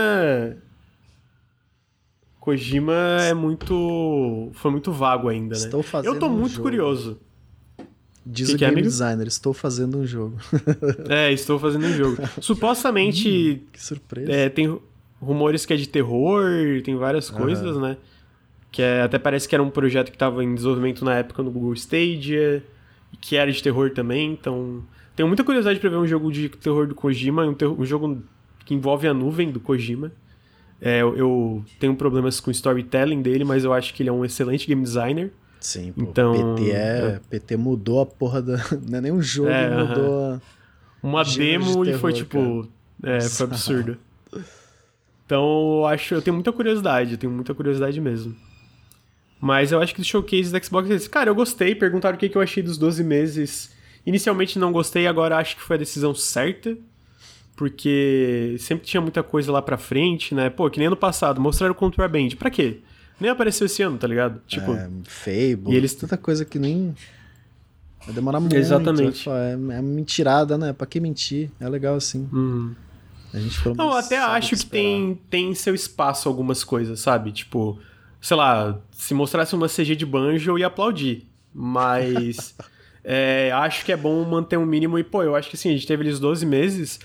Kojima foi muito vago ainda, né? Eu tô muito curioso. Diz o game designer, estou fazendo um jogo. Estou fazendo um jogo. Supostamente... que surpresa. Tem rumores que é de terror, tem várias coisas, né? Que até parece que era um projeto que estava em desenvolvimento na época no Google Stadia, que era de terror também, então... Tenho muita curiosidade para ver um jogo de terror do Kojima, um jogo que envolve a nuvem do Kojima. Eu tenho problemas com o storytelling dele, mas eu acho que ele é um excelente game designer. Sim, pô, então, PT mudou a porra da... Não é nem um jogo, mudou uma demo terror, e foi tipo... foi absurdo. Então, eu tenho muita curiosidade mesmo. Mas eu acho que do showcase da Xbox... Cara, eu gostei. Perguntaram o que eu achei dos 12 meses. Inicialmente não gostei, agora acho que foi a decisão certa. Porque sempre tinha muita coisa lá pra frente, né? Pô, que nem ano passado. Mostraram o Contraband. Pra quê? Nem apareceu esse ano, tá ligado? Tipo... Fable. E eles... Tanta coisa que nem... Vai demorar muito. Exatamente. É mentirada, né? Pra que mentir? É legal assim. A gente não, até acho que tem seu espaço algumas coisas, sabe? Tipo... Sei lá, se mostrasse uma CG de Banjo, eu ia aplaudir. Mas acho que é bom manter um mínimo. E, pô, eu acho que assim, a gente teve eles 12 meses.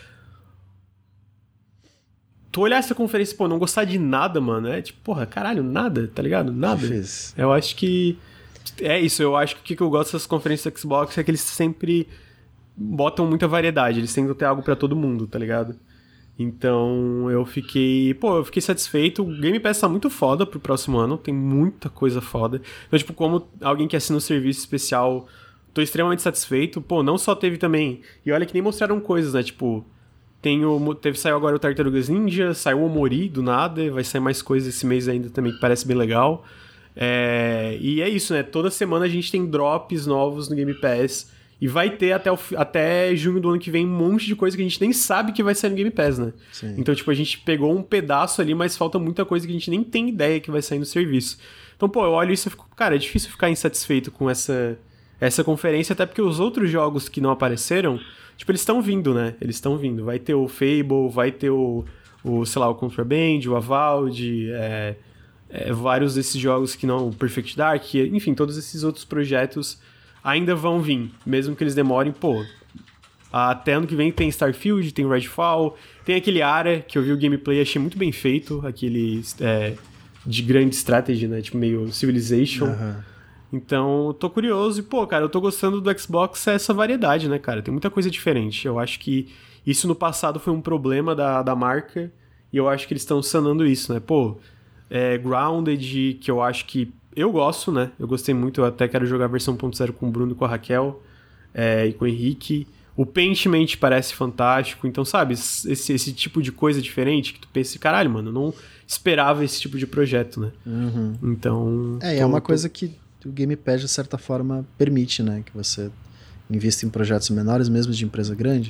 Tu olhar essa conferência, pô, não gostar de nada, mano. É tipo, porra, caralho, nada, tá ligado? Nada. Eu acho que... É isso, eu acho que o que eu gosto dessas conferências do Xbox é que eles sempre botam muita variedade. Eles tentam ter algo pra todo mundo, tá ligado? Então eu fiquei satisfeito. O Game Pass tá muito foda pro próximo ano, tem muita coisa foda. Então, tipo, como alguém que assina um serviço especial, tô extremamente satisfeito. Pô, não só teve também... E olha que nem mostraram coisas, né? Tipo, saiu agora o Tartarugas Ninja, saiu o Omori do nada, vai sair mais coisas esse mês ainda também que parece bem legal. E é isso, né? Toda semana a gente tem drops novos no Game Pass. E vai ter até junho do ano que vem um monte de coisa que a gente nem sabe que vai sair no Game Pass, né? Sim. Então, tipo, a gente pegou um pedaço ali, mas falta muita coisa que a gente nem tem ideia que vai sair no serviço. Então, pô, eu olho isso e fico... Cara, é difícil ficar insatisfeito com essa conferência, até porque os outros jogos que não apareceram, tipo, eles estão vindo, né? Eles estão vindo. Vai ter o Fable, vai ter o sei lá, o Contraband, o Avowed, vários desses jogos que não... O Perfect Dark, enfim, todos esses outros projetos... ainda vão vir, mesmo que eles demorem, pô. Até ano que vem tem Starfield, tem Redfall, tem aquele Ara, que eu vi o gameplay e achei muito bem feito, aquele de grande strategy, né, tipo meio Civilization. Então, eu tô curioso e, pô, cara, eu tô gostando do Xbox essa variedade, né, cara, tem muita coisa diferente. Eu acho que isso no passado foi um problema da marca e eu acho que eles estão sanando isso, né, pô. Grounded, que eu acho que eu gosto, né? Eu gostei muito, eu até quero jogar a versão 1.0 com o Bruno e com a Raquel e com o Henrique. O Paintment parece fantástico. Então, sabe, esse tipo de coisa diferente que tu pensa, caralho, mano, eu não esperava esse tipo de projeto, né? Então... É uma coisa que o Game Pass, de certa forma, permite, né? Que você invista em projetos menores, mesmo de empresa grande.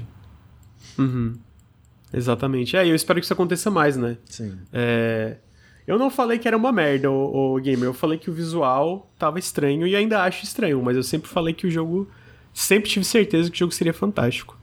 Exatamente. Eu espero que isso aconteça mais, né? Sim. Eu não falei que era uma merda, o Gamer. Eu falei que o visual tava estranho e ainda acho estranho, mas eu sempre falei que o jogo... Sempre tive certeza que o jogo seria fantástico.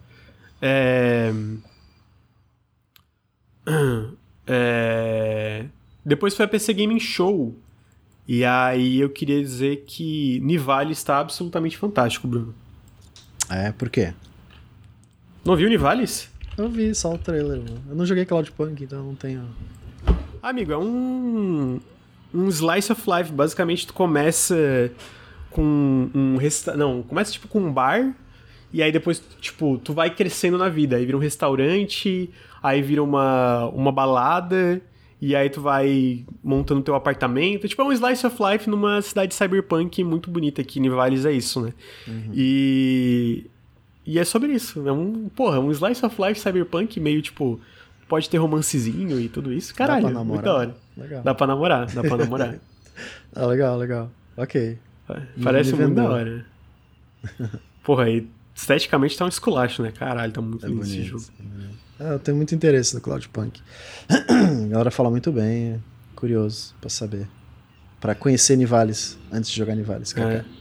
Depois foi a PC Gaming Show. E aí eu queria dizer que Nivalis está absolutamente fantástico, Bruno. Por quê? Não viu Nivalis? Eu vi só o trailer, mano. Eu não joguei Cloudpunk, então eu não tenho... Amigo, é um slice of life. Basicamente, tu começa com começa tipo com um bar, e aí depois, tipo, tu vai crescendo na vida. Aí vira um restaurante, aí vira uma balada, e aí tu vai montando teu apartamento. Tipo, é um slice of life numa cidade cyberpunk muito bonita aqui. Nivalis é isso, né? E é sobre isso. É um slice of life cyberpunk meio, tipo... Pode ter romancezinho e tudo isso. Caralho, muito da hora. Legal. Dá pra namorar. Legal. Ok. Parece muito da hora. Porra, aí esteticamente tá um esculacho, né? Caralho, tá muito lindo esse jogo. Eu tenho muito interesse no Cloudpunk. A galera fala muito bem, curioso pra saber. Pra conhecer Nivalis antes de jogar Nivalis.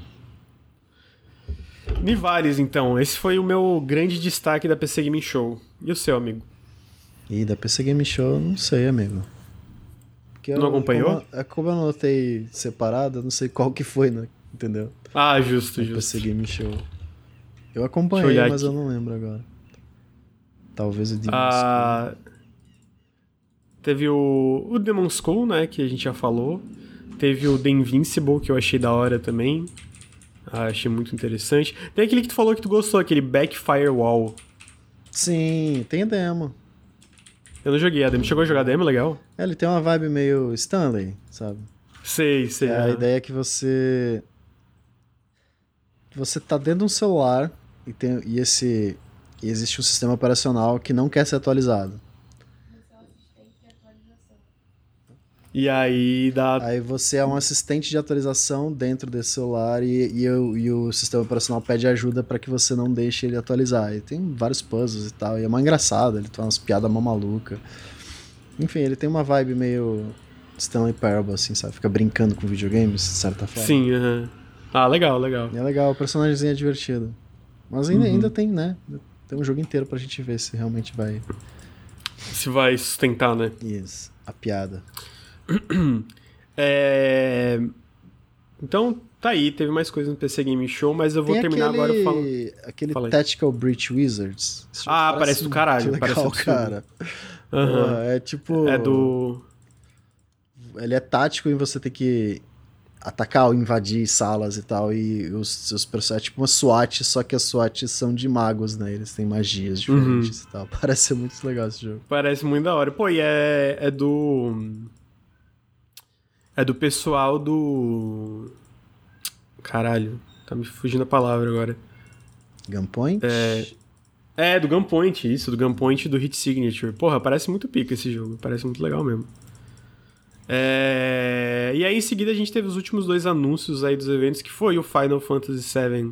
Nivalis, então. Esse foi o meu grande destaque da PC Gaming Show. E o seu, amigo? E da PC Game Show, não sei, amigo. Porque não acompanhou? Como eu anotei separado, eu não sei qual que foi, né? Entendeu? Justo. PC Game Show. Eu acompanhei, mas aqui. Eu não lembro agora. Talvez o Demon's School. Teve o Demon's School, né? Que a gente já falou. Teve o The Invincible, que eu achei da hora também. Achei muito interessante. Tem aquele que tu falou que tu gostou, aquele Backfirewall. Sim, tem a demo. Eu não joguei a demo. Chegou a jogar a demo? Legal? Ele tem uma vibe meio Stanley, sabe? Sei. A ideia é que você tá dentro de um celular e existe um sistema operacional que não quer ser atualizado. E aí Aí você é um assistente de atualização dentro desse celular e o sistema operacional pede ajuda para que você não deixe ele atualizar. E tem vários puzzles e tal, e é mais engraçado, ele tem umas piadas mó maluca. Enfim, ele tem uma vibe meio Stanley Parable, assim, sabe? Fica brincando com videogames, de certa forma. Sim, legal. E é legal, o personagemzinho é divertido. Mas ainda tem, né? Tem um jogo inteiro pra gente ver se realmente vai... Se vai sustentar, né? Isso, a piada. Então, tá aí, teve mais coisas no PC Game Show, mas eu vou terminar agora falando... Aquele Tactical Breach Wizards. Parece do caralho. Legal, parece cara. É tipo... É do... Ele é tático e você tem que atacar ou invadir salas e tal, e os seus personagens... É tipo uma SWAT, só que as SWAT são de magos, né? Eles têm magias diferentes e tal. Parece ser muito legal esse jogo. Parece muito da hora. Pô, e é do... É do pessoal do... Caralho, tá me fugindo a palavra agora. Gunpoint? Do Gunpoint, isso, do Gunpoint do Hit Signature. Porra, parece muito pica esse jogo, parece muito legal mesmo. E aí em seguida a gente teve os últimos 2 anúncios aí dos eventos, que foi o Final Fantasy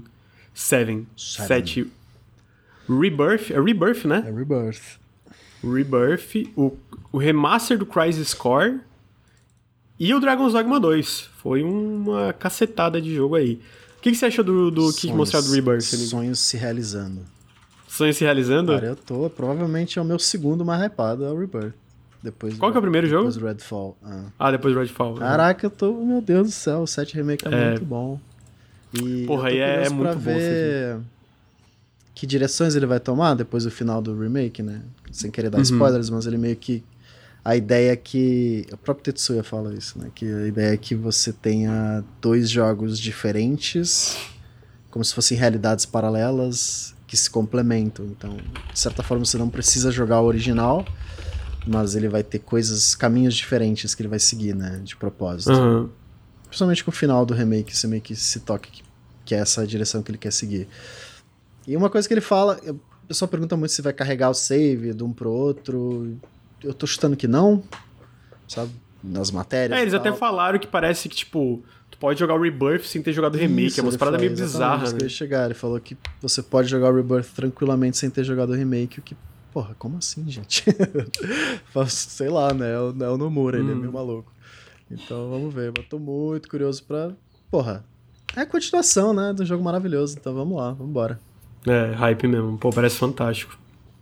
VII Rebirth, é Rebirth, né? É Rebirth. Rebirth, o remaster do Crisis Core e o Dragon's Dogma 2. Foi uma cacetada de jogo aí. O que você achou do que mostraram do Rebirth, amigo? Sonhos se realizando. Sonhos se realizando? Cara, provavelmente é o meu segundo mais hypado, é o Rebirth. Qual que é o primeiro jogo? Depois do Redfall. Depois do Redfall. Caraca, meu Deus do céu, o 7 Remake é muito bom. E porra, aí é muito bom ver que direções ele vai tomar depois do final do remake, né? Sem querer dar spoilers, mas ele meio que... A ideia é que... O próprio Tetsuya fala isso, né? Que a ideia é que você tenha 2 jogos diferentes, como se fossem realidades paralelas, que se complementam. Então, de certa forma, você não precisa jogar o original, mas ele vai ter caminhos diferentes que ele vai seguir, né? De propósito. Principalmente com o final do remake, você meio que se toca que é essa a direção que ele quer seguir. E uma coisa que ele fala, o pessoal pergunta muito se vai carregar o save de um pro outro. Eu tô chutando que não, sabe? Nas matérias. Eles até falaram que parece que, tipo, tu pode jogar o Rebirth sem ter jogado o remake. É uma parada meio bizarra, né? Que eu ia chegar. Ele falou que você pode jogar o Rebirth tranquilamente sem ter jogado o remake, o que... Porra, como assim, gente? Sei lá, né? É o Nomura, ele é meio maluco. Então, vamos ver. Eu tô muito curioso pra... Porra, é a continuação, né? Do jogo maravilhoso. Então, vamos lá, vamos embora. É, hype mesmo. Pô, parece fantástico.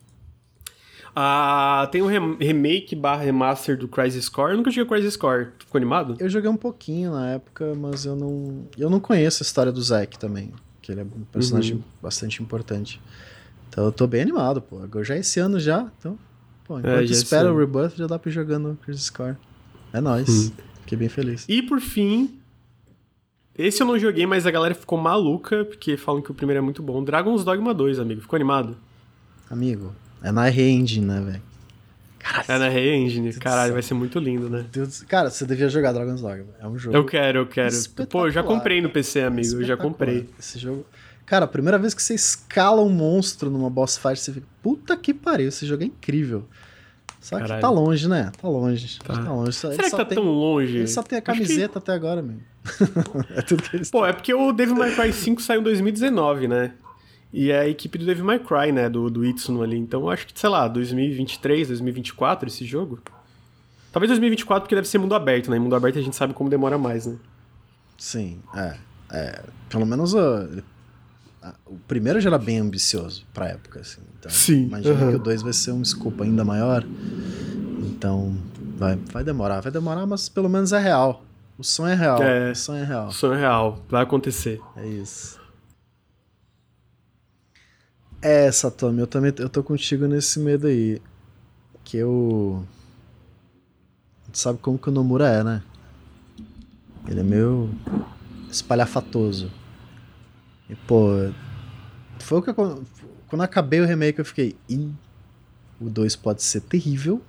Tem um remake / remaster do Crisis Core. Eu nunca joguei Crisis Core. Tu ficou animado? Eu joguei um pouquinho na época, mas eu não conheço a história do Zack também. Que ele é um personagem bastante importante. Então eu tô bem animado, pô. Agora já é esse ano já. Então, pô, enquanto espera o Rebirth, já dá pra ir jogando Crisis Core. É nóis. Fiquei bem feliz. E por fim... Esse eu não joguei, mas a galera ficou maluca, porque falam que o primeiro é muito bom. Dragon's Dogma 2, amigo. Ficou animado? Amigo, é na Re-Engine, né, velho? É na Re-Engine. Caralho, vai ser muito lindo, né? Cara, você devia jogar Dragon's Dogma. É um jogo... Eu quero. Pô, eu já comprei no PC, amigo. Eu já comprei. Esse jogo... Cara, a primeira vez que você escala um monstro numa boss fight, você fica... Puta que pariu, esse jogo é incrível. Só que tá longe, né? Tá longe. Tá longe. Será que tá tão longe? Ele só tem a camiseta até agora, mesmo. É tudo que eles Pô, é porque o Devil May Cry 5 saiu em 2019, né? E é a equipe do Devil May Cry, né? Do Itsuno ali. Então eu acho que, sei lá, 2023, 2024 esse jogo. Talvez 2024, porque deve ser mundo aberto, né? Em mundo aberto a gente sabe como demora mais, né? Sim, pelo menos o primeiro já era bem ambicioso pra época, assim. Então, sim. Imagina que o 2 vai ser um escopo ainda maior. Então, vai demorar, mas pelo menos é real. O sonho é real. O sonho é real. O sonho é real. Vai acontecer. É isso. Satomi, eu tô contigo nesse medo aí. Que tu sabe como que o Nomura é, né? Ele é meio espalhafatoso. E, pô, foi o que quando eu acabei o remake eu fiquei, o 2 pode ser terrível,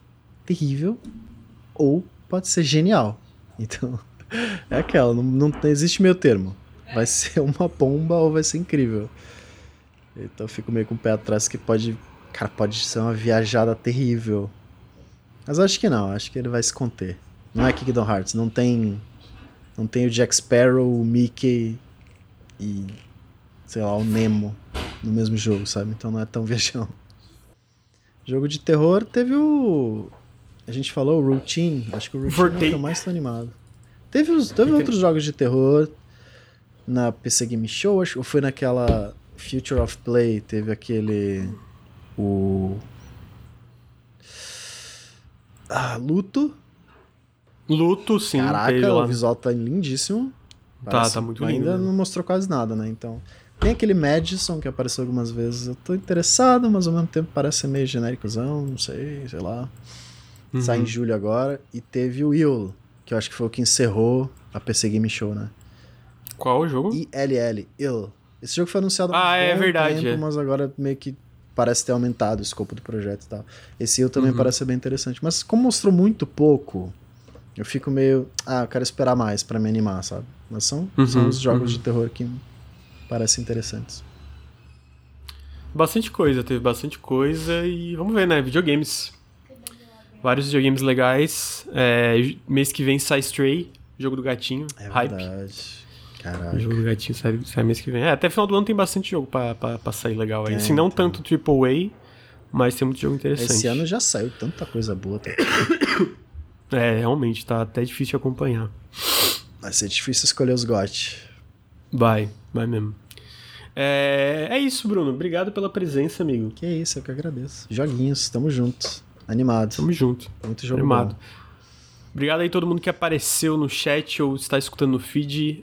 ou pode ser genial. Então, é aquela, não existe meio termo. Vai ser uma bomba ou vai ser incrível. Então eu fico meio com o pé atrás que pode ser uma viajada terrível. Mas acho que não, acho que ele vai se conter. Não é Kingdom Hearts, não tem o Jack Sparrow, o Mickey e, sei lá, o Nemo no mesmo jogo, sabe? Então não é tão viajão. Jogo de terror teve a gente falou o Routine, acho que o Routine é o que eu mais tô animado. Teve outros jogos de terror na PC Game Show, acho, ou foi naquela Future of Play, teve aquele Luto, sim. Caraca, o visual tá lindíssimo. Tá muito lindo. Ainda não mostrou quase nada, né? Então, tem aquele Madison que apareceu algumas vezes. Eu tô interessado, mas ao mesmo tempo parece ser meio genéricozão, não sei lá. Sai em julho agora. E teve o ILL, que eu acho que foi o que encerrou a PC Game Show, né? Qual o jogo? ILL. Esse jogo foi anunciado há é verdade, tempo, mas agora meio que parece ter aumentado o escopo do projeto e tal. Esse ILL também parece ser bem interessante. Mas como mostrou muito pouco, eu fico meio... eu quero esperar mais pra me animar, sabe? Mas são os jogos de terror que parecem interessantes. Teve bastante coisa e vamos ver, né? Videogames. Vários videogames legais. Mês que vem sai Stray, jogo do gatinho. É hype. Verdade. Caraca. O jogo do gatinho sai mês que vem. Até final do ano tem bastante jogo pra sair legal aí. Não tanto AAA, mas tem muito jogo interessante. Esse ano já saiu tanta coisa boa. Realmente, tá até difícil de acompanhar. Vai ser difícil escolher os GOT. Vai mesmo. É isso, Bruno. Obrigado pela presença, amigo. Que isso, eu que agradeço. Joguinhos, tamo juntos. Animado. Tamo junto. Muito jogo animado. Bom. Obrigado aí a todo mundo que apareceu no chat ou está escutando no feed.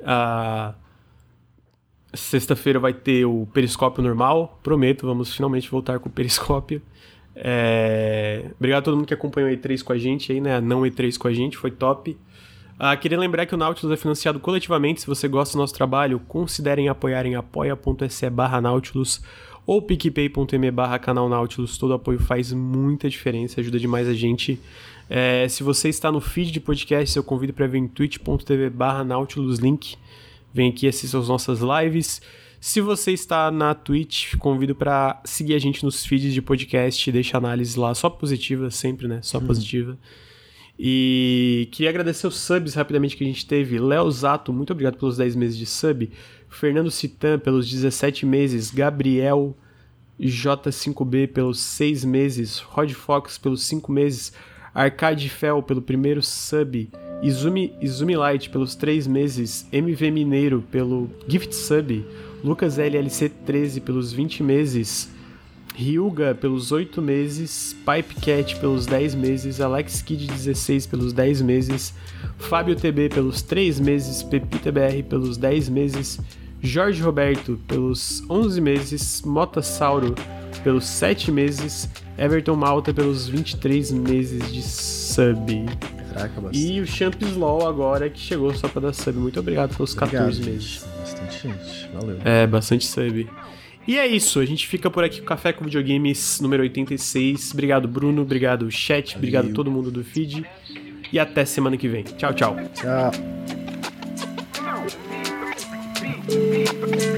Sexta-feira vai ter o Periscópio normal. Prometo, vamos finalmente voltar com o Periscópio. Obrigado a todo mundo que acompanhou a E3 com a gente aí, né? A não E3 com a gente, foi top. Queria lembrar que o Nautilus é financiado coletivamente. Se você gosta do nosso trabalho, considerem apoiar em apoia.se/Nautilus ou picpay.me/canal Nautilus. Todo apoio faz muita diferença, ajuda demais a gente. Se você está no feed de podcast, eu convido para ver em twitch.tv/Nautilus link. Vem aqui assistir as nossas lives. Se você está na Twitch, convido para seguir a gente nos feeds de podcast, deixa análise lá, só positiva sempre, né? Só positiva. E queria agradecer os subs rapidamente que a gente teve. Léo Zato, muito obrigado pelos 10 meses de sub. Fernando Citan pelos 17 meses. Gabriel J5B pelos 6 meses. Rod Fox pelos 5 meses. Arcade Fel pelo primeiro sub. Izumi Light pelos 3 meses. MV Mineiro pelo gift sub. Lucas LLC 13 pelos 20 meses. Ryuga pelos 8 meses, Pipecat pelos 10 meses, Alex Kid 16 pelos 10 meses, Fábio TB pelos 3 meses, Pepita BR pelos 10 meses, Jorge Roberto pelos 11 meses, Motasauro pelos 7 meses, Everton Malta pelos 23 meses de sub. Caraca, e o Champs Law agora que chegou só pra dar sub. Muito obrigado pelos 14 meses. Bastante gente, valeu. Bastante sub. E é isso, a gente fica por aqui com o Café com Videogames número 86. Obrigado, Bruno, obrigado, chat, obrigado a todo mundo do feed. E até semana que vem. Tchau, tchau. Tchau.